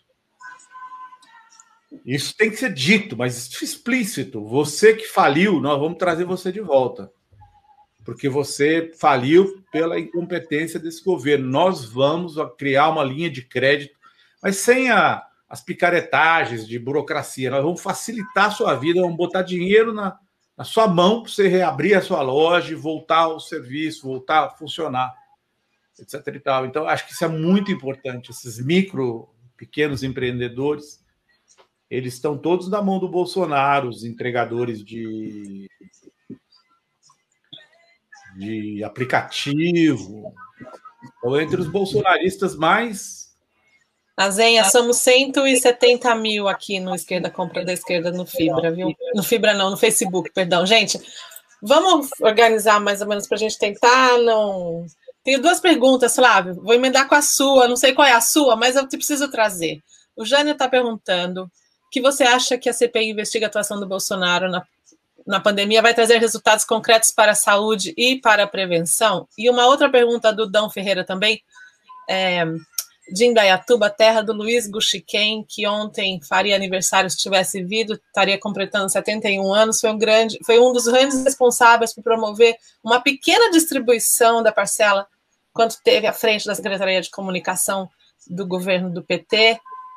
Isso tem que ser dito, mas explícito. Você que faliu, nós vamos trazer você de volta. porque você faliu pela incompetência desse governo. Nós vamos criar uma linha de crédito, mas sem as picaretagens de burocracia. Nós vamos facilitar a sua vida, vamos botar dinheiro na sua mão para você reabrir a sua loja e voltar ao serviço, voltar a funcionar, etc. e tal. Então, acho que isso é muito importante. Esses pequenos empreendedores, eles estão todos na mão do Bolsonaro, os entregadores de aplicativo. Então, entre os bolsonaristas mais... Azenha, somos 170 mil aqui no Esquerda Compra da Esquerda no Fibra, viu? No Fibra não, no Facebook, perdão. Gente, vamos organizar mais ou menos para a gente tentar não... Tenho duas perguntas, Flávio. Vou emendar com a sua, não sei qual é a sua, mas eu te preciso trazer. O Jânio está perguntando que você acha que a CPI investiga a atuação do Bolsonaro na pandemia vai trazer resultados concretos para a saúde e para a prevenção? E uma outra pergunta do Dão Ferreira também, de Indaiatuba, terra do Luiz Guxiquem, que ontem faria aniversário se tivesse vindo, estaria completando 71 anos, foi um dos grandes responsáveis por promover uma pequena distribuição da parcela quando teve à frente da Secretaria de Comunicação do governo do PT,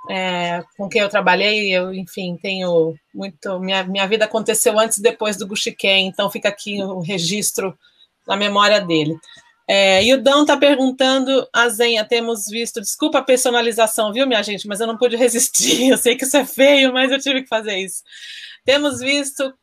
com quem eu trabalhei. Eu, enfim, tenho muito... Minha vida aconteceu antes e depois do Guxiquem, então fica aqui o registro na memória dele. E o Dão está perguntando, Azenha, temos visto, desculpa a personalização, viu, minha gente, mas eu não pude resistir, eu sei que isso é feio, mas eu tive que fazer isso. Temos visto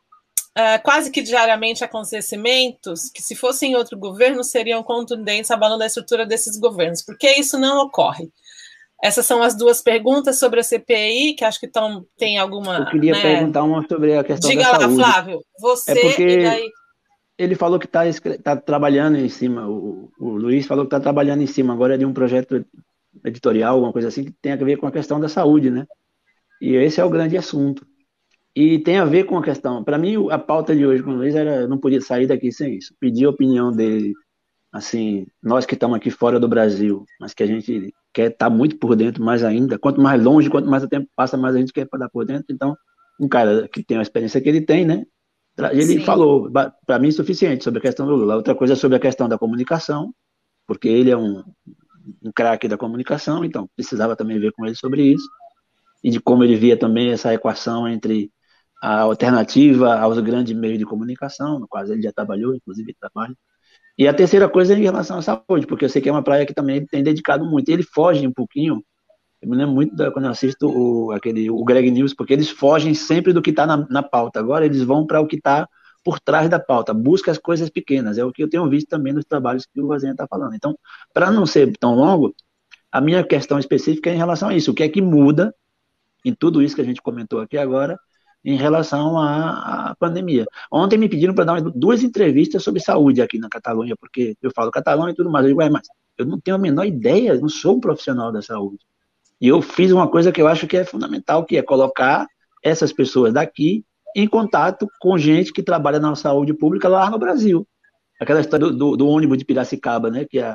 quase que diariamente acontecimentos que, se fossem outro governo, seriam contundentes, abalando a estrutura desses governos. Por que isso não ocorre? Essas são as duas perguntas sobre a CPI, que acho que tem alguma... Eu queria perguntar uma sobre a questão da saúde. Diga lá, Flávio, você e daí... Ele falou que está trabalhando em cima, o Luiz falou que está trabalhando em cima agora de um projeto editorial, alguma coisa assim, que tem a ver com a questão da saúde, né? E esse é o grande assunto. E tem a ver com a questão... Para mim, a pauta de hoje com o Luiz não podia sair daqui sem isso. Pedir a opinião dele, assim, nós que estamos aqui fora do Brasil, mas que a gente quer estar muito por dentro mais ainda. Quanto mais longe, quanto mais o tempo passa, mais a gente quer estar por dentro. Então, um cara que tem a experiência que ele tem, né? Ele Sim. falou, para mim, suficiente sobre a questão do Lula. Outra coisa é sobre a questão da comunicação, porque ele é um craque da comunicação, então precisava também ver com ele sobre isso, e de como ele via também essa equação entre a alternativa aos grandes meios de comunicação, no qual ele já trabalhou, inclusive trabalha. E a terceira coisa é em relação à saúde, porque eu sei que é uma praia que também ele tem dedicado muito. Ele foge um pouquinho, eu me lembro muito quando eu assisto o Greg News, porque eles fogem sempre do que está na pauta. Agora eles vão para o que está por trás da pauta, busca as coisas pequenas. É o que eu tenho visto também nos trabalhos que o Azenha está falando. Então, para não ser tão longo, a minha questão específica é em relação a isso. O que é que muda em tudo isso que a gente comentou aqui agora em relação à pandemia? Ontem me pediram para dar 2 entrevistas sobre saúde aqui na Catalunha, porque eu falo Catalunha e tudo mais. Eu digo, mas eu não tenho a menor ideia, eu não sou um profissional da saúde. E eu fiz uma coisa que eu acho que é fundamental, que é colocar essas pessoas daqui em contato com gente que trabalha na saúde pública lá no Brasil. Aquela história do ônibus de Piracicaba, né? Que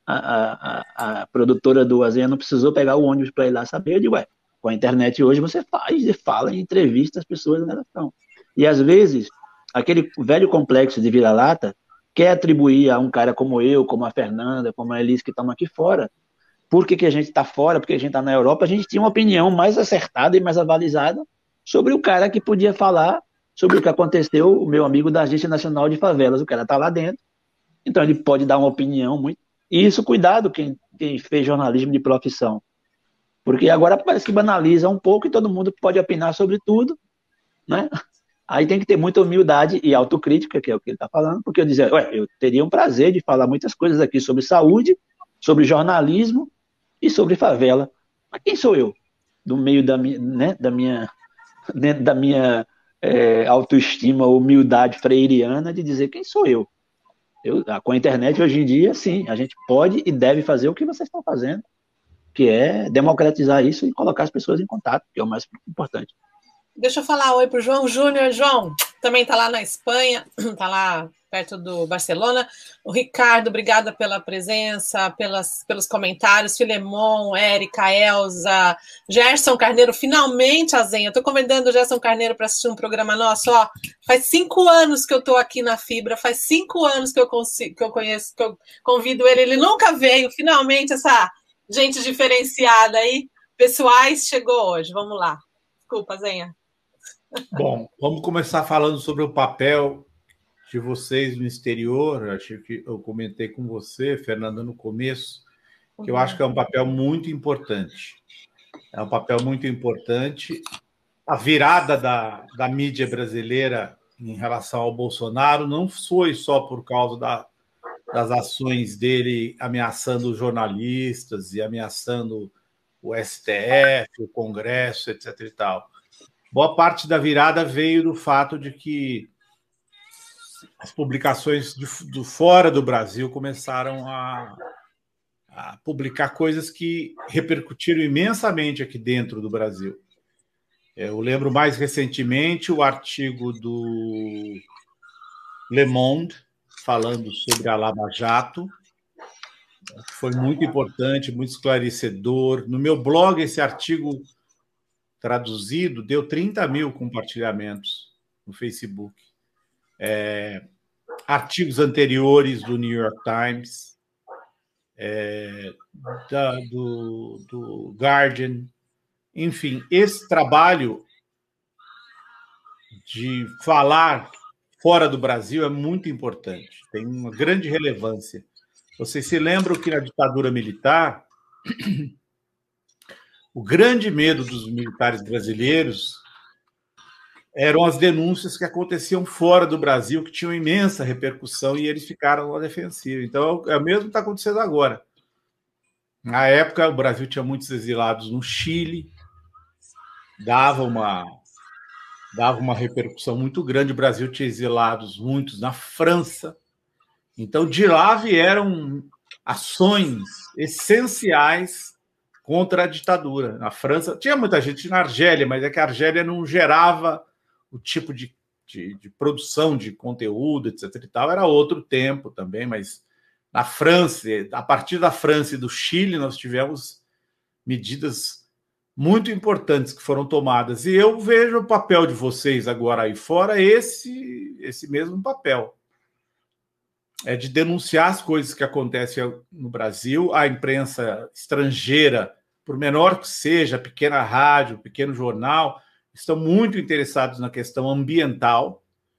a produtora do Azenha não precisou pegar o ônibus para ir lá saber. Eu digo, com a internet hoje você fala em entrevista as pessoas onde elas estão. E às vezes, aquele velho complexo de vira-lata quer atribuir a um cara como eu, como a Fernanda, como a Elis, que estão aqui fora. Por que a gente está fora, porque a gente está na Europa, a gente tinha uma opinião mais acertada e mais avalizada sobre o cara que podia falar sobre o que aconteceu, o meu amigo da Agência Nacional de Favelas. O cara está lá dentro, então ele pode dar uma opinião muito... E isso, cuidado, quem fez jornalismo de profissão. Porque agora parece que banaliza um pouco e todo mundo pode opinar sobre tudo, né? Aí tem que ter muita humildade e autocrítica, que é o que ele está falando, porque eu dizia, eu teria um prazer de falar muitas coisas aqui sobre saúde, sobre jornalismo e sobre favela. Mas quem sou eu? Do meio da minha, né, dentro da minha autoestima, humildade freiriana, de dizer quem sou eu. Com a internet hoje em dia, sim, a gente pode e deve fazer o que vocês estão fazendo, que é democratizar isso e colocar as pessoas em contato, que é o mais importante. Deixa eu falar oi pro João Júnior. João também está lá na Espanha, está lá perto do Barcelona. O Ricardo, obrigada pela presença, pelos comentários. Filemon, Érica, Elza, Gerson Carneiro, finalmente, Azenha. Eu estou convidando o Gerson Carneiro para assistir um programa nosso. Ó, faz 5 anos que eu estou aqui na Fibra, faz 5 anos que eu conheço, que eu convido ele. Ele nunca veio, finalmente, essa gente diferenciada aí. Pessoais, chegou hoje. Vamos lá. Desculpa, Zenha. Bom, vamos começar falando sobre o papel de vocês no exterior. Acho que eu comentei com você, Fernanda, no começo, que eu acho que é um papel muito importante. É um papel muito importante. A virada da mídia brasileira em relação ao Bolsonaro não foi só por causa das ações dele ameaçando os jornalistas e ameaçando o STF, o Congresso, etc. e tal. Boa parte da virada veio do fato de que as publicações do fora do Brasil começaram a publicar coisas que repercutiram imensamente aqui dentro do Brasil. Eu lembro mais recentemente o artigo do Le Monde falando sobre a Lava Jato, que foi muito importante, muito esclarecedor. No meu blog, esse artigo traduzido deu 30 mil compartilhamentos no Facebook. Artigos anteriores do New York Times, do Guardian. Enfim, esse trabalho de falar fora do Brasil é muito importante, tem uma grande relevância. Vocês se lembram que na ditadura militar, o grande medo dos militares brasileiros eram as denúncias que aconteciam fora do Brasil, que tinham imensa repercussão, e eles ficaram na defensiva. Então, é o mesmo que está acontecendo agora. Na época, o Brasil tinha muitos exilados no Chile, dava uma repercussão muito grande. O Brasil tinha exilados muitos na França. Então, de lá vieram ações essenciais contra a ditadura. Na França, tinha muita gente na Argélia, mas é que a Argélia não gerava o tipo de produção de conteúdo, etc. e tal. Era outro tempo também, mas na França, a partir da França e do Chile, nós tivemos medidas muito importantes que foram tomadas. E eu vejo o papel de vocês agora aí fora, esse mesmo papel. É de denunciar as coisas que acontecem no Brasil. A imprensa estrangeira, por menor que seja, pequena rádio, pequeno jornal, estão muito interessados na questão ambiental,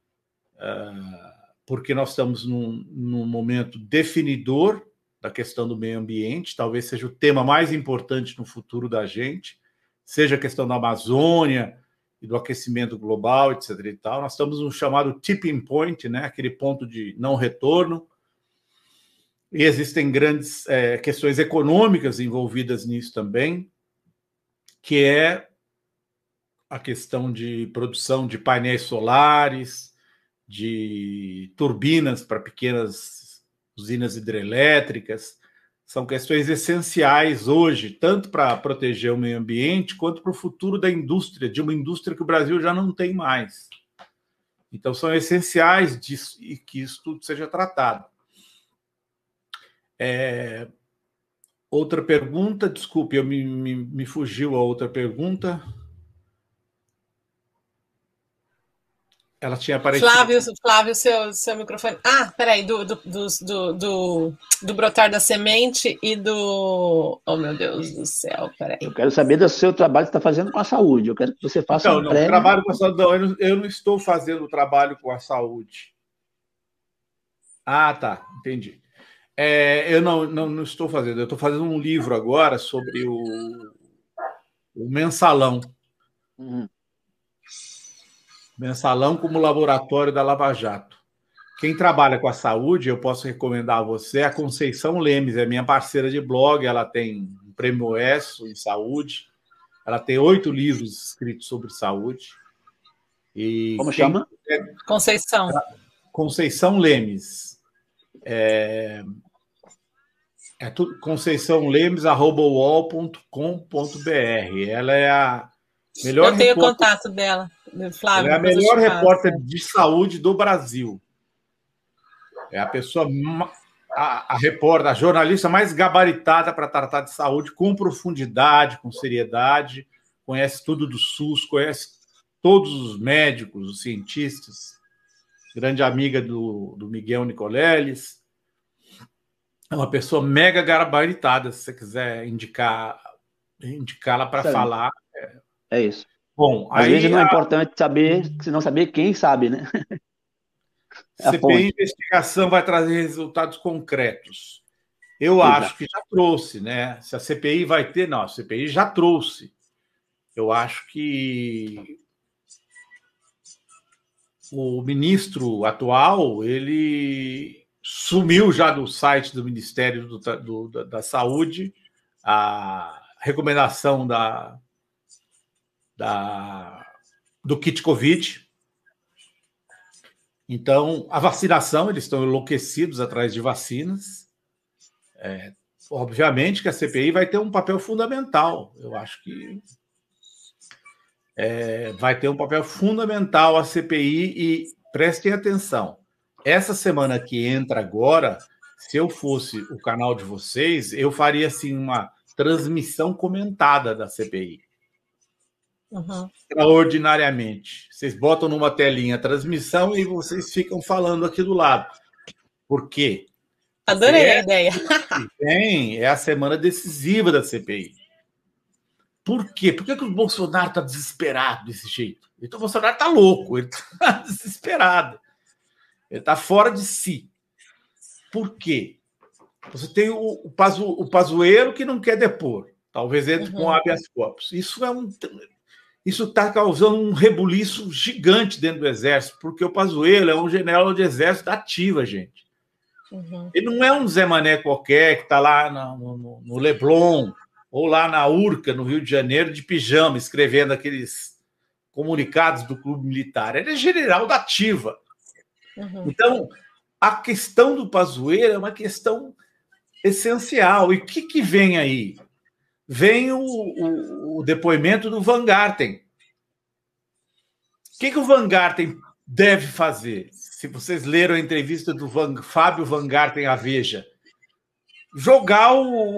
porque nós estamos num momento definidor da questão do meio ambiente, talvez seja o tema mais importante no futuro da gente, seja a questão da Amazônia e do aquecimento global, etc. e tal. Nós estamos no chamado tipping point, né? Aquele ponto de não retorno, e existem grandes questões econômicas envolvidas nisso também, que é a questão de produção de painéis solares, de turbinas para pequenas usinas hidrelétricas. São questões essenciais hoje, tanto para proteger o meio ambiente, quanto para o futuro da indústria, de uma indústria que o Brasil já não tem mais. Então, são essenciais disso, e que isso tudo seja tratado. Outra pergunta, desculpe, me fugiu a outra pergunta. Ela tinha aparecido. Flávio, seu microfone. Ah, peraí, do brotar da semente e do. Oh, meu Deus do céu, peraí. Eu quero saber do seu trabalho que você está fazendo com a saúde. Eu quero que você faça um prêmio. Trabalho com a saúde. Não, eu não estou fazendo trabalho com a saúde. Ah, tá, entendi. Eu não estou fazendo. Eu estou fazendo um livro agora sobre o Mensalão. Mensalão como laboratório da Lava Jato. Quem trabalha com a saúde, eu posso recomendar a você a Conceição Lemes, é minha parceira de blog, ela tem um prêmio ESSO em saúde, ela tem 8 livros escritos sobre saúde. E como chama? Conceição. Conceição Lemes. conceiçãolemes@uol.com.br. Ela é a melhor Eu tenho contato dela, Flávio. Ela é a melhor repórter de saúde do Brasil. É a pessoa, a repórter, a jornalista mais gabaritada para tratar de saúde com profundidade, com seriedade, conhece tudo do SUS, conhece todos os médicos, os cientistas, grande amiga do Miguel Nicoleles. É uma pessoa mega gabaritada, se você quiser indicá-la para falar. É isso. Bom, às vezes não é importante saber, se não saber quem sabe, né? A CPI investigação vai trazer resultados concretos. Eu acho que já trouxe, né? Se a CPI vai ter, não, a CPI já trouxe. Eu acho que o ministro atual, ele sumiu já do site do Ministério da Saúde a recomendação do kit Covid. Então, a vacinação, eles estão enlouquecidos atrás de vacinas. Obviamente que a CPI vai ter um papel fundamental. Eu acho que vai ter um papel fundamental a CPI e prestem atenção. Essa semana que entra agora, se eu fosse o canal de vocês, eu faria assim uma transmissão comentada da CPI. Extraordinariamente. Vocês botam numa telinha a transmissão e vocês ficam falando aqui do lado. Por quê? Adorei a ideia. É a semana decisiva da CPI. Por quê? Por que o Bolsonaro está desesperado desse jeito? Então, o Bolsonaro está louco, ele está desesperado. Ele está fora de si. Por quê? Você tem o Pazuello que não quer depor. Talvez entre com habeas corpus. Isso está causando um rebuliço gigante dentro do Exército, porque o Pazuello é um general de Exército ativa, gente. Ele não é um Zé Mané qualquer que está lá no Leblon ou lá na Urca, no Rio de Janeiro, de pijama, escrevendo aqueles comunicados do clube militar. Ele é general da ativa. Então, a questão do Pazuello é uma questão essencial. E o que vem aí? Vem o depoimento do Van Garten. O que o Van Garten deve fazer? Se vocês leram a entrevista do Fábio Van Garten à Veja, jogar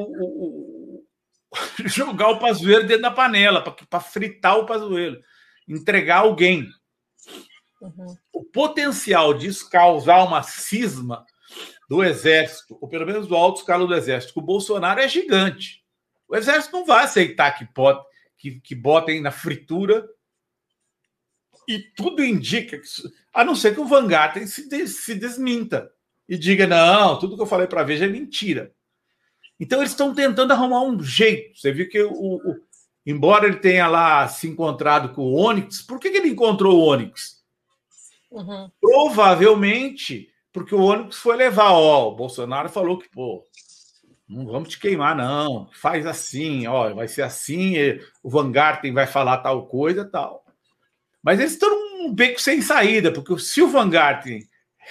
jogar o Pazuello dentro da panela, para fritar o Pazuello, entregar alguém. O potencial disso causar uma cisma do Exército, ou pelo menos do alto escalão do Exército, com o Bolsonaro é gigante. O Exército não vai aceitar que botem na fritura, e tudo indica que, a não ser que o Van Garten se desminta e diga, não, tudo que eu falei para a Veja é mentira. Então, eles estão tentando arrumar um jeito. Você viu que, embora ele tenha lá se encontrado com o Onyx, por que ele encontrou o Onyx? Provavelmente porque o Onyx foi levar. O Bolsonaro falou que, não vamos te queimar, não. Faz assim, vai ser assim, o Van Garten vai falar tal coisa, tal. Mas eles estão num beco sem saída, porque se o Van Garten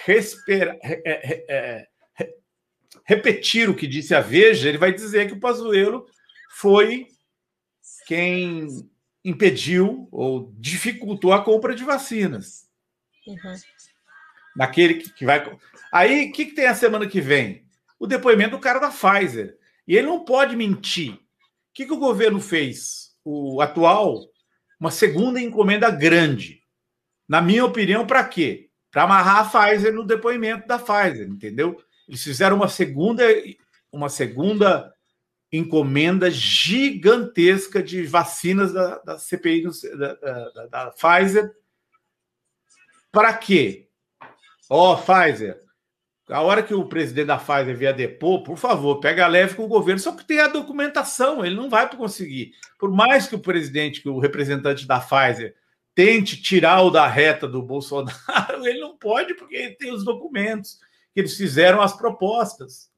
repetir o que disse a Veja, ele vai dizer que o Pazuello foi quem impediu ou dificultou a compra de vacinas. Naquele que vai... Aí, o que tem a semana que vem? O depoimento do cara da Pfizer. E ele não pode mentir. O que o governo fez? O atual, uma segunda encomenda grande. Na minha opinião, para quê? Para amarrar a Pfizer no depoimento da Pfizer, entendeu? Eles fizeram uma segunda encomenda gigantesca de vacinas da CPI da Pfizer. Para quê? Pfizer, a hora que o presidente da Pfizer vier depor, por favor, pega leve com o governo, só que tem a documentação, ele não vai conseguir. Por mais que o representante da Pfizer tente tirar o da reta do Bolsonaro, ele não pode, porque ele tem os documentos que eles fizeram as propostas.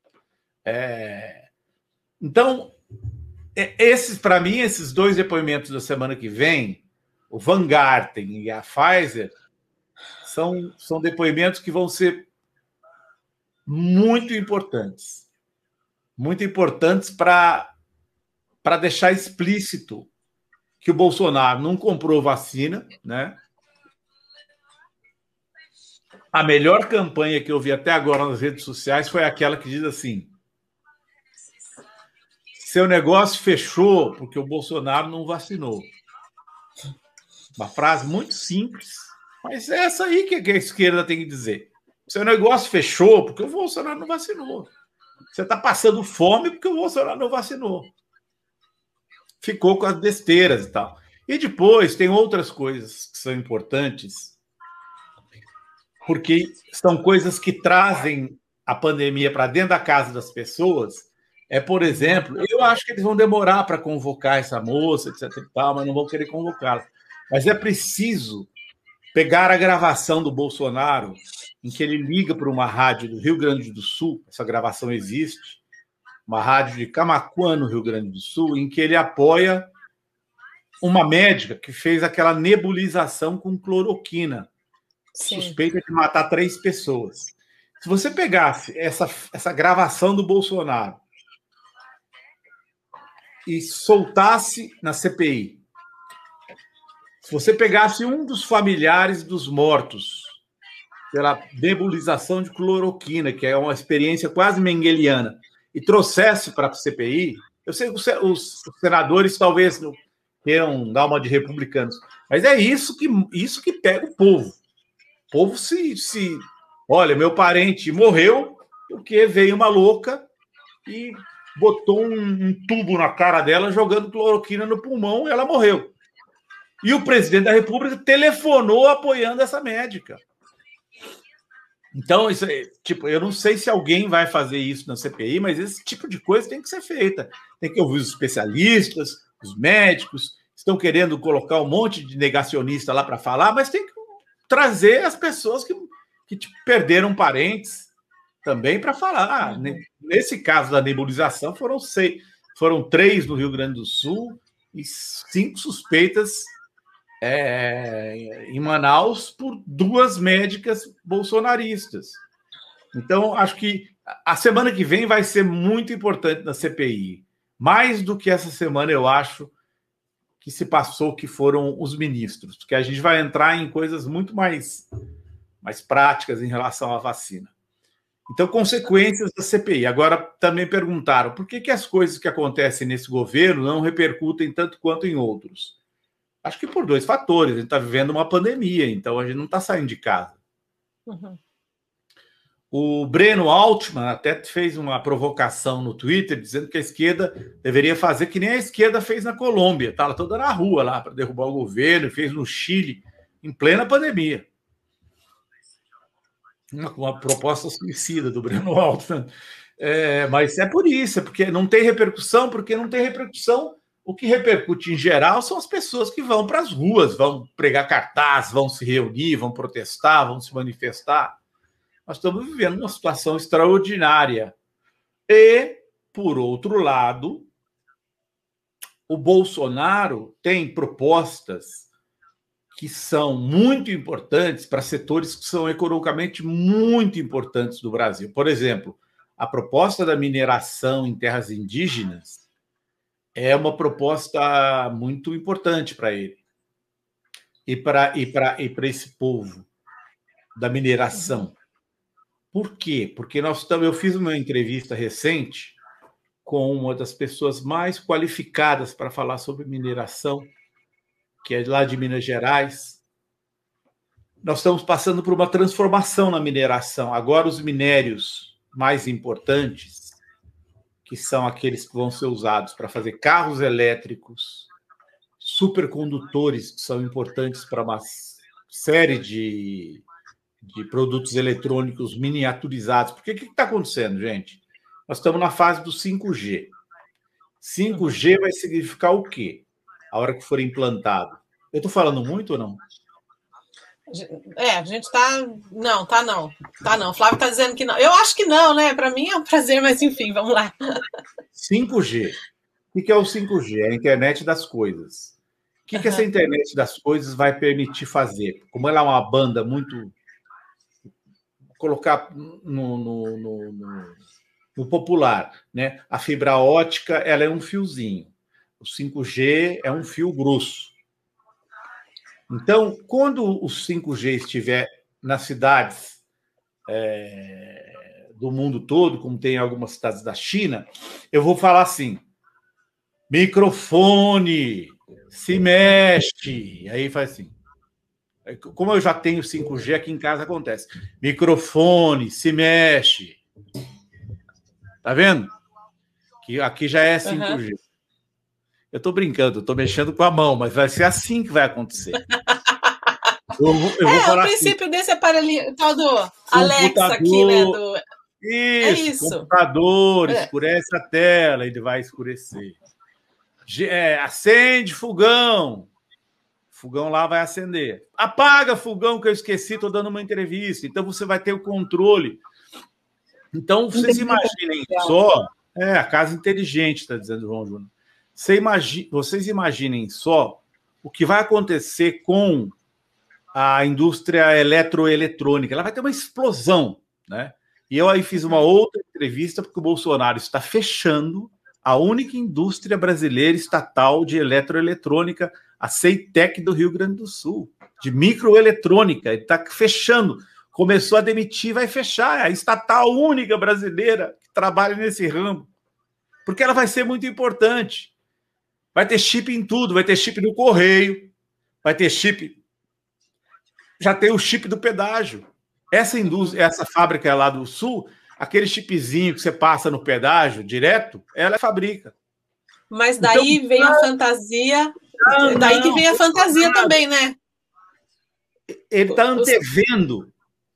Então, para mim, esses dois depoimentos da semana que vem, o Van Garten e a Pfizer, são depoimentos que vão ser muito importantes para deixar explícito que o Bolsonaro não comprou vacina, né? A melhor campanha que eu vi até agora nas redes sociais foi aquela que diz assim: seu negócio fechou porque o Bolsonaro não vacinou. Uma frase muito simples, mas é essa aí que a esquerda tem que dizer. Seu negócio fechou porque o Bolsonaro não vacinou. Você está passando fome porque o Bolsonaro não vacinou. Ficou com as besteiras e tal. E depois tem outras coisas que são importantes, porque são coisas que trazem a pandemia para dentro da casa das pessoas. Por exemplo, eu acho que eles vão demorar para convocar essa moça, etc e tal, mas não vão querer convocá-la. Mas é preciso pegar a gravação do Bolsonaro, em que ele liga para uma rádio do Rio Grande do Sul, essa gravação existe, uma rádio de Camaquã, no Rio Grande do Sul, em que ele apoia uma médica que fez aquela nebulização com cloroquina, Sim. suspeita de matar 3 pessoas. Se você pegasse essa gravação do Bolsonaro e soltasse na CPI, se você pegasse um dos familiares dos mortos pela nebulização de cloroquina, que é uma experiência quase mengeliana, e trouxesse para a CPI, eu sei que os senadores talvez não queiram dar uma de republicanos, mas é isso que pega o povo. O povo olha, meu parente morreu porque veio uma louca e botou um tubo na cara dela, jogando cloroquina no pulmão, e ela morreu. E o presidente da República telefonou apoiando essa médica. Então, isso é, eu não sei se alguém vai fazer isso na CPI, mas esse tipo de coisa tem que ser feita. Tem que ouvir os especialistas, os médicos, estão querendo colocar um monte de negacionista lá para falar, mas tem que trazer as pessoas que perderam parentes também para falar. Nesse caso da nebulização, foram 3 no Rio Grande do Sul e 5 suspeitas em Manaus por 2 médicas bolsonaristas. Então, acho que a semana que vem vai ser muito importante na CPI. Mais do que essa semana, eu acho, que se passou, que foram os ministros, porque a gente vai entrar em coisas muito mais práticas em relação à vacina. Então, consequências da CPI. Agora, também perguntaram por que as coisas que acontecem nesse governo não repercutem tanto quanto em outros. Acho que por 2 fatores. A gente está vivendo uma pandemia, então a gente não está saindo de casa. Uhum. O Breno Altman até fez uma provocação no Twitter, dizendo que a esquerda deveria fazer que nem a esquerda fez na Colômbia. Estava toda na rua lá para derrubar o governo, fez no Chile, em plena pandemia. Uma proposta suicida do Breno Altman. Mas é por isso, porque não tem repercussão, o que repercute em geral são as pessoas que vão para as ruas, vão pregar cartaz, vão se reunir, vão protestar, vão se manifestar. Nós estamos vivendo uma situação extraordinária. E, por outro lado, o Bolsonaro tem propostas que são muito importantes para setores que são economicamente muito importantes do Brasil. Por exemplo, a proposta da mineração em terras indígenas é uma proposta muito importante para ele e para esse povo da mineração. Por quê? Porque eu fiz uma entrevista recente com uma das pessoas mais qualificadas para falar sobre mineração, que é lá de Minas Gerais. Nós estamos passando por uma transformação na mineração. Agora, os minérios mais importantes, que são aqueles que vão ser usados para fazer carros elétricos, supercondutores, que são importantes para uma série de produtos eletrônicos miniaturizados. Porque o que está acontecendo, gente? Nós estamos na fase do 5G. 5G vai significar o quê? A hora que for implantado. Eu estou falando muito ou não? A gente está... Não, tá não. Tá não. O Flávio está dizendo que não. Eu acho que não, né? Para mim é um prazer, mas enfim, vamos lá. 5G. O que é o 5G? É a internet das coisas. O que essa internet das coisas vai permitir fazer? Como ela é uma banda muito... Colocar no popular, né? A fibra ótica, ela é um fiozinho. O 5G é um fio grosso. Então, quando o 5G estiver nas cidades do mundo todo, como tem em algumas cidades da China, eu vou falar assim: microfone, se mexe. Aí faz assim. Como eu já tenho 5G, aqui em casa acontece. Microfone, se mexe. Tá vendo? Que aqui já é 5G. Eu tô brincando, eu tô mexendo com a mão, mas vai ser assim que vai acontecer. Eu vou falar o princípio assim, desse aparelho, tal do Alexa aqui, né? Isso. Computador, escurece a tela, ele vai escurecer. Acende fogão. Fogão lá vai acender. Apaga fogão que eu esqueci, estou dando uma entrevista. Então você vai ter o controle. Então vocês imaginem só, a casa inteligente, está dizendo o João Júnior. Vocês imaginem só o que vai acontecer com a indústria eletroeletrônica. Ela vai ter uma explosão, né? E eu aí fiz uma outra entrevista porque o Bolsonaro está fechando a única indústria brasileira estatal de eletroeletrônica, a Ceitec do Rio Grande do Sul, de microeletrônica. Ele está fechando. Começou a demitir, vai fechar. É a estatal única brasileira que trabalha nesse ramo. Porque ela vai ser muito importante. Vai ter chip em tudo, vai ter chip no correio, vai ter chip... Já tem o chip do pedágio. Essa fábrica lá do Sul, aquele chipzinho que você passa no pedágio direto, ela fabrica. Mas daí então, vem a fantasia... Daí que vem a fantasia também, né? Ele está antevendo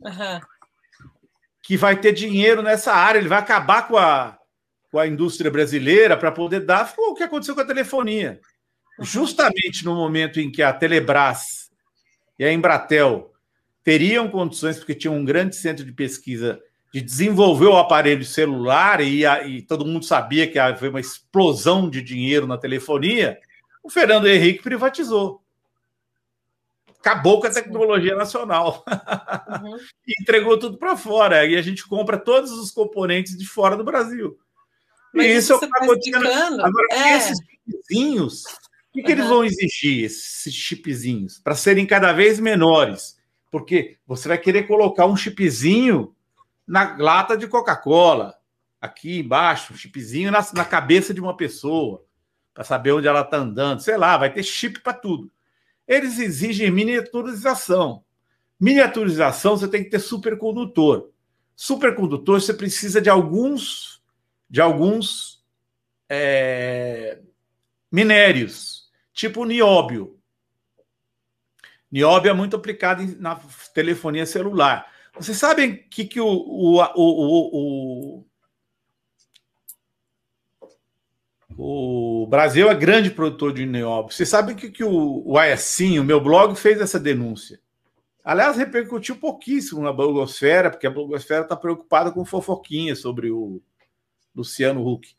que vai ter dinheiro nessa área, ele vai acabar com a indústria brasileira para poder dar o que aconteceu com a telefonia. Justamente no momento em que a Telebrás e a Embratel teriam condições, porque tinham um grande centro de pesquisa, de desenvolver o aparelho celular e todo mundo sabia que havia uma explosão de dinheiro na telefonia, o Fernando Henrique privatizou. Acabou com a tecnologia nacional. E entregou tudo para fora. E a gente compra todos os componentes de fora do Brasil. Mas e isso é o que está acontecendo. Agora, esses chipzinhos, o que eles vão exigir, esses chipzinhos? Para serem cada vez menores. Porque você vai querer colocar um chipzinho na lata de Coca-Cola, aqui embaixo, um chipzinho na cabeça de uma pessoa, para saber onde ela está andando, sei lá, vai ter chip para tudo. Eles exigem miniaturização. Miniaturização, você tem que ter supercondutor. Supercondutor, você precisa de alguns minérios, tipo o nióbio. Nióbio é muito aplicado na telefonia celular. Vocês sabem que o Brasil é grande produtor de nióbio. Vocês sabem que o Aecinho, meu blog, fez essa denúncia. Aliás, repercutiu pouquíssimo na blogosfera, porque a blogosfera está preocupada com fofoquinha sobre o Luciano Huck.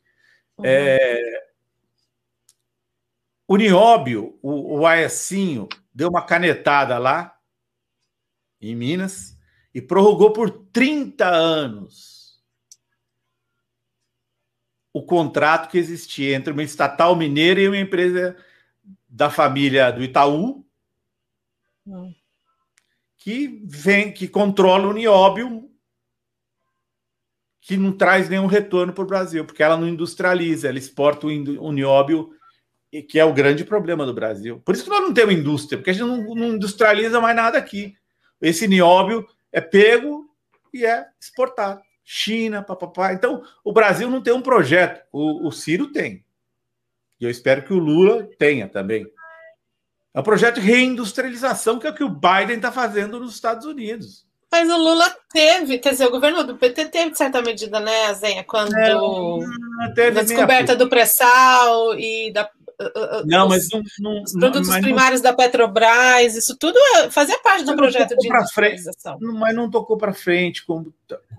O nióbio, o Aecinho, deu uma canetada lá, em Minas, e prorrogou por 30 anos o contrato que existia entre uma estatal mineira e uma empresa da família do Itaú, que controla o nióbio, que não traz nenhum retorno para o Brasil, porque ela não industrializa, ela exporta o nióbio, que é o grande problema do Brasil. Por isso que nós não temos indústria, porque a gente não industrializa mais nada aqui. Esse nióbio é pego e é exportado. China, papapá. Então, o Brasil não tem um projeto. O Ciro tem. E eu espero que o Lula tenha também. É um projeto de reindustrialização, que é o que o Biden está fazendo nos Estados Unidos. Mas o Lula teve, quer dizer, o governo do PT teve, de certa medida, né, Zenha, quando da descoberta do pré-sal e da... os produtos primários da Petrobras, isso tudo fazia parte do projeto de industrialização. Mas não tocou para frente com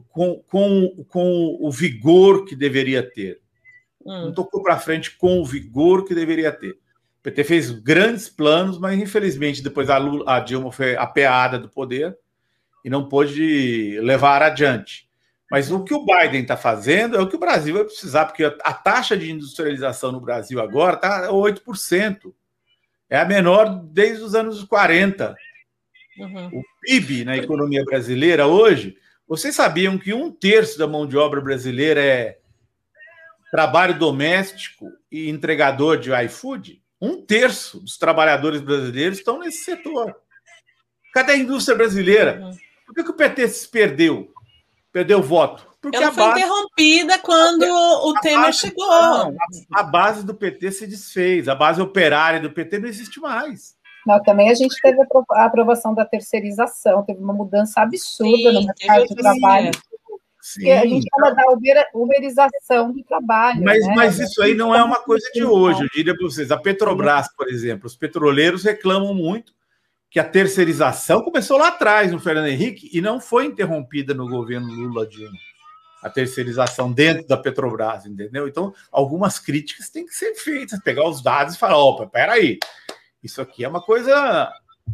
o vigor que deveria ter. Não tocou para frente com o vigor que deveria ter. O PT fez grandes planos, mas infelizmente depois a Dilma foi apeada do poder e não pôde levar adiante. Mas o que o Biden está fazendo é o que o Brasil vai precisar, porque a taxa de industrialização no Brasil agora está 8%. É a menor desde os anos 40. O PIB na economia brasileira hoje, Vocês sabiam que 1/3 da mão de obra brasileira é trabalho doméstico e entregador de iFood? 1/3 dos trabalhadores brasileiros estão nesse setor. Cadê a indústria brasileira? Por que o PT se perdeu? Perdeu voto? Porque ela foi interrompida quando o Temer chegou. Não, a base do PT se desfez. A base operária do PT não existe mais. Não, também a gente teve a aprovação da terceirização, teve uma mudança absurda no mercado de trabalho. Sim, a gente fala da uberização do trabalho. Mas isso aí não é uma coisa de hoje, eu diria para vocês. A Petrobras, por exemplo, os petroleiros reclamam muito que a terceirização começou lá atrás, no Fernando Henrique, e não foi interrompida no governo Lula-Dilma. A terceirização dentro da Petrobras, entendeu? Então, algumas críticas têm que ser feitas, pegar os dados e falar, opa, peraí, isso aqui é uma coisa...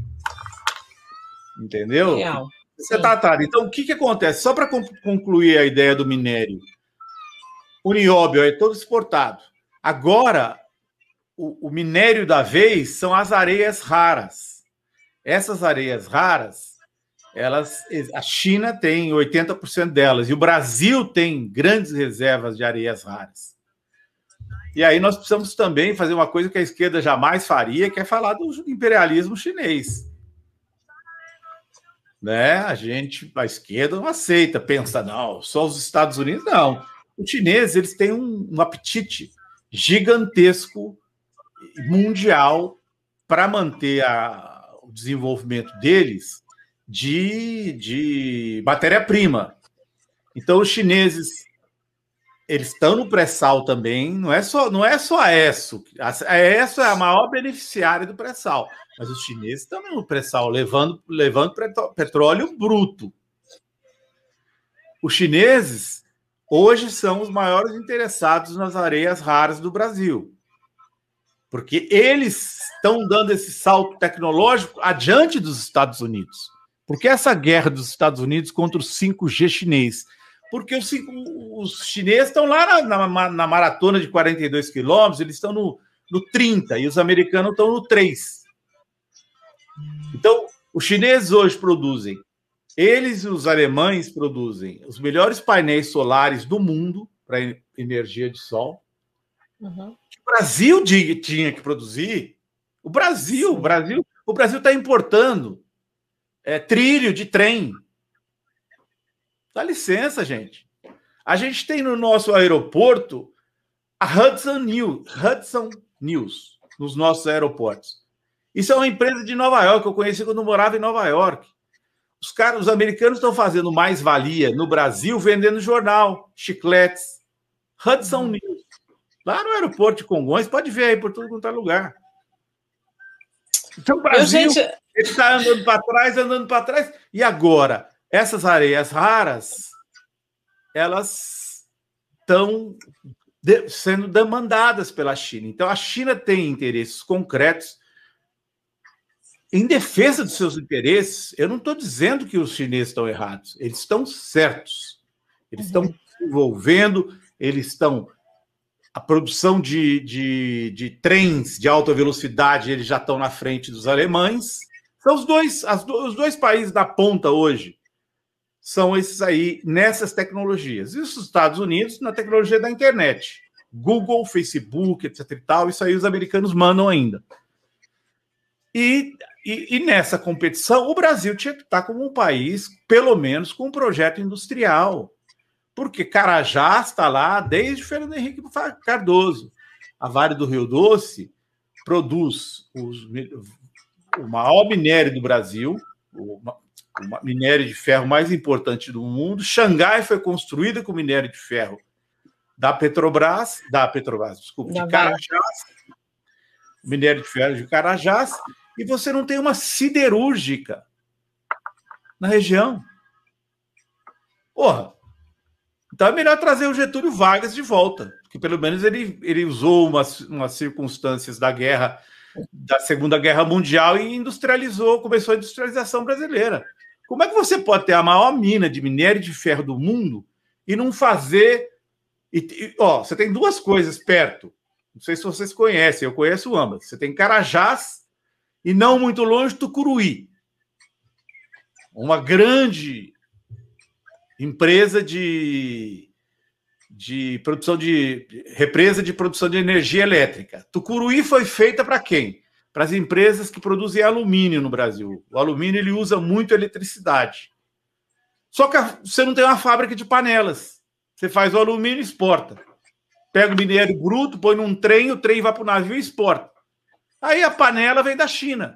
Entendeu? Real. Você tá atado. Então, o que acontece? Só para concluir a ideia do minério, o nióbio é todo exportado. Agora, o minério da vez são as areias raras. Essas areias raras, a China tem 80% delas e o Brasil tem grandes reservas de areias raras. E aí nós precisamos também fazer uma coisa que a esquerda jamais faria, que é falar do imperialismo chinês. Né? A esquerda não aceita, pensa, não, só os Estados Unidos, não. Os chineses, eles têm um apetite gigantesco mundial para manter o desenvolvimento deles de matéria-prima. Então, os chineses, eles estão no pré-sal também, não é só a ESSO. A ESSO é a maior beneficiária do pré-sal. Mas os chineses estão no pré-sal, levando petróleo bruto. Os chineses, hoje, são os maiores interessados nas areias raras do Brasil. Porque eles estão dando esse salto tecnológico adiante dos Estados Unidos. Por que essa guerra dos Estados Unidos contra o 5G chinês? Porque os chineses estão lá na maratona de 42 quilômetros, eles estão no 30, e os americanos estão no 3. Então, os chineses hoje produzem, eles e os alemães produzem os melhores painéis solares do mundo para energia de sol. Uhum. O Brasil tinha que produzir. O Brasil está importando trilho de trem. Dá licença, gente. A gente tem no nosso aeroporto a Hudson News nos nossos aeroportos. Isso é uma empresa de Nova York, que eu conheci quando eu morava em Nova York. Os americanos estão fazendo mais-valia no Brasil vendendo jornal, chicletes. Hudson News. Lá no aeroporto de Congonhas, pode ver aí por tudo quanto é lugar. Então, o Brasil está andando para trás. E agora, essas areias raras, elas estão sendo demandadas pela China. Então, a China tem interesses concretos em defesa dos seus interesses. Eu não estou dizendo que os chineses estão errados. Eles estão certos. Eles estão desenvolvendo, a produção de trens de alta velocidade, eles já estão na frente dos alemães. São os dois países da ponta hoje. São esses aí, nessas tecnologias. E os Estados Unidos, na tecnologia da internet. Google, Facebook, etc. e tal. Isso aí os americanos mandam ainda. E nessa competição, o Brasil tinha que estar como um país, pelo menos, com um projeto industrial. Porque Carajás está lá desde Fernando Henrique Cardoso. A Vale do Rio Doce produz o maior minério do Brasil, o minério de ferro mais importante do mundo. Xangai foi construída com minério de ferro da Petrobras, desculpa, de Carajás. Minério de ferro de Carajás. E você não tem uma siderúrgica na região. Porra! Então é melhor trazer o Getúlio Vargas de volta, porque pelo menos ele usou umas circunstâncias da Segunda Guerra Mundial e começou a industrialização brasileira. Como é que você pode ter a maior mina de minério de ferro do mundo e não fazer... você tem duas coisas perto. Não sei se vocês conhecem, eu conheço ambas. Você tem Carajás e não muito longe Tucuruí. Uma grande empresa produção represa de produção de energia elétrica. Tucuruí foi feita para quem? Para as empresas que produzem alumínio no Brasil. O alumínio ele usa muito eletricidade. Só que você não tem uma fábrica de panelas. Você faz o alumínio e exporta. Pega o minério bruto, põe num trem, o trem vai para o navio e exporta. Aí a panela vem da China.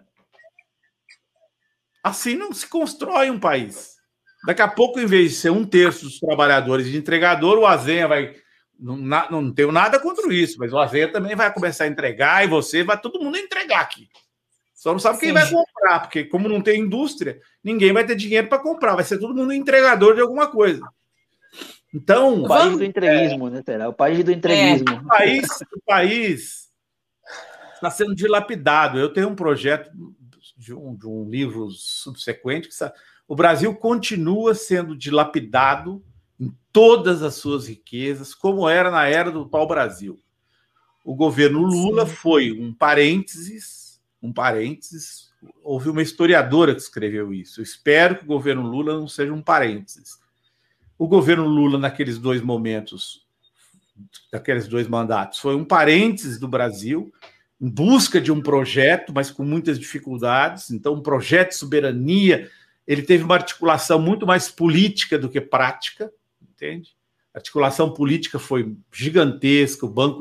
Assim não se constrói um país. Daqui a pouco, em vez de ser 1/3 dos trabalhadores de entregador, o Azenha vai... Não tenho nada contra isso, mas o Azenha também vai começar a entregar e você vai todo mundo entregar aqui. Só não sabe quem vai comprar, porque como não tem indústria, ninguém vai ter dinheiro para comprar. Vai ser todo mundo entregador de alguma coisa. Então... O país do entreguismo, né, Terá? O país do entreguismo. O país está sendo dilapidado. Eu tenho um projeto de um livro subsequente que o Brasil continua sendo dilapidado em todas as suas riquezas, como era na era do pau-brasil. O governo Lula foi um parênteses. Houve uma historiadora que escreveu isso. Eu espero que o governo Lula não seja um parênteses. O governo Lula, naqueles 2 momentos, daqueles 2 mandatos, foi um parênteses do Brasil, em busca de um projeto, mas com muitas dificuldades. Então, um projeto de soberania, ele teve uma articulação muito mais política do que prática, entende? A articulação política foi gigantesca,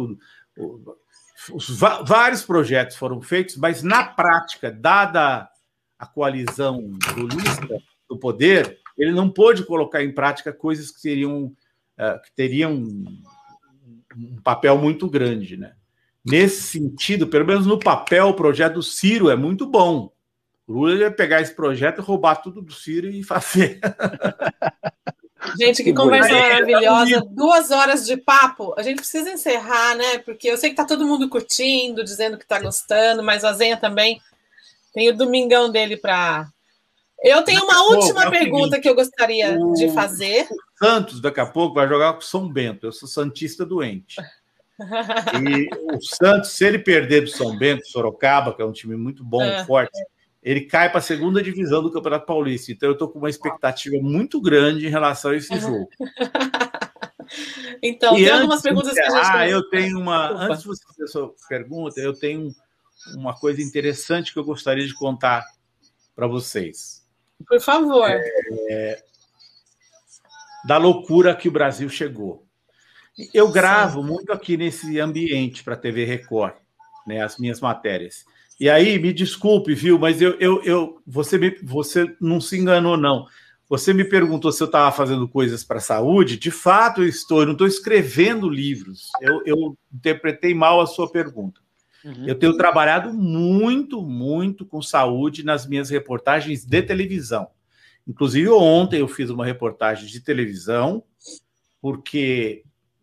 vários projetos foram feitos, mas na prática, dada a coalizão lulista do poder, ele não pôde colocar em prática coisas que teriam um papel muito grande, né? Nesse sentido, pelo menos no papel, o projeto do Ciro é muito bom. O Lula ia pegar esse projeto e roubar tudo do Ciro e fazer. Gente, que conversa maravilhosa. 2 horas de papo. A gente precisa encerrar, né? Porque eu sei que tá todo mundo curtindo, dizendo que tá gostando, mas o Azenha também tem o domingão dele para... Eu tenho uma última pergunta que eu gostaria de fazer. O Santos, daqui a pouco, vai jogar com o São Bento. Eu sou santista doente. E o Santos, se ele perder do São Bento, Sorocaba, que é um time muito bom, forte, ele cai para a 2ª divisão do Campeonato Paulista. Então, eu estou com uma expectativa muito grande em relação a esse jogo. Então, tem algumas perguntas que a gente... eu tenho uma... Antes de você fazer a sua pergunta, eu tenho uma coisa interessante que eu gostaria de contar para vocês. Por favor. Da loucura que o Brasil chegou. Eu gravo muito aqui nesse ambiente para a TV Record, né, as minhas matérias. E aí, me desculpe, viu, mas você não se enganou, não. Você me perguntou se eu estava fazendo coisas para a saúde. De fato, eu não estou escrevendo livros. Eu interpretei mal a sua pergunta. Eu tenho trabalhado muito, muito com saúde nas minhas reportagens de televisão. Inclusive, ontem eu fiz uma reportagem de televisão, porque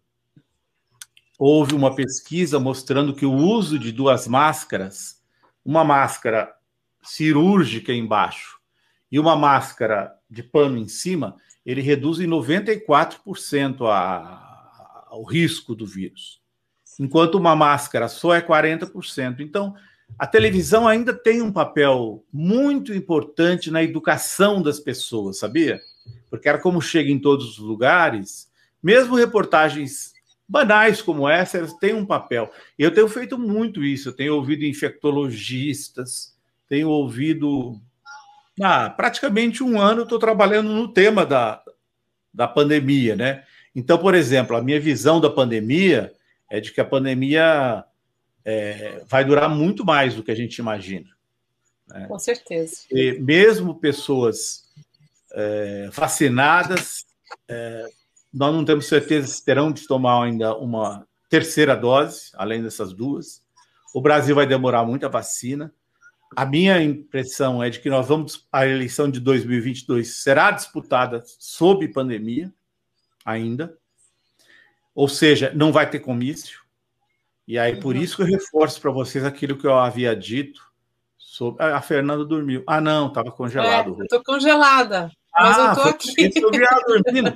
houve uma pesquisa mostrando que o uso de 2 máscaras, uma máscara cirúrgica embaixo e uma máscara de pano em cima, ele reduz em 94% o risco do vírus, enquanto uma máscara só é 40%. Então, a televisão ainda tem um papel muito importante na educação das pessoas, sabia? Porque era como chega em todos os lugares, mesmo reportagens banais como essa, elas têm um papel. E eu tenho feito muito isso, eu tenho ouvido infectologistas, tenho ouvido... praticamente 1 ano eu estou trabalhando no tema da pandemia, né? Então, por exemplo, a minha visão da pandemia é de que a pandemia vai durar muito mais do que a gente imagina. Né? Com certeza. E mesmo pessoas vacinadas, nós não temos certeza se terão de tomar ainda uma 3ª dose, além dessas 2. O Brasil vai demorar muito a vacina. A minha impressão é de que a eleição de 2022 será disputada sob pandemia ainda, ou seja, não vai ter comício. E aí, por isso que eu reforço para vocês aquilo que eu havia dito sobre... A Fernanda dormiu. Não, estava congelado. Eu estou congelada, mas eu estou aqui. Eu vi ela dormindo.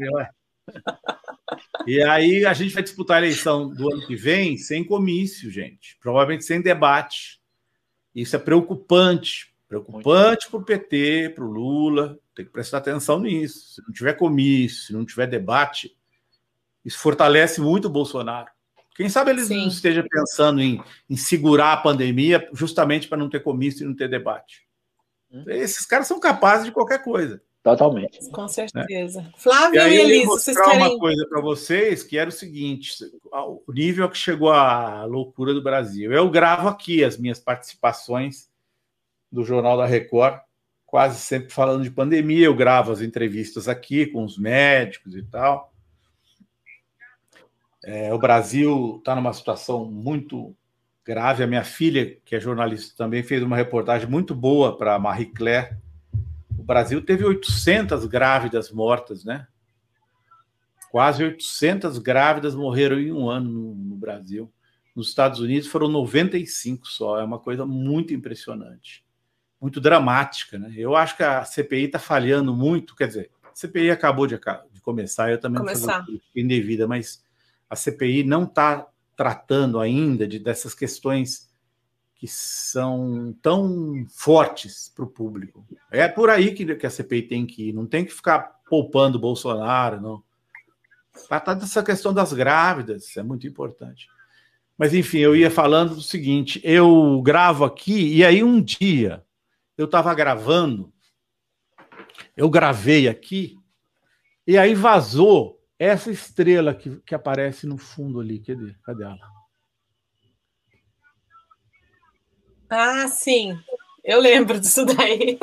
E aí a gente vai disputar a eleição do ano que vem sem comício, gente. Provavelmente sem debate. Isso é preocupante Preocupante para o PT, para o Lula, tem que prestar atenção nisso. Se não tiver comício, se não tiver debate, isso fortalece muito o Bolsonaro. Quem sabe eles não estejam pensando em segurar a pandemia justamente para não ter comício e não ter debate. Esses caras são capazes de qualquer coisa. Totalmente. Com certeza. Né? Flávio e aí e Elisa, eu vou mostrar uma coisa para vocês, que era o seguinte, o nível que chegou a loucura do Brasil. Eu gravo aqui as minhas participações do Jornal da Record, quase sempre falando de pandemia. Eu gravo as entrevistas aqui com os médicos e tal. O Brasil está numa situação muito grave. A minha filha, que é jornalista também, fez uma reportagem muito boa para a Marie Claire. O Brasil teve 800 grávidas mortas, né? Quase 800 grávidas morreram em um ano no Brasil. Nos Estados Unidos foram 95 só. É uma coisa muito impressionante, muito dramática, né? Eu acho que a CPI está falhando muito. Quer dizer, a CPI acabou de começar, eu também não fazer indevida, mas a CPI não está tratando ainda dessas questões que são tão fortes para o público. É por aí que a CPI tem que ir, não tem que ficar poupando o Bolsonaro, não. Tratar dessa questão das grávidas é muito importante. Mas, enfim, eu ia falando do seguinte, eu gravo aqui, e aí um dia eu estava gravando, eu gravei aqui, e aí vazou essa estrela que aparece no fundo ali. Cadê ela? Ah, sim. Eu lembro disso daí.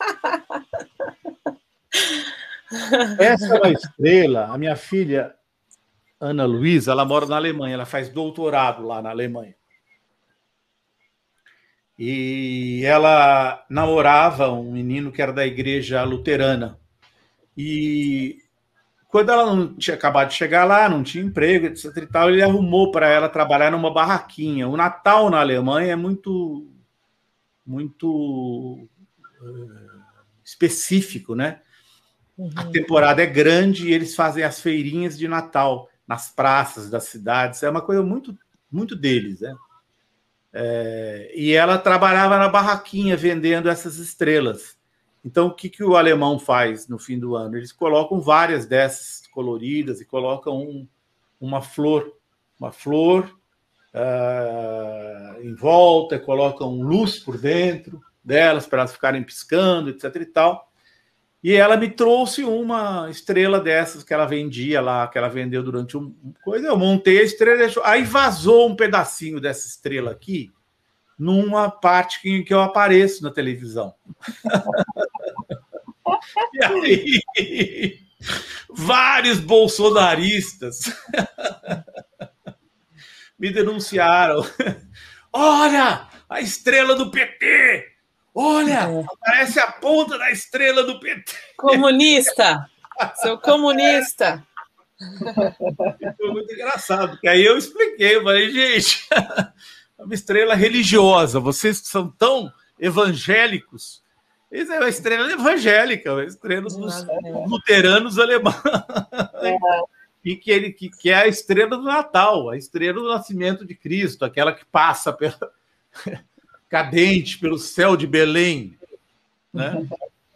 Essa é uma estrela. A minha filha, Ana Luísa, ela mora na Alemanha. Ela faz doutorado lá na Alemanha. E ela namorava um menino que era da igreja luterana. E quando ela não tinha acabado de chegar lá, não tinha emprego, etc. e tal, ele arrumou para ela trabalhar numa barraquinha. O Natal na Alemanha é muito específico, né? A temporada é grande e eles fazem as feirinhas de Natal nas praças das cidades. É uma coisa muito, muito deles, né? E ela trabalhava na barraquinha vendendo essas estrelas. Então, o que o alemão faz no fim do ano? Eles colocam várias dessas coloridas e colocam uma flor em volta, colocam luz por dentro delas para elas ficarem piscando, etc. e tal. E ela me trouxe uma estrela dessas que ela vendia lá, que ela vendeu durante coisa. Eu montei a estrela, aí vazou um pedacinho dessa estrela aqui numa parte que eu apareço na televisão. E aí, vários bolsonaristas me denunciaram. Olha, a estrela do PT! Olha, aparece a ponta da estrela do PT. Comunista! Seu comunista! Foi muito engraçado, porque aí eu expliquei, eu falei, gente, é uma estrela religiosa, vocês que são tão evangélicos, isso é uma estrela evangélica, uma estrela dos luteranos alemães. E que é a estrela do Natal, a estrela do nascimento de Cristo, aquela que passa cadente pelo céu de Belém. Né?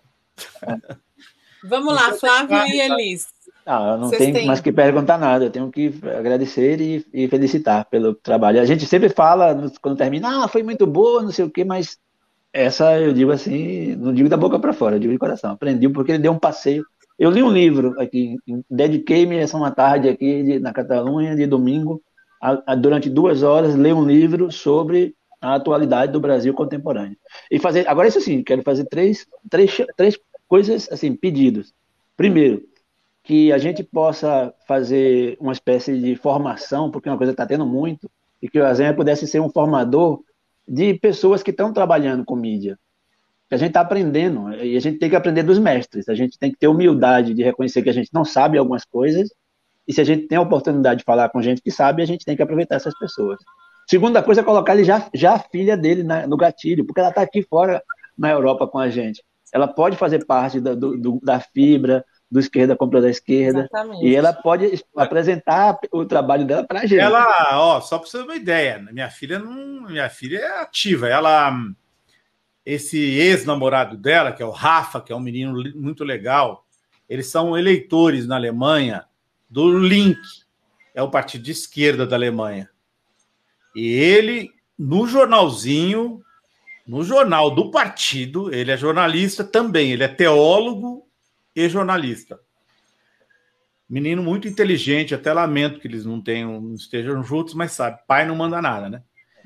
Vamos lá, Flávio e Elis. Eu não tenho mais que perguntar nada, eu tenho que agradecer e felicitar pelo trabalho. A gente sempre fala, quando termina, foi muito boa, não sei o quê, mas essa eu digo assim, não digo da boca para fora, eu digo de coração. Aprendi porque ele deu um passeio. Eu li um livro aqui, dediquei-me essa uma tarde aqui na Catalunha, de domingo, durante 2 horas, ler um livro sobre a atualidade do Brasil contemporâneo. Agora isso sim, quero fazer três coisas, assim, pedidos. Primeiro, que a gente possa fazer uma espécie de formação, porque é uma coisa que está tendo muito, e que o Azenha pudesse ser um formador de pessoas que estão trabalhando com mídia. A gente está aprendendo, e a gente tem que aprender dos mestres, a gente tem que ter humildade de reconhecer que a gente não sabe algumas coisas, e se a gente tem a oportunidade de falar com gente que sabe, a gente tem que aproveitar essas pessoas. Segunda coisa é colocar ele já a filha dele no gatilho, porque ela está aqui fora na Europa com a gente. Ela pode fazer parte da fibra, do Esquerda Contra a Esquerda, exatamente. E ela pode apresentar o trabalho dela para a gente. Ela, só para você ter uma ideia, minha filha é ativa, ela esse ex-namorado dela, que é o Rafa, que é um menino muito legal, eles são eleitores na Alemanha do Link, é o partido de esquerda da Alemanha. E ele, no jornalzinho, no jornal do partido, ele é jornalista também, ele é teólogo e jornalista. Menino muito inteligente, até lamento que eles não estejam juntos, mas sabe, pai não manda nada, né?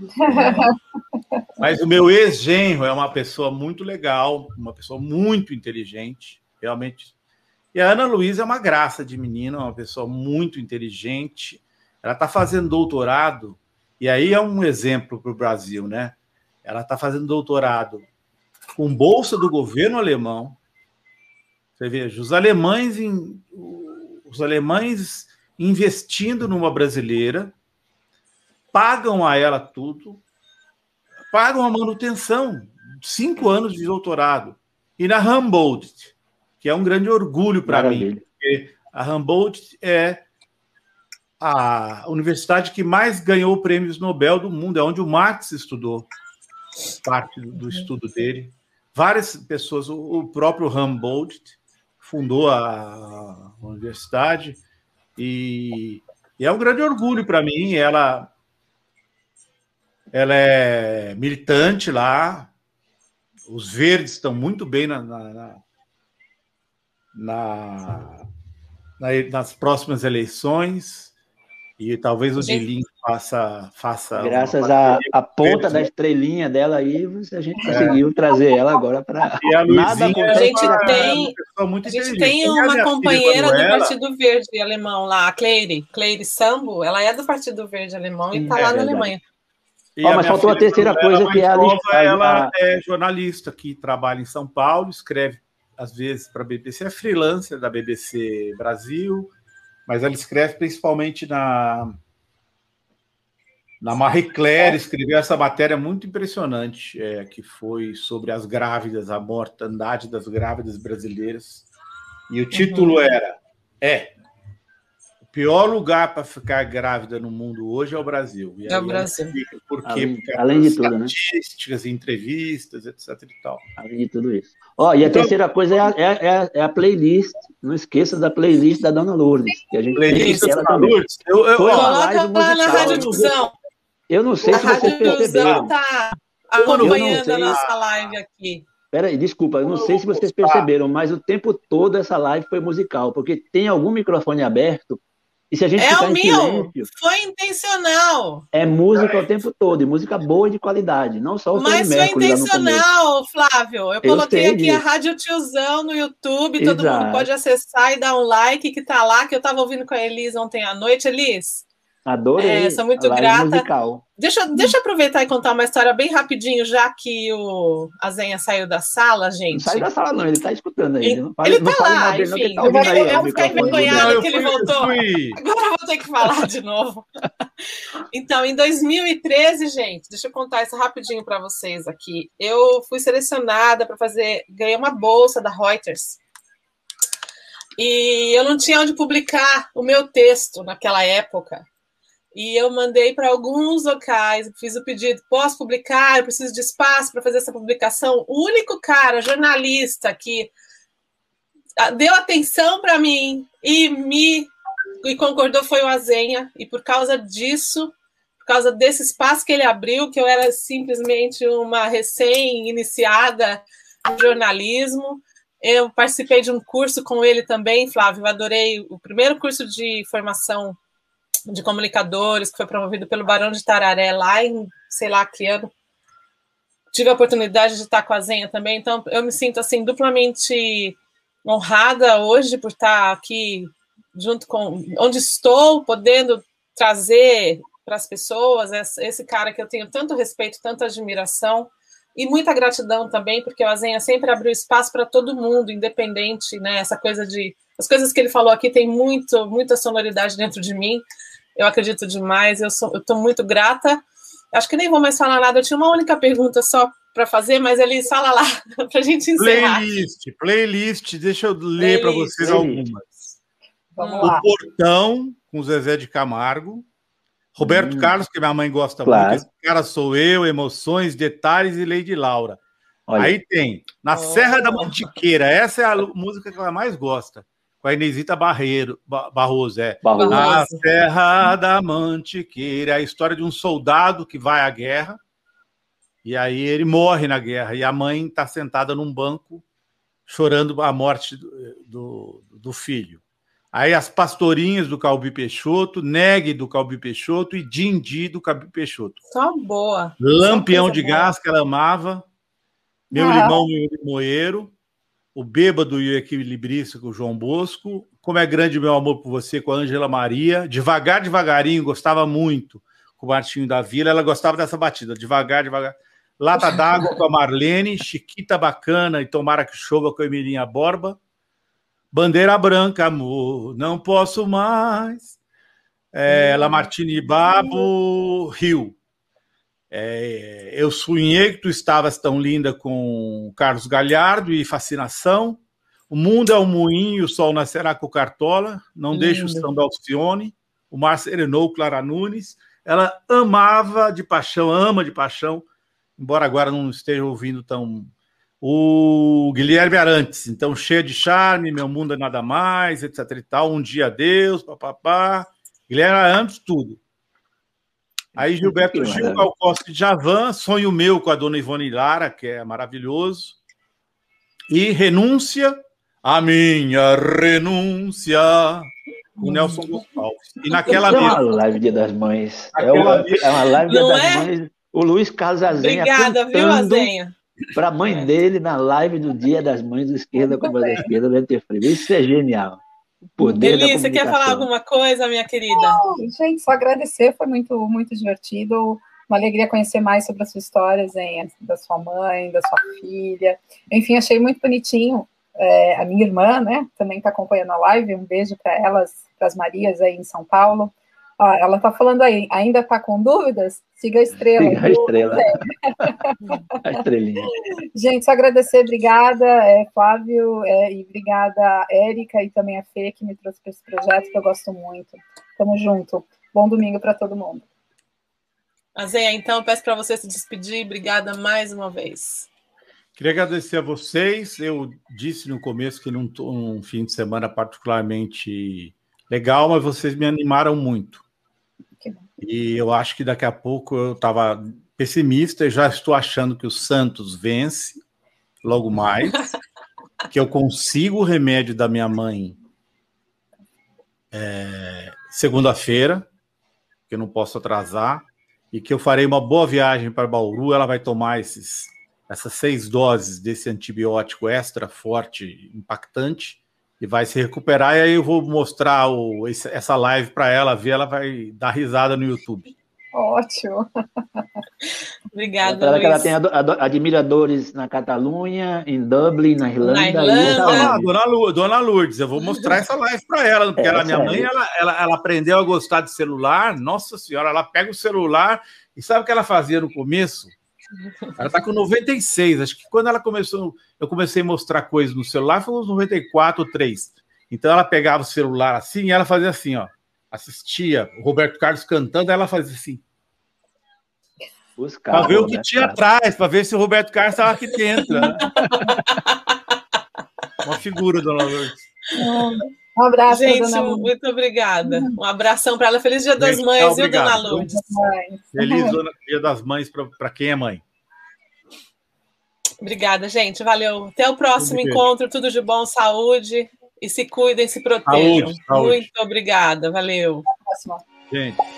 Mas o meu ex-genro é uma pessoa muito legal, uma pessoa muito inteligente, realmente. E a Ana Luísa é uma graça de menina, uma pessoa muito inteligente. Ela está fazendo doutorado, e aí é um exemplo para o Brasil, né? Ela está fazendo doutorado com bolsa do governo alemão. Você veja, os alemães investindo numa brasileira, pagam a ela tudo, pagam a manutenção, 5 anos de doutorado. E na Humboldt, que é um grande orgulho para mim, porque a Humboldt é a universidade que mais ganhou prêmios Nobel do mundo, é onde o Marx estudou, parte do estudo dele. Várias pessoas, o próprio Humboldt fundou a universidade, e é um grande orgulho para mim. Ela é militante lá, os verdes estão muito bem nas próximas eleições, e talvez o Dilin faça graças à ponta da estrelinha dela aí, a gente conseguiu trazer ela agora para nada. A gente tem uma companheira do Partido Verde alemão lá, a Claire Sambo, ela é do Partido Verde alemão e está lá na Alemanha. Mas faltou a terceira coisa, que é a listagem. Ela é jornalista que trabalha em São Paulo, escreve às vezes para a BBC, é freelancer da BBC Brasil, mas ela escreve principalmente na Marie Claire, escreveu essa matéria muito impressionante, que foi sobre as grávidas, a mortandade das grávidas brasileiras. E o título era o pior lugar para ficar grávida no mundo hoje é o Brasil. E é o Brasil. Por quê? Porque além de tudo, né? Estatísticas, entrevistas, etc. e tal. Além de tudo isso. E a terceira coisa é a playlist. Não esqueça da playlist da Dona Lourdes, que a gente playlist ela também. Lourdes. Coloca lá na Rádio Difusão. Eu não sei se vocês perceberam. Tá acompanhando a nossa live aqui. Peraí, desculpa, eu não sei se vocês perceberam, mas o tempo todo essa live foi musical, porque tem algum microfone aberto, e se a gente ficar em silêncio... Foi intencional. É música o tempo todo, e música boa e de qualidade, não só o Mas foi intencional, Flávio. Eu coloquei aqui a Rádio Tiozão no YouTube, todo mundo pode acessar e dar um like, que tá lá, que eu estava ouvindo com a Elis ontem à noite. Elis, adorei. Sou muito grata. Musical. Deixa eu aproveitar e contar uma história bem rapidinho, já que a Zenha saiu da sala, gente. Não saiu da sala, não, ele está escutando aí. Ele está lá, enfim. Eu vou ficar envergonhada que ele voltou. Agora eu vou ter que falar de novo. Então, em 2013, gente, deixa eu contar isso rapidinho para vocês aqui. Eu fui selecionada para ganhei uma bolsa da Reuters. E eu não tinha onde publicar o meu texto naquela época. E eu mandei para alguns locais, fiz o pedido, posso publicar? Eu preciso de espaço para fazer essa publicação. O único cara, jornalista, que deu atenção para mim e concordou foi o Azenha. E por causa disso, por causa desse espaço que ele abriu, que eu era simplesmente uma recém-iniciada no jornalismo, eu participei de um curso com ele também, Flávio. Eu adorei o primeiro curso de formação de comunicadores, que foi promovido pelo Barão de Tararé, lá em, sei lá que ano. Tive a oportunidade de estar com a Zenha também, então eu me sinto, assim, duplamente honrada hoje por estar aqui junto com onde estou, podendo trazer para as pessoas esse cara que eu tenho tanto respeito, tanta admiração, e muita gratidão também, porque a Zenha sempre abriu espaço para todo mundo, independente, né? Essa coisa as coisas que ele falou aqui tem muita sonoridade dentro de mim. Eu acredito demais, eu estou muito grata. Acho que nem vou mais falar nada. Eu tinha uma única pergunta só para fazer, mas ele fala lá para a gente encerrar. Playlist. Deixa eu ler para vocês algumas. Vamos lá. O Portão, com Zezé de Camargo. Roberto Carlos, que minha mãe gosta muito. Esse cara sou eu, Emoções, Detalhes e Lady Laura. Olha. Aí tem Na Serra da Mantiqueira, essa é a música que ela mais gosta, com a Inesita Barroso. Na Serra da Mantiqueira, a história de um soldado que vai à guerra, e aí ele morre na guerra, e a mãe está sentada num banco, chorando a morte do filho. Aí as Pastorinhas do Calbi Peixoto, Negue do Calbi Peixoto e Dindi do Calbi Peixoto. Só boa. Lampião de Gás, que ela amava. Meu Limão, Meu Limoeiro. O Bêbado e o Equilibrista com o João Bosco. Como é Grande Meu Amor por Você com a Ângela Maria. Devagar, Devagarinho, gostava muito com o Martinho da Vila. Ela gostava dessa batida. Devagar, Devagar. Lata d'Água com a Marlene. Chiquita Bacana e Tomara que Chova com a Emilinha Borba. Bandeira Branca, amor, não posso mais. Lamartine Babo, Rio. Eu sonhei que tu estavas tão linda com Carlos Galhardo e Fascinação. O mundo é um moinho, o sol nascerá com Cartola. Não deixa o samba Alcione. O mar serenou, Clara Nunes. Ela amava de paixão, ama de paixão, embora agora não esteja ouvindo tão... O Guilherme Arantes, então, Cheia de Charme, Meu Mundo é Nada Mais, etc e tal, Um Dia Adeus, papapá. Guilherme Arantes, tudo. Aí Gilberto Gil, Gal Costa de Djavan, Sonho Meu com a dona Ivone Lara, que é maravilhoso. E Renúncia, A Minha Renúncia, com Nelson Gonçalves. E naquela mesma... É uma live Dia das Mães. É uma live Dia das Mães. O Luiz Carlos Azenha. Obrigada, viu, Azenha? Para a mãe dele, na live do Dia das Mães do Esquerda com a da Esquerda, do NT Frio. Isso é genial. Eli, você quer falar alguma coisa, minha querida? Não, gente, só agradecer, foi muito, muito divertido. Uma alegria conhecer mais sobre a sua história, Zenha, da sua mãe, da sua filha. Enfim, achei muito bonitinho. A minha irmã, né, também está acompanhando a live. Um beijo para elas, para as Marias aí em São Paulo. Ela está falando aí, ainda está com dúvidas? Siga a estrela. Siga a estrela. A estrelinha. Gente, só agradecer, obrigada, Flávio, e obrigada, Érica, e também a Fê, que me trouxe para esse projeto, que eu gosto muito. Tamo junto. Bom domingo para todo mundo. Azenha, então, peço para você se despedir. Obrigada mais uma vez. Queria agradecer a vocês. Eu disse no começo que não estou num fim de semana particularmente legal, mas vocês me animaram muito. E eu acho que daqui a pouco eu estava pessimista e já estou achando que o Santos vence logo mais, que eu consigo o remédio da minha mãe segunda-feira, que eu não posso atrasar, e que eu farei uma boa viagem para Bauru. Ela vai tomar essas 6 doses desse antibiótico extra forte, impactante, e vai se recuperar, e aí eu vou mostrar essa live para ela ver, ela vai dar risada no YouTube. Ótimo. Obrigada, Luiz. Ela tem admiradores na Catalunha, em Dublin, na Irlanda. Dona Lourdes, eu vou mostrar essa live para ela, porque minha mãe, ela aprendeu a gostar de celular. Nossa Senhora, ela pega o celular e sabe o que ela fazia no começo? Ela está com 96, acho que quando ela começou, eu comecei a mostrar coisas no celular, foi uns 94 ou 3. Então ela pegava o celular assim, e ela fazia assim, ó, assistia o Roberto Carlos cantando, aí ela fazia assim, para ver o que tinha atrás, para ver se o Roberto Carlos estava aqui dentro. Né? Uma figura, Dona Lourdes. Um abraço, gente, dona Lourdes. Muito obrigada. Um abração para ela. Feliz Dia das Mães, viu, Dona Lourdes? Feliz Dia das Mães para quem é mãe. Obrigada, gente. Valeu. Até o próximo encontro. Tudo de bom, saúde. E se cuidem, se protejam. Saúde. Muito obrigada. Valeu. Até a próxima. Gente.